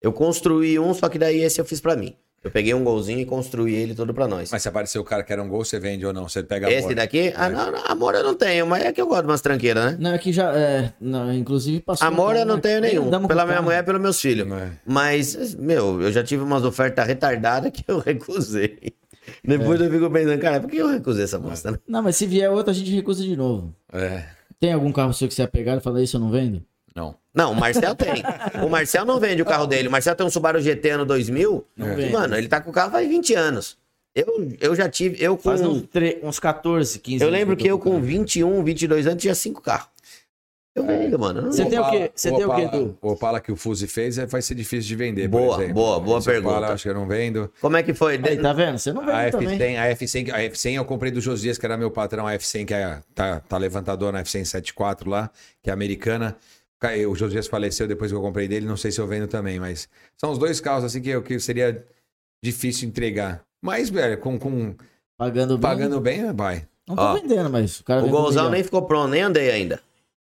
Eu construí um, só que daí esse eu fiz pra mim. Eu peguei um golzinho e construí ele todo pra nós. Mas se aparecer o cara que era um gol, você vende ou não? Você pega a Esse Amor. daqui? Ah, não, não, amor eu não tenho, mas é que eu gosto de umas tranqueiras, né? Não, aqui já. É, não, inclusive passou. Amor eu não tenho nenhum. Andamos Pela com minha carro. mulher e pelos meus filhos. É. Mas, meu, eu já tive umas ofertas retardadas que eu recusei. Depois eu fico pensando, cara, por que eu recusei essa bosta, né? Não, mas se vier outra, a gente recusa de novo. É. Tem algum carro seu que você ia pegar e falar isso eu não vendo? Não. Não, o Marcel tem. O Marcel não vende o carro dele. O Marcel tem um Subaru G T ano dois mil. Não E, vende. mano, ele tá com o carro faz vinte anos. Eu, eu já tive, eu com... Faz uns, tre- uns quatorze, quinze Eu anos lembro que eu tô com com carro. vinte e um, vinte e dois anos tinha cinco carros. Eu vendo, mano. eu não- Você tem o Opala- quê? Você tem o quê, Opala- Edu? O Opala que o Fuzi fez é- vai ser difícil de vender, Boa, por exemplo. boa, boa Esse Opala, pergunta. eu acho que eu não vendo. Como é que foi? Aí, tá vendo? Você não A vende F também. cem, a F cem, a F cem eu comprei do Josias, que era meu patrão, a F cem, que é, tá, tá levantador na F cem setenta e quatro lá, que é americana. Ca- O Josias faleceu depois que eu comprei dele, não sei se eu vendo também, mas são os dois carros assim que, eu- que seria difícil entregar. Mas, velho, com, com Pagando bem. pagando bem, vai. Não tô Ó, vendendo, mas o cara O vem com Golzão milhão. nem ficou pronto, nem andei ainda.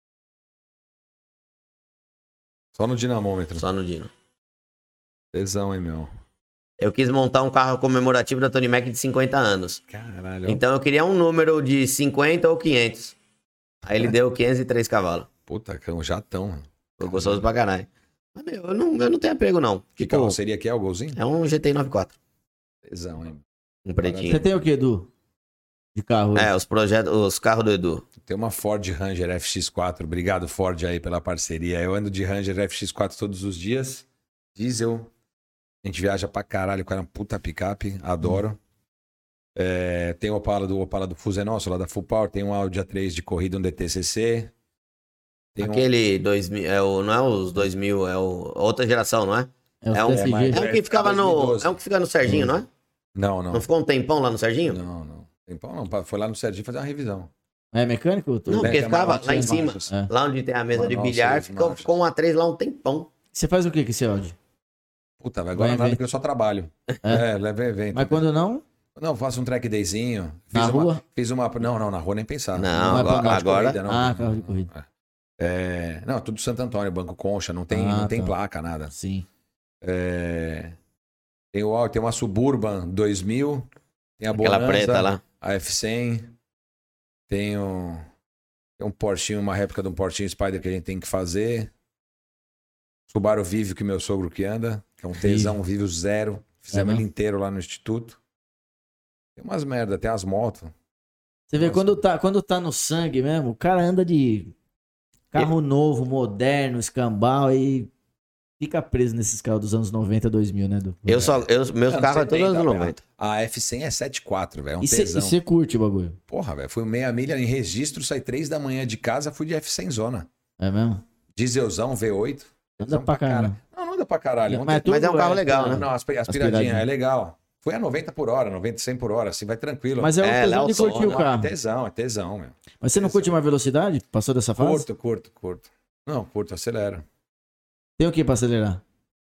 Só no dinamômetro. Só no Dino. Tesão, hein, meu. Eu quis montar um carro comemorativo da Tony Mac de cinquenta anos. Caralho. Então eu queria um número de cinquenta ou quinhentos. Aí ele deu quinhentos e três cavalos. Puta, que é um jatão. Foi gostoso pra caralho. Mas, meu, eu não, eu não tenho apego, não. Que Tipo, carroceria que é o golzinho? é um G T noventa e quatro. Tesão, hein. Um pretinho. Você tem o quê, Edu? De carro? É, os projetos, os carros do Edu. Tem uma Ford Ranger F X quatro. Obrigado, Ford, aí pela parceria. Eu ando de Ranger F X quatro todos os dias. Diesel. A gente viaja pra caralho com uma puta picape. Adoro. É, tem o Opala do Opala do Fuso é nosso, lá da Full Power. Tem um Audi A três de corrida, um D T C C. Tem um... Aquele dois mil, é o, não é os dois mil, é o, outra geração, não é? É, os É um, T S G. mais- é um que ficava no, dois mil e doze. é um que fica no Serginho, não é? Não, não. Não ficou um tempão lá no Serginho? Não, não. Tem pau, não. Foi lá no Serginho fazer uma revisão. É mecânico? Tô- Não, porque Tem ficava uma- lá em tem cima. marchas. É. Lá onde tem a mesa de Nossa, bilhar, os ficou, marchas. ficou um A três lá um tempão. Você faz o quê com esse Audi? Puta, velho, agora Vai nada ver. porque eu só trabalho. É. É, leva evento. Mas quando não, Não, faço um track dayzinho. Fiz Na uma, rua? Fiz uma. Não, não, na rua nem pensar. Não, Não é pra agora, carro de agora- corrida, não. Ah, carro de corrida. É, não, tudo Santo Antônio, Banco Concha, não tem, Ah, não tem tá. placa, nada. sim. É, tem, o, tem uma Suburban dois mil, tem a aquela Bonanza, preta lá. a F cem, tem um, tem um Porschinho, uma réplica de um Porschinho Spider que a gente tem que fazer. Subaru Vivio, que meu sogro que anda, que é um tesão, um Vivio zero. Fizemos É ele mesmo? inteiro lá no Instituto. Tem umas merda, tem as motos. Você vê, Nossa. quando tá, quando tá no sangue mesmo, o cara anda de carro novo, moderno, escambau e fica preso nesses carros dos anos noventa, dois mil, né, Edu? Eu só, eu, meus Não, carros é setenta, todos anos velho. noventa. A F cem é sete quatro, velho, é um E tesão. você curte o bagulho? Porra, velho, fui meia milha em registro, saí três da manhã de casa, fui de F cem zona. É mesmo? Dieselzão V oito. Anda Tesão pra caramba. Não, não anda pra caralho. Ontem- Mas, Mas é um tudo carro legal, né? Não, aspi- aspiradinha, Aspiradinha. é legal. Foi a noventa por hora, noventa, cem por hora, assim, vai tranquilo. Mas é o É, tesão Léo de curtir Sol, o né? É carro. tesão, é tesão, meu. Mas você não curte uma velocidade? Passou dessa fase? Curto, curto, curto. Não, curto, acelera. Tem o que pra acelerar?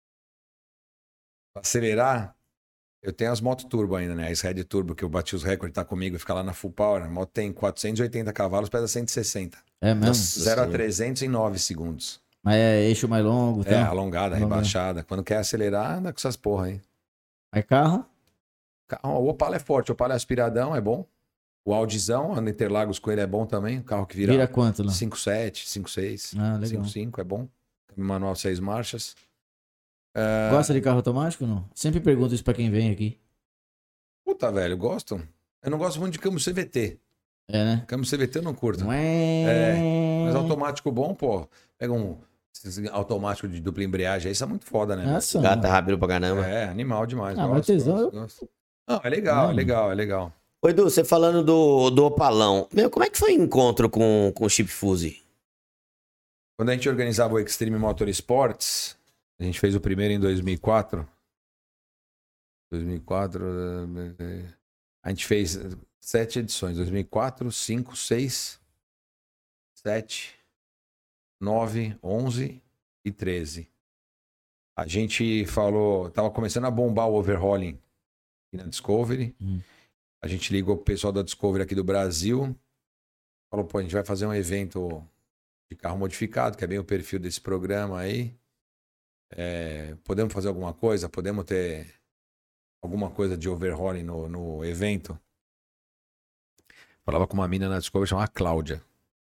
Pra acelerar, eu tenho as motos turbo ainda, né? As Red Turbo, que eu bati os recordes, tá comigo e fica lá na Full Power. A moto tem quatrocentos e oitenta cavalos, pesa cento e sessenta. É mesmo? Nossa. zero a Sim. trezentos em nove segundos. Mas é eixo mais longo, É, tá? alongada, Alongada. rebaixada. Quando quer acelerar, anda com essas porra aí. Mas carro? Carro- O Opala é forte, o Opala é aspiradão, é bom. O Audizão, anda Interlagos com ele é bom também. O carro que vira, Vira quanto lá? cinco sete, cinco seis, Ah, legal. cinco cinco, é bom. Manual seis marchas. Gosta de carro automático ou não? Sempre pergunto isso pra quem vem aqui. Puta, velho, gosto. Eu não gosto muito de câmbio C V T. É, né? Câmbio C V T eu não curto. Não é... Mas automático bom, pô. Pega um esses automático de dupla embreagem aí, isso é muito foda, né? Nossa. Gata rápido pra caramba. É, animal demais. Ah, gosto, mas tesão, gosto, eu- gosto. Não, é legal, Não. é legal, é legal. Ô, Edu, você falando do, do Opalão. Meu, como é que foi o encontro com, com o Chip Fuse? Quando a gente organizava o Extreme Motorsports, a gente fez o primeiro em dois mil e quatro. dois mil e quatro, eh, a gente fez sete edições, dois mil e quatro, cinco, seis, sete, nove, onze e treze. A gente falou, tava começando a bombar o overhauling aqui na Discovery. Hum. A gente ligou pro pessoal da Discovery aqui do Brasil. Falou, pô, a gente vai fazer um evento de carro modificado, que é bem o perfil desse programa aí. É, podemos fazer alguma coisa? Podemos ter alguma coisa de overhauling no, no evento? Falava com uma mina na Discovery chamada Cláudia.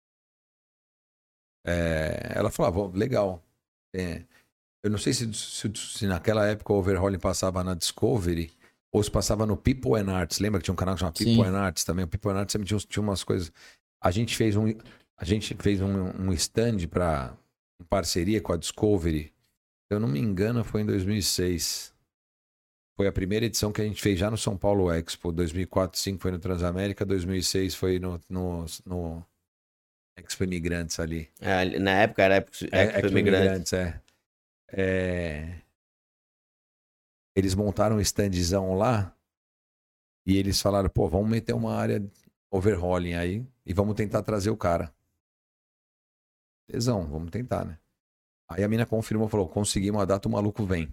É, ela falava, legal. É, eu não sei se, se, se naquela época o overhauling passava na Discovery ou se passava no People and Arts. Lembra que tinha um canal que chamava People and Arts também? O People and Arts sempre tinha, tinha umas coisas. A gente fez um, a gente fez um, um stand para em parceria com a Discovery. Se eu não me engano, foi em dois mil e seis. Foi a primeira edição que a gente fez já no São Paulo Expo. dois mil e quatro, dois mil e cinco foi no Transamérica, dois mil e seis foi no, no, no Expo Imigrantes ali. É, na época era Expo, Expo, é, Expo Imigrantes. Imigrantes, é. é. Eles montaram um standzão lá e eles falaram, pô, vamos meter uma área overhauling aí e vamos tentar trazer o cara. Tesão, vamos tentar, né? Aí a mina confirmou, falou, conseguimos a data, o maluco vem.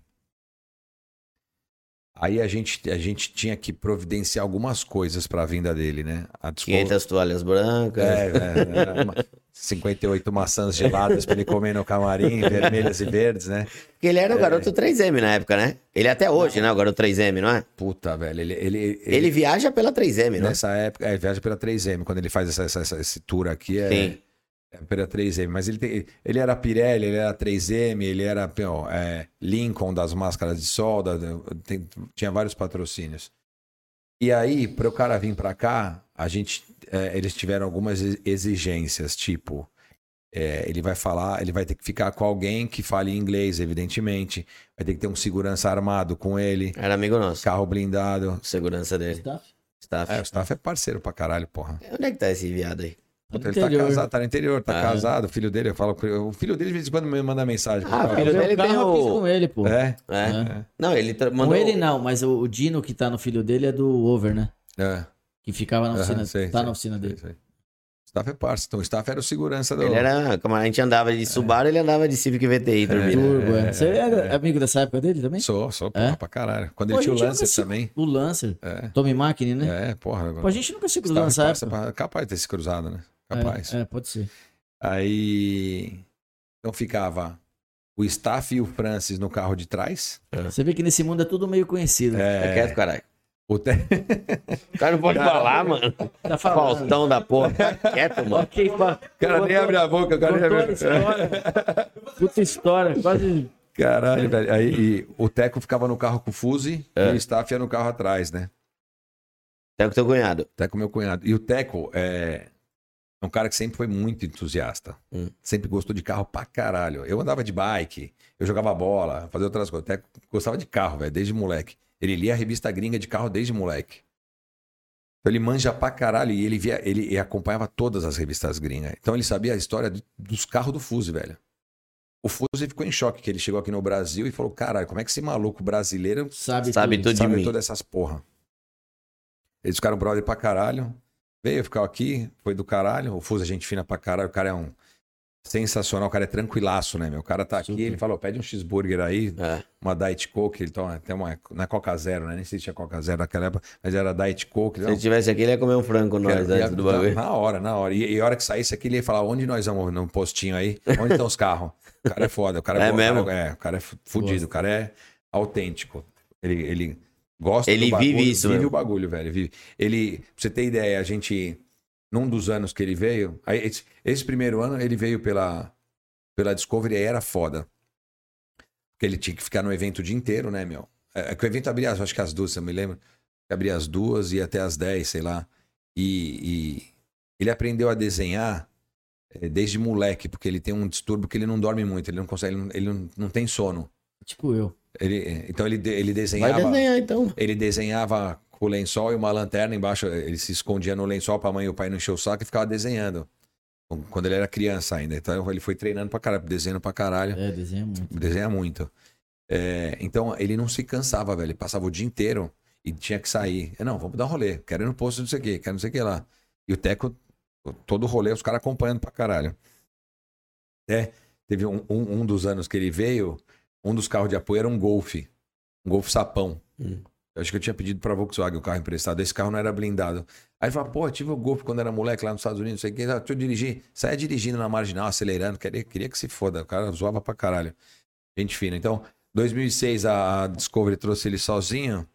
Aí a gente, a gente tinha que providenciar algumas coisas para a vinda dele, né? A Discovery... quinhentas toalhas brancas. É, é, cinquenta e oito maçãs geladas para ele comer no camarim, vermelhas e verdes, né? Porque ele era o garoto é. três M na época, né? Ele é até hoje, não. né? O garoto três M, não é? Puta, velho. Ele, ele, ele, ele viaja pela três M, né? Nessa época, é, viaja pela três M. Quando ele faz essa, essa, essa, esse tour aqui, é... Sim. Pela três M, mas ele, tem, ele era Pirelli, ele era três M, ele era ó, é, Lincoln das máscaras de solda, tem, tinha vários patrocínios. E aí, para o cara vir para cá, a gente, é, eles tiveram algumas exigências, tipo, é, ele vai falar, ele vai ter que ficar com alguém que fale inglês, evidentemente, vai ter que ter um segurança armado com ele. Era amigo nosso. Carro blindado. Segurança dele. Staff? Staff. É, o Staff é parceiro pra caralho, porra. Onde é que tá esse viado aí? Puta, ele tá casado, tá no interior, tá ah. casado, o filho dele, eu falo, o filho dele de vez em quando me manda mensagem. Ah, o filho dele tem o... com ele, pô. É? É. é. Não, ele tra... mandou... Com ele não, mas o, o Dino que tá no filho dele é do Over, né? É. Que ficava na oficina, uhum, sei, tá sei, na oficina dele. Sei, sei. Staff é parceiro, então o Staff era o segurança do... Ele era, como a gente andava de Subaru, é. ele andava de Civic V T I, dormindo. Turbo, é. Você é amigo dessa época dele também? Sou, sou, é? porra, pra caralho. Quando ele Pô, tinha o Lancer se... também. O Lancer, é. Tommy Máquina, né? É, porra. Pô, a gente nunca se cruzou nessa época. Capaz de ter se cruzado, né? Capaz. É, é, pode ser. Aí, então ficava o Staff e o Francis no carro de trás. É. Você vê que nesse mundo é tudo meio conhecido. É, é quieto, caralho. O, te... o cara não pode cara, falar, mano. Tá falando. Faustão da porra. Tá quieto, mano. Okay, o cara Contou... nem abre a boca. O cara nem abre a história. Puta história, quase... Caralho, velho. Aí e o Teco ficava no carro com o Fuse é. e o Staff ia no carro atrás, né? Teco teu cunhado. Teco meu cunhado. E o Teco é... é um cara que sempre foi muito entusiasta. Hum. Sempre gostou de carro pra caralho. Eu andava de bike, eu jogava bola, fazia outras coisas. Até gostava de carro, velho, desde moleque. Ele lia a revista gringa de carro desde moleque. Então ele manja pra caralho e ele, via, ele, ele acompanhava todas as revistas gringas. Então ele sabia a história de, dos carros do Fuse, velho. O Fuse ficou em choque, que ele chegou aqui no Brasil e falou, caralho, como é que esse maluco brasileiro sabe, sabe tudo, sabe de mim. todas essas porra. Eles ficaram brother pra caralho. Veio, ficou aqui, foi do caralho. O Fuse é gente fina pra caralho. O cara é um sensacional, o cara é tranquilaço, né, meu? O cara tá aqui, Super. Ele falou, pede um cheeseburger aí, é. uma Diet Coke, ele toma, tem uma, não é Coca Zero, né? Nem sei se tinha Coca Zero naquela época, mas era Diet Coke. Se ele tivesse aqui, ele ia comer um frango com nós antes do bagulho. Na hora, na hora. E, e a hora que saísse aqui, ele ia falar, onde nós vamos, num postinho aí? Onde estão os carros? O cara é foda, o cara é, é boa, mesmo? Cara, é, o cara é fudido, o cara é autêntico. Ele, ele gosta ele do bagulho. Ele vive isso, Vive mesmo. o bagulho, velho. Vive. Ele, pra você ter ideia, a gente... Num dos anos que ele veio, aí esse, esse primeiro ano ele veio pela, pela Discovery e aí era foda. Porque ele tinha que ficar no evento o dia inteiro, né, meu? É, é que o evento abria, acho que às duas, eu me lembro. Abria às duas e ia até às dez, sei lá. E, e ele aprendeu a desenhar é, desde moleque, porque ele tem um distúrbio que ele não dorme muito, ele não consegue, ele não, ele não, não tem sono. Tipo eu. Ele, então ele, ele desenhava... Vai desenhar, então. Ele desenhava... com o lençol e uma lanterna embaixo, ele se escondia no lençol pra mãe e o pai não encher o saco e ficava desenhando. Quando ele era criança ainda. Então ele foi treinando pra caralho, desenhando pra caralho. É, desenha muito. Desenha muito. É, então ele não se cansava, velho. Ele passava o dia inteiro e tinha que sair. Não, vamos dar um rolê. Quero ir no posto não sei o quê, quero não sei o que lá. E o Teco, todo rolê, os caras acompanhando pra caralho. É, teve um, um, um dos anos que ele veio, um dos carros de apoio era um Golf. Um Golf sapão. Hum. Eu acho que eu tinha pedido pra Volkswagen o carro emprestado. Esse carro não era blindado. Aí ele falou, pô, eu tive o Golf quando era moleque lá nos Estados Unidos, não sei o que. Deixa eu dirigir. Saia dirigindo na marginal, acelerando. Queria, queria que se foda. O cara zoava pra caralho. Gente fina. Então, dois mil e seis a Discovery trouxe ele sozinho.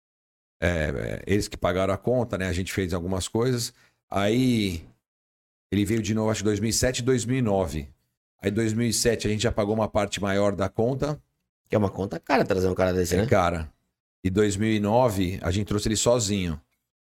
É, eles que pagaram a conta, né? A gente fez algumas coisas. Aí ele veio de novo, acho que dois mil e sete e dois mil e nove. Aí dois mil e sete a gente já pagou uma parte maior da conta. Que é uma conta cara trazer um cara desse, É né? cara. E dois mil e nove a gente trouxe ele sozinho.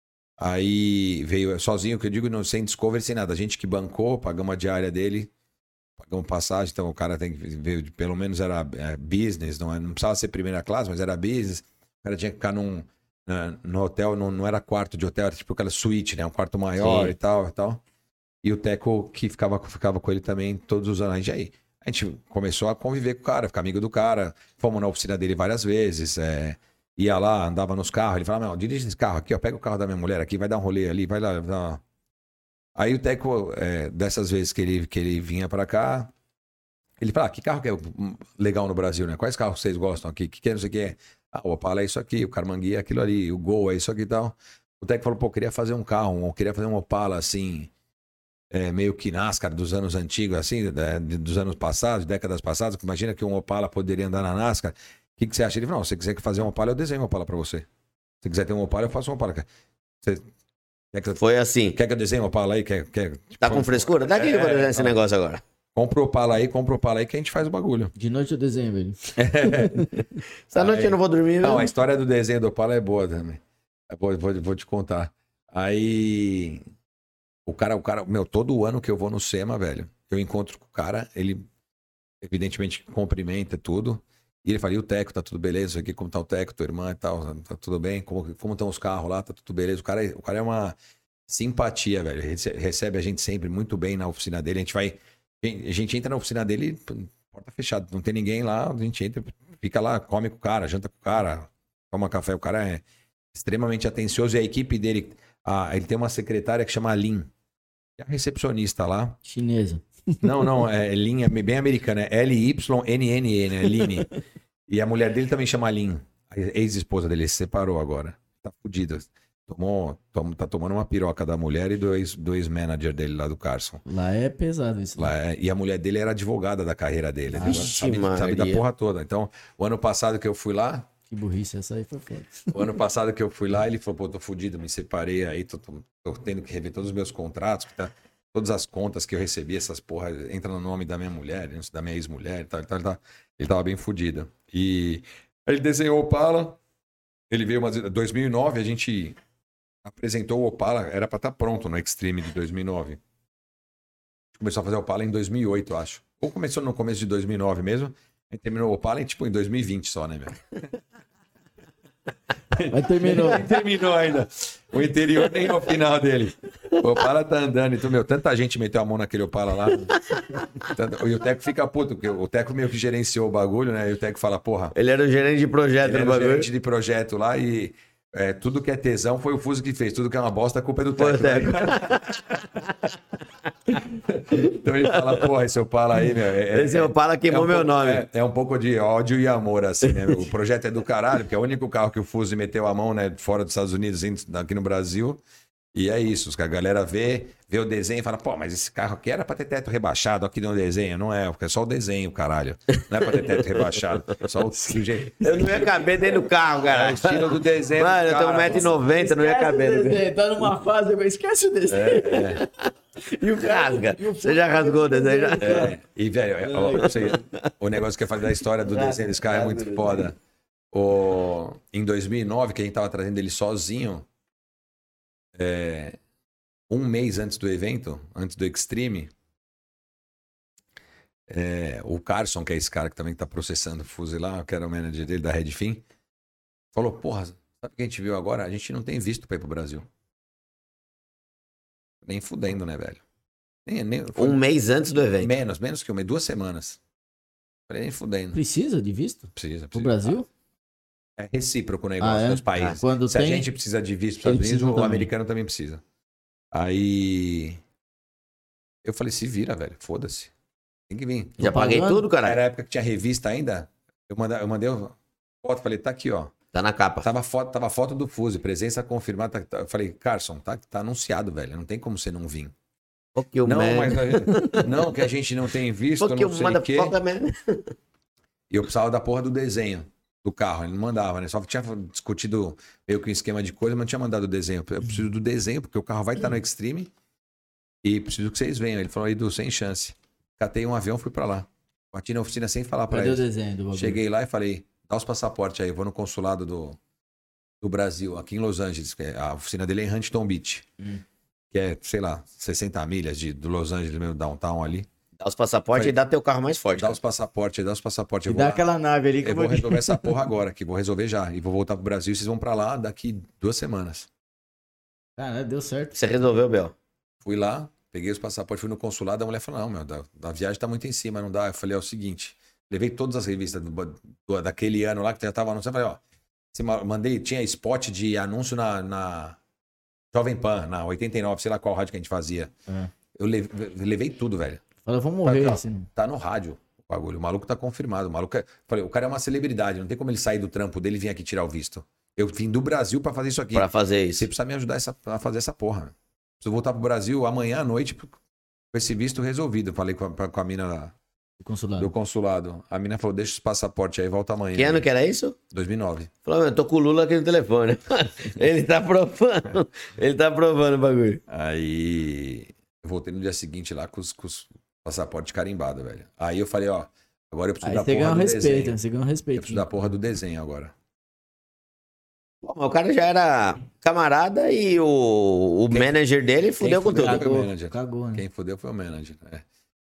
Aí veio sozinho, que eu digo, não, sem Discovery, sem nada. A gente que bancou, pagamos a diária dele, pagamos passagem, então o cara tem que ver, pelo menos era é, business, não, não precisava ser primeira classe, mas era business. O cara tinha que ficar num, na, no hotel, não, não era quarto de hotel, era tipo aquela suíte, né? Um quarto maior. Sim. e tal e tal. E o Teco que ficava, ficava com ele também todos os anos. Aí a gente começou a conviver com o cara, ficar amigo do cara. Fomos na oficina dele várias vezes, é... Ia lá, andava nos carros, ele falava, não, dirige esse carro aqui, ó, pega o carro da minha mulher aqui, vai dar um rolê ali, vai lá. Vai. Aí o Teco, é, dessas vezes que ele, que ele vinha pra cá, ele falava, ah, que carro que é legal no Brasil, né? Quais carros vocês gostam aqui? Que que é, não sei o que é? Ah, o Opala é isso aqui, o Carmanguia é aquilo ali, o Gol é isso aqui e tal. O Teco falou, pô, queria fazer um carro, eu queria fazer um Opala assim, é, meio que NASCAR dos anos antigos, assim, dos anos passados, décadas passadas. Imagina que um Opala poderia andar na NASCAR. O que, que você acha? Ele falou, não, se você quiser fazer um Opala, eu desenho um Opala pra você. Se você quiser ter um Opala, eu faço um Opala. Você, quer que eu, Foi assim. Quer que eu desenhe um Opala aí? Quer, quer, tipo, tá com frescura? Dá aqui que eu vou desenhar esse negócio agora. Compra o Opala aí, compra o Opala aí que a gente faz o bagulho. De noite eu desenho, velho. Essa noite aí, eu não vou dormir, Não, não. a história do desenho do Opala é boa também. Vou, vou, vou te contar. Aí, o cara, o cara, meu, todo ano que eu vou no SEMA, velho, eu encontro com o cara, ele evidentemente cumprimenta tudo. E ele fala, e o Teco, tá tudo beleza? Aqui, como tá o Teco, tua irmã e tal? Tá tudo bem? Como, como estão os carros lá? Tá tudo beleza? O cara, o cara é uma simpatia, velho. Ele recebe a gente sempre muito bem na oficina dele. A gente vai... A gente entra na oficina dele, porta fechada. Não tem ninguém lá, a gente entra, fica lá, come com o cara, janta com o cara, toma café. O cara é extremamente atencioso. E a equipe dele... A, ele tem uma secretária que chama Lin. É a recepcionista lá. Chinesa. Não, não, é linha bem americana, é L Y N N E, né? Line. E a mulher dele também chama Lin. A ex-esposa dele se separou agora. Tá fudido. Tomou, tom, tá tomando uma piroca da mulher e do, ex, do ex-manager dele lá do Carson. Lá é pesado isso. Lá é, e a mulher dele era advogada da carreira dele. Ah, sabe, sabe da porra toda. Então, o ano passado que eu fui lá... Que burrice, essa aí foi foda. O ano passado que eu fui lá, ele falou, pô, tô fudido, me separei aí, tô, tô, tô tendo que rever todos os meus contratos, que tá... Todas as contas que eu recebi, essas porra, entra no nome da minha mulher, da minha ex-mulher e tal, e tal, ele, tava, ele tava bem fudido. E ele desenhou o Opala, ele veio em dois mil e nove, a gente apresentou o Opala, era pra estar pronto no Extreme de dois mil e nove. A gente começou a fazer o Opala em dois mil e oito, eu acho. Ou começou no começo de dois mil e nove mesmo, a gente terminou o Opala em, tipo, em dois mil e vinte só, né, velho? Mas terminou. Terminou ainda. O interior nem ao final dele. O Opala tá andando. Então, meu, tanta gente meteu a mão naquele Opala lá. Tanto... E o Teco fica puto, porque o Teco meio que gerenciou o bagulho, né? E o Teco fala, porra... Ele era o gerente de projeto ele no era bagulho. o gerente de projeto lá e é, tudo que é tesão foi o Fuso que fez. Tudo que é uma bosta, a culpa é do Teco. Foi o Teco. Então ele fala, porra, esse Opala aí, meu... É, esse Opala queimou é um meu pouco, nome. É, é um pouco de ódio e amor, assim, né? O projeto é do caralho, porque é o único carro que o Fuso meteu a mão, né? Fora dos Estados Unidos, aqui no Brasil. E é isso, a galera vê, vê o desenho e fala, pô, mas esse carro aqui era pra ter teto rebaixado, aqui no desenho. Não é, porque é só o desenho, caralho. Não é pra ter teto rebaixado. É só o jeito. Eu não ia caber dentro do carro, cara. É o estilo do desenho. Mano, eu tenho um metro e noventa, não ia caber. Desenho, tá numa fase, eu esquece o desenho. É, é. E o rasga. Você já rasgou o desenho? Já? É. E, velho, é, ó, eu sei, o negócio que eu falei da história do desenho desse carro é muito foda. O, em dois mil e nove, que a gente tava trazendo ele sozinho, é, um mês antes do evento, antes do Extreme, é, o Carson, que é esse cara que também tá processando o Fuzilar, que era o manager dele da Redfin, falou, porra, sabe o que a gente viu agora? A gente não tem visto pra ir pro Brasil. Nem fudendo, né, velho? Nem, nem, foi... Um mês antes do evento. Menos, menos que um mês, duas semanas. Falei, nem fudendo. Precisa de visto? Precisa, precisa. Pro Brasil? É recíproco o negócio Ah, é? dos países. Ah, quando Se tem, a gente precisa de visto para os Estados Unidos, o também. americano também precisa. Aí eu falei, se vira, velho, foda-se. Tem que vir. Já paguei pagando? tudo, cara. Era a época que tinha revista ainda. Eu mandei, eu mandei uma foto, falei, tá aqui, ó. Tá na capa. Tava foto, tava foto do Fuso, presença confirmada. Tá, tá. Eu falei, Carson, tá, tá anunciado, velho. Não tem como você não vir. Fuck you, Não, man. mas não, que a gente não tem visto, Fuck you, não sei o quê. motherfucker, man. E eu precisava da porra do desenho do carro. Ele não mandava, né? Só tinha discutido meio que um esquema de coisa, mas não tinha mandado o desenho. Eu preciso do desenho, porque o carro vai estar no Extreme e preciso que vocês venham. Ele falou, Edu, sem chance. Catei um avião, fui pra lá. Bati na oficina sem falar pra Cadê o eles. desenho do bagulho? Cheguei lá e falei, dá os passaportes aí, eu vou no consulado do, do Brasil, aqui em Los Angeles. Que é- a oficina dele é em Huntington Beach. Hum. Que é, sei lá, sessenta milhas de, do Los Angeles, mesmo downtown ali. Dá os passaportes Falei, e dá teu carro mais forte. Dá cara. os passaportes, dá os passaportes. E Eu vou dá lá. aquela nave ali que Eu vou resolver essa porra agora, que vou resolver já. E vou voltar pro Brasil e vocês vão pra lá daqui duas semanas. Cara, deu certo. Você resolveu, Bel? Fui lá, peguei os passaportes, fui no consulado, a mulher falou, não, meu, da, da viagem tá muito em cima, não dá. Eu falei, é o seguinte, levei todas as revistas do, do- daquele ano lá, que já tava anunciando, falei, ó, você ma- mandei, tinha spot de anúncio na, na Jovem Pan, na oitenta e nove, sei lá qual rádio que a gente fazia. É. Eu levei, levei tudo, velho. Fala, vou morrer, Tá, assim. Tá no rádio o bagulho. O maluco tá confirmado. O maluco é... Falei, o cara é uma celebridade. Não tem como ele sair do trampo dele e vir aqui tirar o visto. Eu vim do Brasil pra fazer isso aqui. Pra fazer Você isso. precisa me ajudar essa- a fazer essa porra. Preciso voltar pro Brasil amanhã à noite com esse visto resolvido. Falei com a, com a mina lá O consulado. do consulado. A mina falou, deixa os passaportes aí, volta amanhã. Que ano que era isso? dois mil e nove. Falou, eu tô com o Lula aqui no telefone. Ele tá provando. Ele tá provando o bagulho. Aí eu voltei no dia seguinte lá com os, com os passaportes carimbados, velho. Aí eu falei, ó, agora eu preciso Aí da você porra ganha um do respeito, desenho. né? Você ganha um Eu respeito. preciso da porra do desenho agora. Pô, mas o cara já era camarada e o, o manager dele fudeu com fudeu? tudo. Foi o Cagou, manager. cagou, né? Quem fudeu foi o manager. É.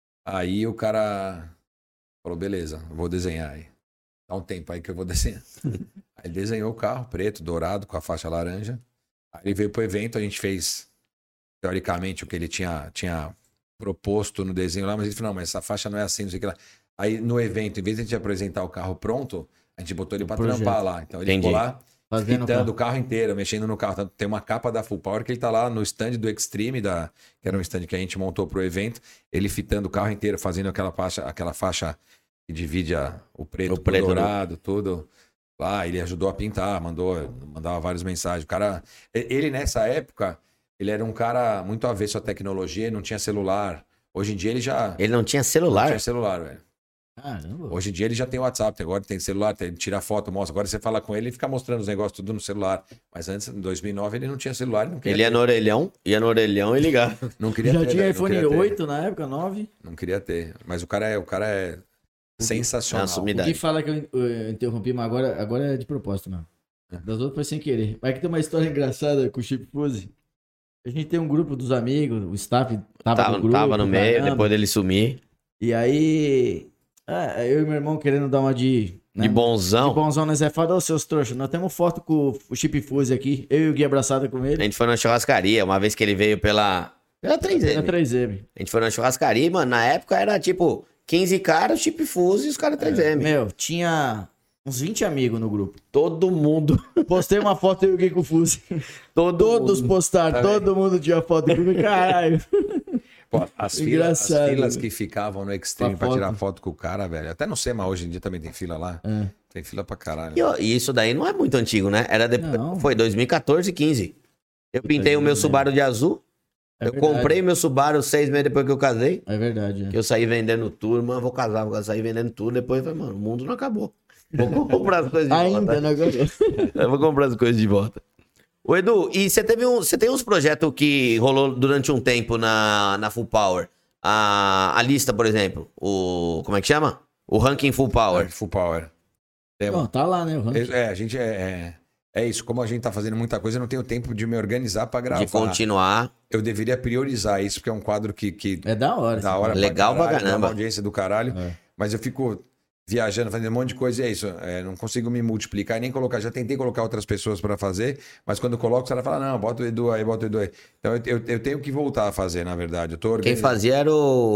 Aí o cara falou, beleza, vou desenhar aí. Dá um tempo aí que eu vou desenhar. Aí ele desenhou o carro, preto, dourado, com a faixa laranja. Aí ele veio pro evento, a gente fez, teoricamente, o que ele tinha, tinha proposto no desenho lá, mas ele falou, não, mas essa faixa não é assim, não sei o que lá. Aí no evento, em vez de a gente apresentar o carro pronto, a gente botou ele pra projeto. trampar lá. Então ele Entendi. ficou lá, Fazendo fitando o o carro inteiro, mexendo no carro. Tanto tem uma capa da Full Power que ele tá lá no stand do Extreme, da, que era um stand que a gente montou pro evento, ele fitando o carro inteiro, fazendo aquela faixa, aquela faixa que divide a- o preto, O com preto, o dourado, tudo. Lá, ele ajudou a pintar, mandou, mandava várias mensagens. O cara, e- ele nessa época, ele era um cara muito avesso à tecnologia, não tinha celular. Hoje em dia ele já Ele não tinha não celular. tinha celular, velho. Caramba. Hoje em dia ele já tem WhatsApp, agora tem celular, tem, tira foto, mostra. Agora você fala com ele e fica mostrando os negócios tudo no celular. Mas antes, em dois mil e nove, ele não tinha celular, ele não queria Ele ia ter. no orelhão, ia no orelhão e ligava. Não queria Já ter, tinha né? Não iPhone queria ter. oito na época, nove. Não queria ter. Mas o cara é, o cara é sensacional. Nossa, O umidade. que fala que eu, eu interrompi, mas agora, agora é de propósito, mano. Das outras foi sem querer. Mas aqui tem uma história engraçada com o Chip Fuse. A gente tem um grupo dos amigos, o staff tava, Tava, no grupo. tava no meio, caramba. depois dele sumir. E aí, ah, eu e meu irmão querendo dar uma de... né, De bonzão. De bonzão, nós é foda, ô seus trouxas. Nós temos foto com o Chip Fuse aqui. Eu e o Gui abraçado com A ele. gente foi na churrascaria, uma vez que ele veio pela. Pela três Na M. três M. A gente foi na churrascaria, e, mano, na época era tipo quinze caras, chip fuse e os caras três M. Meu, tinha uns vinte amigos no grupo. Todo mundo. Postei uma foto eu e o Gui com o Fuse. Todo Todos mundo. postaram, Tá todo mundo tinha foto comigo. Caralho. Pô, as, filas, as Engraçado, filas velho. que ficavam no Extreme Pra pra tirar foto. foto com o cara, velho. Até no SEMA hoje em dia também tem fila lá. É. Tem fila pra caralho. E, ó, e isso daí não é muito antigo, né? Era depois. Não. Foi dois mil e quatorze, quinze. Eu pintei o meu Subaru de azul. É eu verdade. comprei meu Subaru seis meses depois que eu casei. É verdade, é. Que eu saí vendendo tudo, mano, vou casar, vou sair vendendo tudo. Depois eu falei, mano, o mundo não acabou. Vou comprar as coisas de Ainda, volta. né? agora? Eu vou comprar as coisas de volta. Ô, Edu, e você teve um, você tem uns projetos que rolou durante um tempo na, na Full Power? A, a lista, por exemplo. O. Como é que chama? O ranking Full Power. Full Power. Tem- Não, tá lá, né? O ranking. É, a gente é, é, é isso. Como a gente tá fazendo muita coisa, eu não tenho tempo de me organizar pra gravar. De continuar. Eu deveria priorizar isso, porque é um quadro que, que É da hora. da assim. hora Legal pra caralho, dá caramba. uma audiência do caralho. É. Mas eu fico viajando, fazendo um monte de coisa e é isso. É, não consigo me multiplicar e nem colocar. Já tentei colocar outras pessoas pra fazer, mas quando eu coloco, os caras falam, não, bota o Edu aí, bota o Edu aí. Então eu, eu, eu tenho que voltar a fazer, na verdade. Eu tô Quem organizando. fazia era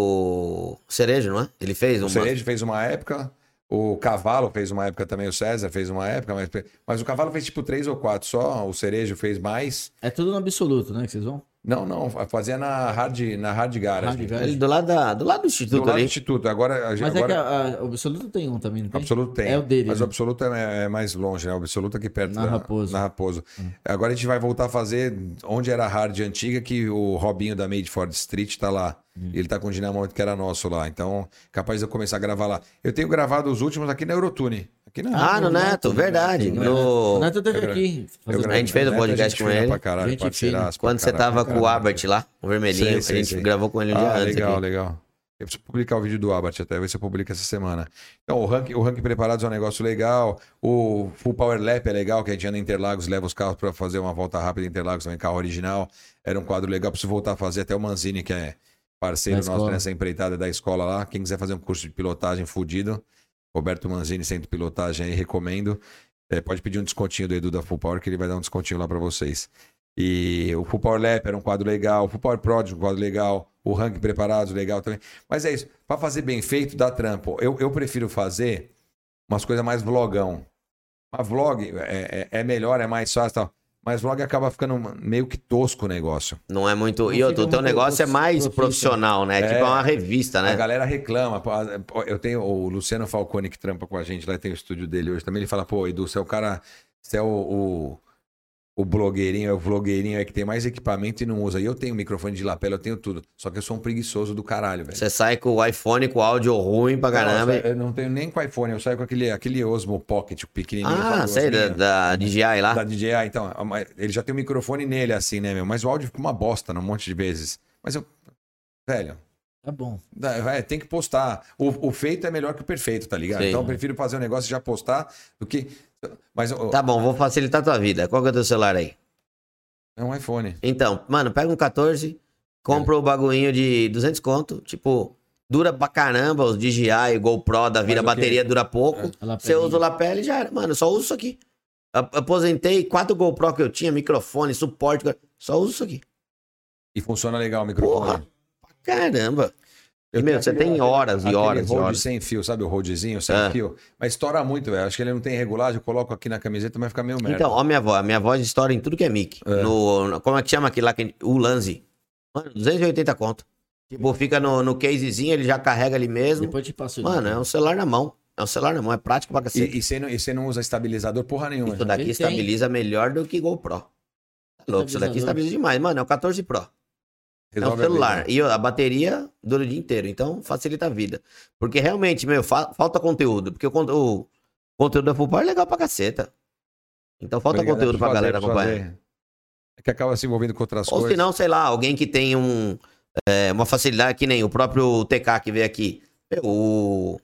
o Cerejo, não é? Ele fez O uma. Cerejo fez uma época, o Cavalo fez uma época também, o César fez uma época, mas, mas o Cavalo fez tipo três ou quatro só, o Cerejo fez mais. É tudo no absoluto, né? Que vocês vão? Não, não, fazia na Hard, na hard Garage. Hard Garage. Ele do lado, da, do lado do Instituto Do lado ali. do Instituto. Agora, Mas agora... é que a, a, o Absoluto tem um também, não tem? Absoluto tem. É o dele. Mas né? o Absoluto é, é mais longe, né? O Absoluto aqui perto Na da, Raposo. Na Raposo. Hum. Agora a gente vai voltar a fazer onde era a Hard antiga, que o Robinho da Made Ford Street tá lá. Hum. Ele tá com o dinamômetro que era nosso lá. Então, capaz de eu começar a gravar lá. Eu tenho gravado os últimos aqui na Eurotune. Aqui na... Ah, no Neto, verdade. O No... Neto teve Eu- aqui. eu fazer- A gente fez o Neto, podcast gente com fina ele. Pra caralho, Gente parceiraço pra Quando você caralho, tava pra com o caralho. Albert lá, o vermelhinho, Sei, sei, a gente sei. gravou com ele um dia Ah, antes legal, aqui. legal. Eu preciso publicar o vídeo do Albert até, ver se eu publico essa semana. Então, o ranking, o ranking Preparados é um negócio legal. O Full Power Lap é legal, que a gente anda em Interlagos, leva os carros para fazer uma volta rápida em Interlagos, também carro original. Era um quadro legal, preciso voltar a fazer. Até o Manzini, que é parceiro Da nosso escola. nessa empreitada da escola lá. Quem quiser fazer um curso de pilotagem fudido, Roberto Manzini, Centro de Pilotagem aí, recomendo. É, pode pedir um descontinho do Edu da Full Power, que ele vai dar um descontinho lá para vocês. E o Full Power Lap era um quadro legal, o Full Power Pro um quadro legal, o Ranking Preparados legal também. Mas é isso, para fazer bem feito dá trampo. Eu, eu prefiro fazer umas coisas mais vlogão. Mas vlog é, é, é melhor, é mais fácil e tal. Mas vlog acaba ficando meio que tosco o negócio. Não é muito. Não E outro, fica o teu muito negócio é mais profissional. profissional, né? É. Tipo, é uma revista, A né? galera reclama. pô, Eu tenho o Luciano Falcone que trampa com a gente, lá tem o estúdio dele hoje também. Ele fala, pô, Edu, você é o cara, você é o, o, o blogueirinho, é o vlogueirinho é que tem mais equipamento e não usa. E eu tenho microfone de lapela, eu tenho tudo. Só que eu sou um preguiçoso do caralho, velho. Você sai com o iPhone com áudio ruim pra caramba. Não, eu não tenho nem com iPhone, eu saio com aquele, aquele Osmo Pocket o pequenininho. Ah, sabe, sei, da, Osminho? da D J I lá. Da D J I, então. Ele já tem um microfone nele, assim, né, meu? Mas o áudio fica uma bosta, né, um monte de vezes. Mas eu... Velho... Tá bom. Dá- vai, tem que postar. O, o feito é melhor que o perfeito, tá ligado? Sim. Então eu prefiro fazer um negócio e já postar do que. Mas o- Tá bom, vou facilitar a tua vida. Qual que é o teu celular aí? é um iPhone. Então, mano, pega um quatorze, compra o bagulhinho de duzentos conto, tipo, dura pra caramba, os D J I, GoPro da vida, a Mas o quê? bateria dura pouco. A lapelinha. Você usa o lapela e já era. Mano, eu só uso isso aqui. A- Aposentei, quatro GoPro que eu tinha, microfone, suporte, só uso isso aqui. E funciona legal o microfone. Porra, pra caramba. Eu E, meu, tenho você aquele- tem horas e aquele horas e Rode horas. sem fio, sabe o Rodezinho sem É. fio? Mas estoura muito, velho. Acho que ele não tem regulagem, eu coloco aqui na camiseta, mas fica meio merda. Então, ó minha voz. A minha voz estoura em tudo que é mic. É. No, no- como é que chama aquele lá? Que, o Lanzi. Mano, duzentos e oitenta conto. Tipo, fica no, no casezinho, ele já carrega ali mesmo. Depois te passo o Mano, link. é um celular na mão. É um celular na mão, é prático pra E, cacete. e, você não, e você não usa estabilizador porra nenhuma. Isso daqui Ele tem. estabiliza melhor do que GoPro. Tá louco, isso daqui Estabilizador. estabiliza demais. Mano, é o quatorze Pro. É um Resolve a celular. vida. E ó, a bateria dura o dia inteiro. Então, facilita a vida. Porque realmente, meu, fa- falta conteúdo. Porque o, con- o conteúdo da Full Power é legal pra caceta. Então, falta Obrigado, conteúdo pra fazer, galera acompanhar. fazer. É que acaba se envolvendo com outras Ou coisas. se não, sei lá, alguém que tem um, é, uma facilidade que nem o próprio T K que veio aqui. O,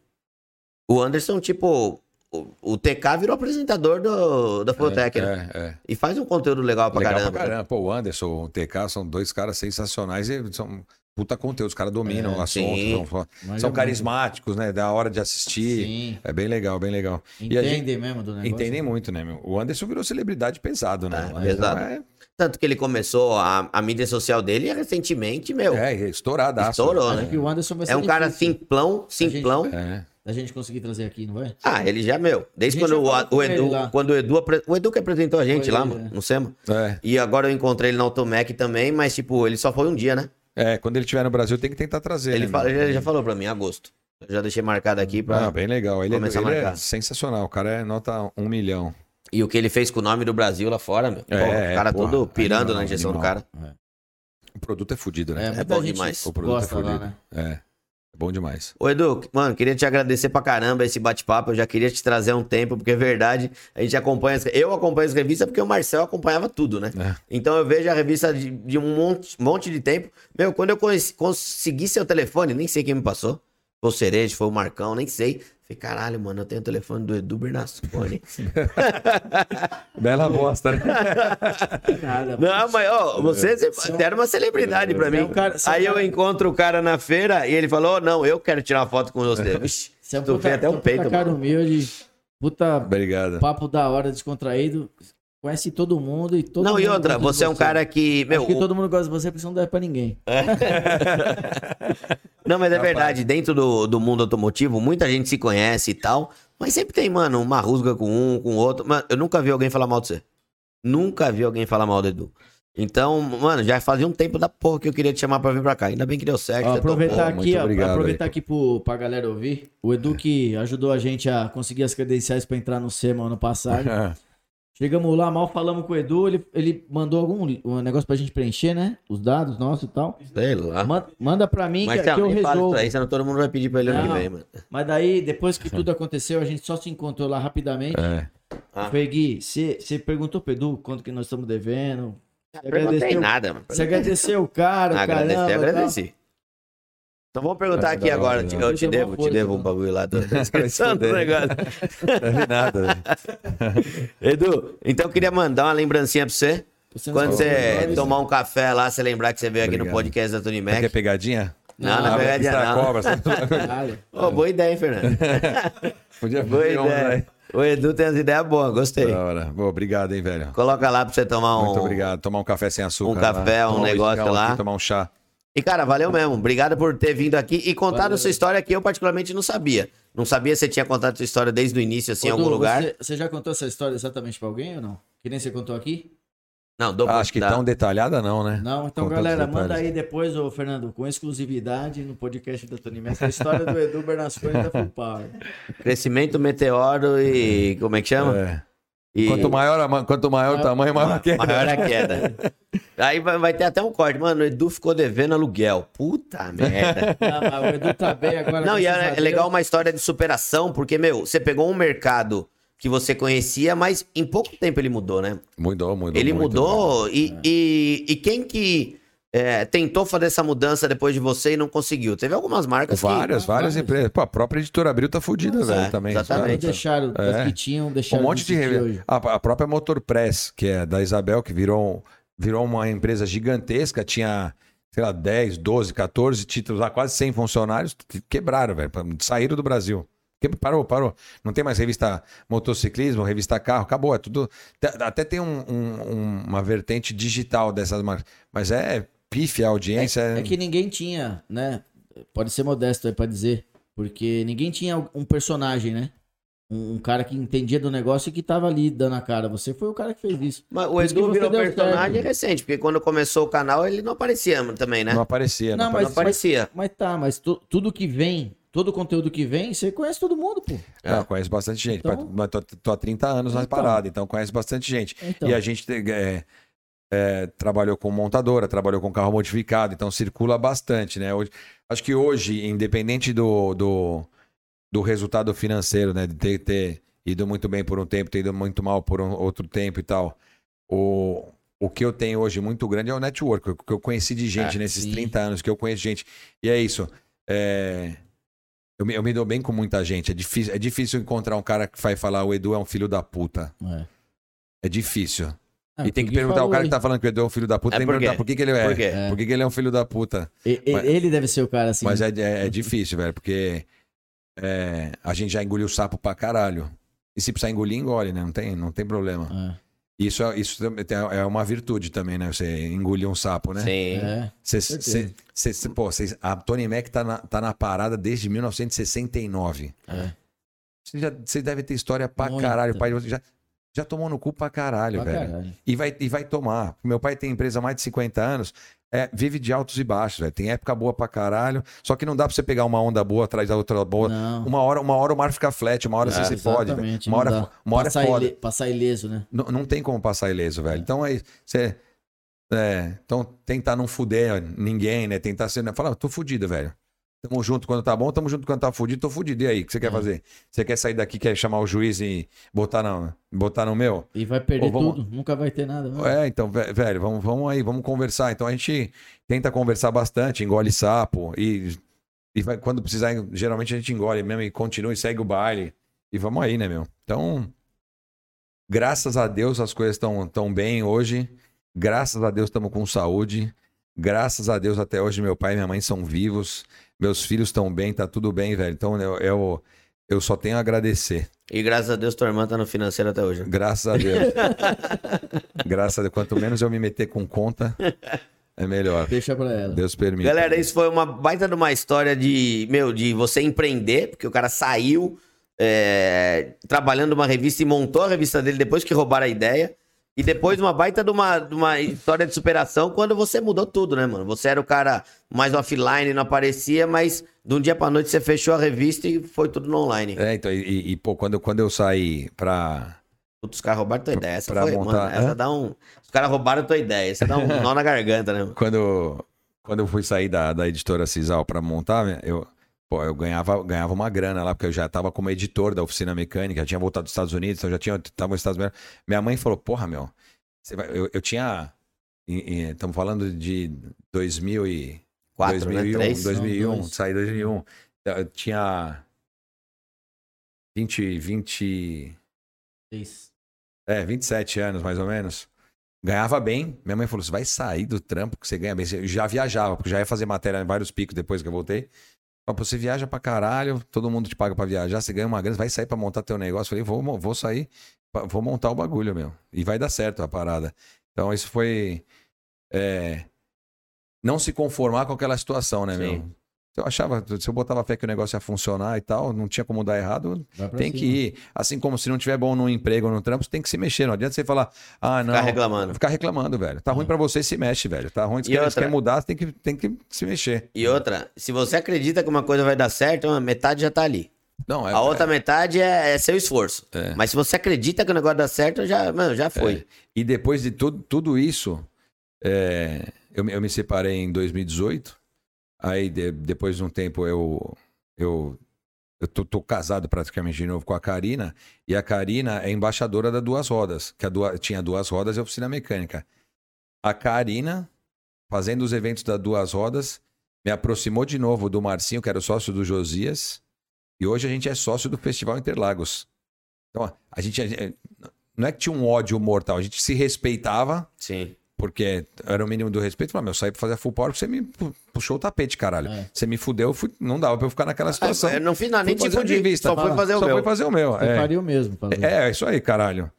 o Anderson, tipo, o, o T K virou apresentador do, da Fulltech, né? É, é. E faz um conteúdo legal pra Legal caramba. pra caramba. Pô, o Anderson, o T K são dois caras sensacionais e são puta conteúdo. Os caras dominam É, o assunto. sim. São, Mas são é carismáticos, né? Da hora de assistir. Sim. É bem legal, bem legal. E a Entendem mesmo do negócio. Entendem muito, né, meu? O Anderson virou celebridade pesado, né? É, O Anderson pesado. É, Tanto que ele começou a, a mídia social dele recentemente, meu. é estouradaço. Estourou, Acho né? que o Anderson vai ser É um cara difícil simplão, simplão. É. da gente conseguir trazer aqui, não vai? Ah, ele já, meu, desde A gente quando já o, falou com o ele Edu, lá. quando o Edu, apre- o Edu que apresentou a gente Foi lá, ele, mano, né? no SEMA. É. E agora eu encontrei ele na Automec também, mas tipo, ele só foi um dia, né? É, quando ele estiver no Brasil tem que tentar trazer. Ele, né, fala- meu? ele já falou pra mim, agosto. Eu já deixei marcado aqui pra... Ah, bem legal. Ele, é, começar a ele é marcar. sensacional. O cara é nota um milhão. E o que ele fez com o nome do Brasil lá fora, meu. Pô, É, o cara porra, todo pirando animal, na injeção animal. do cara. O produto é fudido, né? É, É muita bom gente demais. O produto gosta é lá, fudido. né? É. É bom demais. Ô Edu, mano, queria te agradecer pra caramba esse bate-papo. Eu já queria te trazer há um tempo, porque é verdade, a gente acompanha. As... Eu acompanho as revistas porque o Marcel acompanhava tudo, né? É. Então eu vejo a revista de, de um monte, monte de tempo. Meu, quando eu conheci- consegui seu telefone, nem sei quem me passou. Foi o Cerejo, foi o Marcão, nem sei. Falei, caralho, mano, eu tenho o telefone do Edu Bernasconi. Bela bosta, né? Nada. Não, mas ó, você você era uma celebridade pra Você mim. é um cara- você é um Aí eu cara- encontro o cara na feira e ele falou: não, eu quero tirar uma foto com você. Vixe, Você é um tu puta, fez até um o puta peito, cara mano. humilde, puta Obrigado. papo da hora, descontraído. Conhece todo mundo e todo Não, mundo e outra, gosta de você é um cara que. Meu, Acho que o- todo mundo gosta de você porque você não deve pra ninguém. Não, mas é Capaz. verdade, dentro do, do mundo automotivo, muita gente se conhece e tal, mas sempre tem, mano, uma rusga com um, com o outro. Mano, eu nunca vi alguém falar mal de você. Nunca vi alguém falar mal do Edu. Então, mano, já fazia um tempo da porra que eu queria te chamar pra vir pra cá. Ainda bem que deu certo. Ó, você aproveitar topou. aqui, ó, obrigado aproveitar aí. aqui pro, pra galera ouvir. O Edu que ajudou a gente a conseguir as credenciais pra entrar no SEMA ano passado. Chegamos lá, mal falamos com o Edu, ele, ele mandou algum um negócio pra gente preencher, né? Os dados nossos e tal. Sei lá. Manda, manda pra mim Mas que, que eu nem fala resolvo. isso aí, senão todo mundo vai pedir pra ele ano que Não. vem, mano. Mas daí, depois que tudo aconteceu, a gente só se encontrou lá rapidamente. É. Ah. Foi, Gui, você perguntou pro Edu quanto que nós estamos devendo. Você Não perguntei agradeceu, nada, mano. você agradeceu o cara, Ah, caramba. agradeci, tal. agradeci. Então vamos perguntar É, aqui da hora, agora. da Eu hora. te devo, te devo um bagulho lá. Tô descansando do negócio. Não é nada, velho. Edu, então eu queria mandar uma lembrancinha pra você. Você Quando não você falou, tomar um café lá, você lembrar que você veio aqui no Obrigado. podcast da Tony Mac. Quer pegadinha? Não, não é Ah, pegadinha pista da não. cobra, sabe? Caralho. Ô, boa ideia, hein, Fernando? Podia Boa fazer um, ideia. né? O Edu tem as ideias boas, gostei. Da hora. Boa, obrigado, hein, velho. Coloca lá pra você tomar um... Muito obrigado. Tomar um café sem açúcar. Um café, lá. um Tomar negócio escão lá. aqui, tomar um chá. E, cara, valeu mesmo. Obrigado por ter vindo aqui e contado Valeu. sua história que eu particularmente não sabia. Não sabia se você tinha contado sua história desde o início, assim, em Ô, algum Du, lugar. Você, você já contou essa história exatamente pra alguém ou não? Que nem você contou aqui? Não, dou Ah, acho que tá. tão detalhada não, né? Não? Então, Com galera, tantos manda detalhes. aí depois, ô Fernando, com exclusividade no podcast da Tony Mac, a história do Edu Bernasconi da Full Power. Crescimento meteoro e... Como é que chama? É. E... Quanto maior, a ma- quanto maior o tamanho, maior a queda. Maior a queda. Aí vai, vai ter até um corte. Mano, o Edu ficou devendo aluguel. Puta merda. Não, mas o Edu tá bem agora. Não, e graças a é, é Deus. legal uma história de superação, porque, meu, você pegou um mercado que você conhecia, mas em pouco tempo ele mudou, né? Mudou, mudou. Ele muito, mudou e, e, e quem que é, tentou fazer essa mudança depois de você e não conseguiu? Teve algumas marcas Várias, que... várias empresas. Pô, a própria editora Abril tá fudida, velho, é, também. exatamente. sabe? Deixaram, É. as que tinham, Um deixaram monte de existir revista. hoje. A, a própria Motor Press, que é da Isabel, que virou, virou uma empresa gigantesca, tinha, sei lá, dez, doze, catorze títulos lá, quase cem funcionários, quebraram, velho, saíram do Brasil. Que- Parou, parou. Não tem mais revista motociclismo, revista carro, acabou. É tudo. Até tem um- um- uma vertente digital dessas marcas. Mas é pife a audiência. É que ninguém tinha, né? Pode ser modesto aí pra dizer. Porque ninguém tinha um personagem, né? Um, um cara que entendia do negócio e que tava ali dando a cara. Você foi o cara que fez isso. Mas o Por isso que Edu você virou deu personagem certo. recente, porque quando começou o canal ele não aparecia também, né? Não Não, aparecia. Não, Não, mas- mas... aparecia. Mas tá, mas tu- tudo que vem, todo o conteúdo que vem, você conhece todo mundo, pô. É, conheço bastante gente. Então- Mas tô, tô há trinta anos na Então. parada, então conhece bastante gente. Então. E a gente é, é, trabalhou com montadora, trabalhou com carro modificado, então circula bastante, né? Hoje, acho que hoje, independente do, do, do resultado financeiro, né? De ter, ter ido muito bem por um tempo, ter ido muito mal por um outro tempo e tal, o, o que eu tenho hoje muito grande é o network, o que eu conheci de gente É, nesses sim. trinta anos, que eu conheço gente. E é isso. É, eu, me, eu me dou bem com muita gente. É difícil, é difícil encontrar um cara que vai falar o Edu é um filho da puta. É. É difícil. Ah, E tem que Gui perguntar, falou o cara aí. que tá falando que o Edu é um filho da puta, É tem que por quê? perguntar por que, que ele é. Por quê? Por que, que ele é um filho da puta. E- e- Mas- Ele deve ser o cara assim. Mas é, é, é difícil, velho, porque é, a gente já engoliu sapo pra caralho. E se precisar engolir, engole, né? Não tem, não tem problema. É. Isso, é- isso também tem- é uma virtude também, né? Você engolir um sapo, né? Sim. É. Cê, certeza. cê, cê, pô, cês- a Tony Mac tá na, tá na parada desde mil novecentos e sessenta e nove. É. Você, já, você deve ter história pra Muita. caralho. Pai, você já, já tomou no cu pra caralho, Pra velho. caralho. E vai, e vai tomar. Meu pai tem empresa há mais de cinquenta anos, é, vive de altos e baixos, velho. Tem época boa pra caralho. Só que não dá pra você pegar uma onda boa atrás da outra boa. Não. Uma hora, uma hora o mar fica flat, uma hora É, você se fode, velho. Exatamente, Uma não hora, dá. uma hora é passar, foda. ile- passar ileso, né? Não, não tem como passar ileso, velho. Então aí, você. É, então, tentar não fuder ninguém, né? Tentar ser. Né? Falar, tô fudido, velho. Tamo junto quando tá bom, tamo junto quando tá fudido, tô fudido. E aí, o que você quer É. fazer? Você quer sair daqui, quer chamar o juiz e botar, na, botar no meu? E vai perder Ô, vamos- tudo. Nunca vai ter nada. Né? É, então, ve- velho, vamos, vamos aí, vamos conversar. Então a gente tenta conversar bastante, engole sapo e, e vai, quando precisar, geralmente a gente engole mesmo e continua e segue o baile. E vamos aí, né, meu? Então, graças a Deus as coisas estão tão bem hoje. Graças a Deus estamos com saúde. Graças a Deus até hoje meu pai e minha mãe são vivos. Meus filhos estão bem, tá tudo bem, velho. Então eu, eu, eu só tenho a agradecer. E graças a Deus tua irmã tá no financeiro até hoje. Graças a Deus. Graças a Deus. Quanto menos eu me meter com conta, é melhor. Deixa pra ela. Deus permite. Galera, isso foi uma baita de uma história de, meu, de você empreender, porque o cara saiu é, trabalhando numa revista e montou a revista dele depois que roubaram a ideia. E depois uma baita de uma, de uma história de superação quando você mudou tudo, né, mano? Você era o cara mais offline, não aparecia, mas de um dia pra noite você fechou a revista e foi tudo no online. É, então, e, e pô, quando, quando eu saí pra... Putz, os caras roubaram tua ideia. Essa pra foi, montar, mano, essa é? dá um... Os caras roubaram tua ideia. Você dá um nó na garganta, né? Mano? Quando, quando eu fui sair da, da editora Cisal pra montar, eu, pô, eu ganhava, ganhava uma grana lá, porque eu já tava como editor da oficina mecânica, já tinha voltado dos Estados Unidos, então já tinha, tava nos Estados Unidos. Minha mãe falou, porra, meu, você vai, eu, eu tinha... Estamos falando de dois mil e Quatro, dois mil e um, né? Três? dois mil e um, Não, dois. saí em dois mil e um. Eu tinha vinte, vinte... Isso. É, vinte e sete anos, mais ou menos. Ganhava bem. Minha mãe falou, você vai sair do trampo que você ganha bem. Eu já viajava, porque já ia fazer matéria em vários picos depois que eu voltei. Falei, você viaja pra caralho, todo mundo te paga pra viajar, você ganha uma grana, você vai sair pra montar teu negócio. Eu falei, vou, vou sair, vou montar o bagulho, meu. E vai dar certo a parada. Então isso foi... É, não se conformar com aquela situação, né, Sim. meu? Eu achava, se eu botava fé que o negócio ia funcionar e tal, não tinha como dar errado, Vai pra tem cima. que ir. Assim como se não tiver bom no emprego ou no trampo, você tem que se mexer. Não adianta você falar, ah, não. Ficar reclamando. Ficar reclamando, velho. Tá ruim pra você, se mexe, velho. Tá ruim, se E quer, se outra? quer mudar, você tem que, tem que se mexer. E outra, se você acredita que uma coisa vai dar certo, a metade já tá ali. Não, é, A outra metade é, é seu esforço. É. Mas se você acredita que o negócio dá certo, já, mano, já foi. É. E depois de tudo, tudo isso, é, eu, me- eu me separei em dois mil e dezoito. Aí, de- depois de um tempo, eu, eu, eu tô, tô casado praticamente de novo com a Karina. E a Karina é embaixadora da Duas Rodas, que a Dua- tinha Duas Rodas e oficina mecânica. A Karina, fazendo os eventos da Duas Rodas, me aproximou de novo do Marcinho, que era o sócio do Josias. E hoje a gente é sócio do Festival Interlagos. Então, a gente... é- não é que tinha um ódio mortal, a gente se respeitava, Sim. porque era o mínimo do respeito. Falei, meu, eu saí pra fazer a full power porque você me pu- puxou o tapete, caralho. É. Você me fudeu, eu fui- não dava pra eu ficar naquela situação. Ah, eu não fiz nada, nem Fui tipo fazer de um de vista. Só fui fazer o Só meu. foi fazer o meu. Você É, faria o mesmo. Fazer. é, é isso aí, caralho.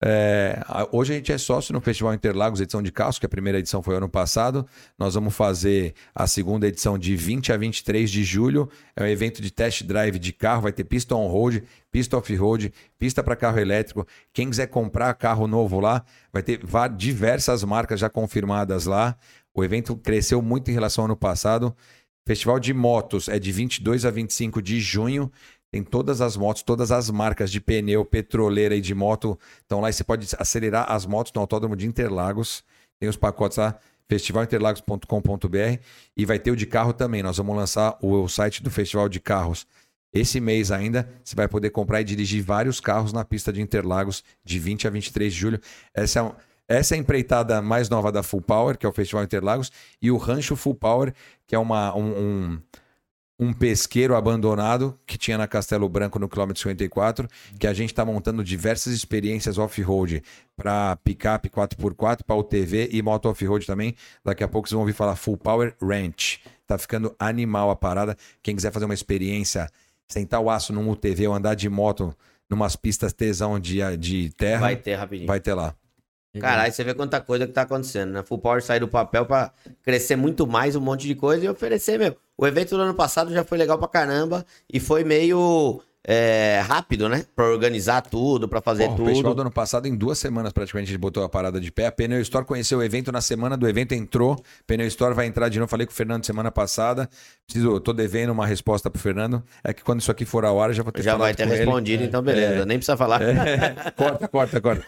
É, a- hoje a gente é sócio no Festival Interlagos, edição de carros, que a primeira edição foi ano passado. Nós vamos fazer a segunda edição de vinte a vinte e três de julho. É um evento de test drive de carro, vai ter pista on-road, pista off-road, pista para carro elétrico. Quem quiser comprar carro novo lá, vai ter va- diversas marcas já confirmadas lá. O evento cresceu muito em relação ao ano passado. Festival de motos é de vinte e dois a vinte e cinco de junho. Tem todas as motos, todas as marcas de pneu, petroleira e de moto estão lá. E você pode acelerar as motos no Autódromo de Interlagos. Tem os pacotes lá, festival interlagos ponto com ponto b r. E vai ter o de carro também. Nós vamos lançar o site do Festival de Carros. Esse mês ainda, você vai poder comprar e dirigir vários carros na pista de Interlagos de vinte a vinte e três de julho. Essa é, um- essa é a empreitada mais nova da Full Power, que é o Festival Interlagos. E o Rancho Full Power, que é uma, um, um, um pesqueiro abandonado que tinha na Castelo Branco no quilômetro cinquenta e quatro, que a gente está montando diversas experiências off-road para picape quatro por quatro, para U T V e moto off-road também. Daqui a pouco vocês vão ouvir falar Full Power Ranch. Tá ficando animal a parada. Quem quiser fazer uma experiência, sentar o aço num U T V ou andar de moto numas pistas tesão de, de terra, Vai ter rapidinho. vai ter lá. Caralho, você vê quanta coisa que tá acontecendo, né? Full Power sair do papel pra crescer muito mais, um monte de coisa e oferecer mesmo. O evento do ano passado já foi legal pra caramba e foi meio é, rápido, né? Pra organizar tudo, pra fazer Porra, o festival do tudo. ano passado, em duas semanas, praticamente, a gente botou a parada de pé. A Pneu Store conheceu o evento na semana do evento, entrou. Pneu Store vai entrar de novo. Falei com o Fernando semana passada. Preciso, tô devendo uma resposta pro Fernando. É que quando isso aqui for ao ar, eu já vou ter Já falado vai ter com ele. respondido, então beleza. Nem precisa falar. É, corta, corta, corta.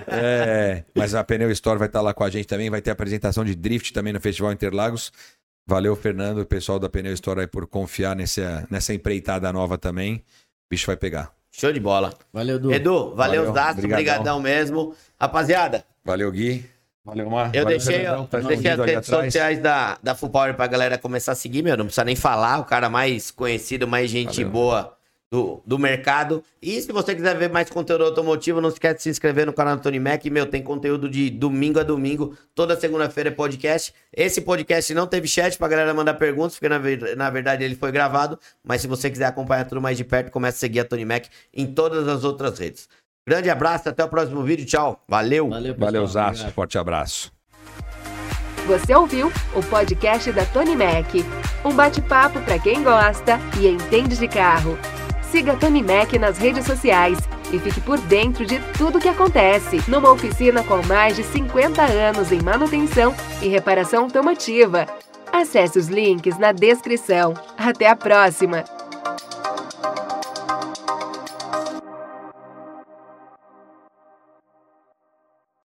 É, mas a Pneu Store vai estar lá com a gente também. Vai ter apresentação de drift também no Festival Interlagos. Valeu, Fernando, o pessoal da Pneu Store aí por confiar nessa, nessa empreitada nova também. O bicho vai pegar. Show de bola. Valeu, Du. Edu, valeu, Valeu, os dados, brigadão. brigadão mesmo. Rapaziada, Valeu, Gui. Valeu, Mar. eu Valeu, deixei, Fernandão, eu tá deixei as escondido ali redes atrás. sociais da, da Full Power pra galera começar a seguir, meu. Não precisa nem falar, o cara mais conhecido, mais gente Valeu. boa do, do mercado. E se você quiser ver mais conteúdo automotivo, não esquece de se inscrever no canal do Tony Mac. Meu, tem conteúdo de domingo a domingo. Toda segunda-feira é podcast. Esse podcast não teve chat pra galera mandar perguntas, porque na, ver- na verdade ele foi gravado. Mas se você quiser acompanhar tudo mais de perto, comece a seguir a Tony Mac em todas as outras redes. Grande abraço, até o próximo vídeo. Tchau. Valeu. Valeu, pessoal. Valeu, Zaço. Obrigado. Forte abraço. Você ouviu o podcast da Tony Mac, um bate-papo para quem gosta e entende de carro. Siga a Tony Mac nas redes sociais e fique por dentro de tudo que acontece numa oficina com mais de cinquenta anos em manutenção e reparação automotiva. Acesse os links na descrição. Até a próxima!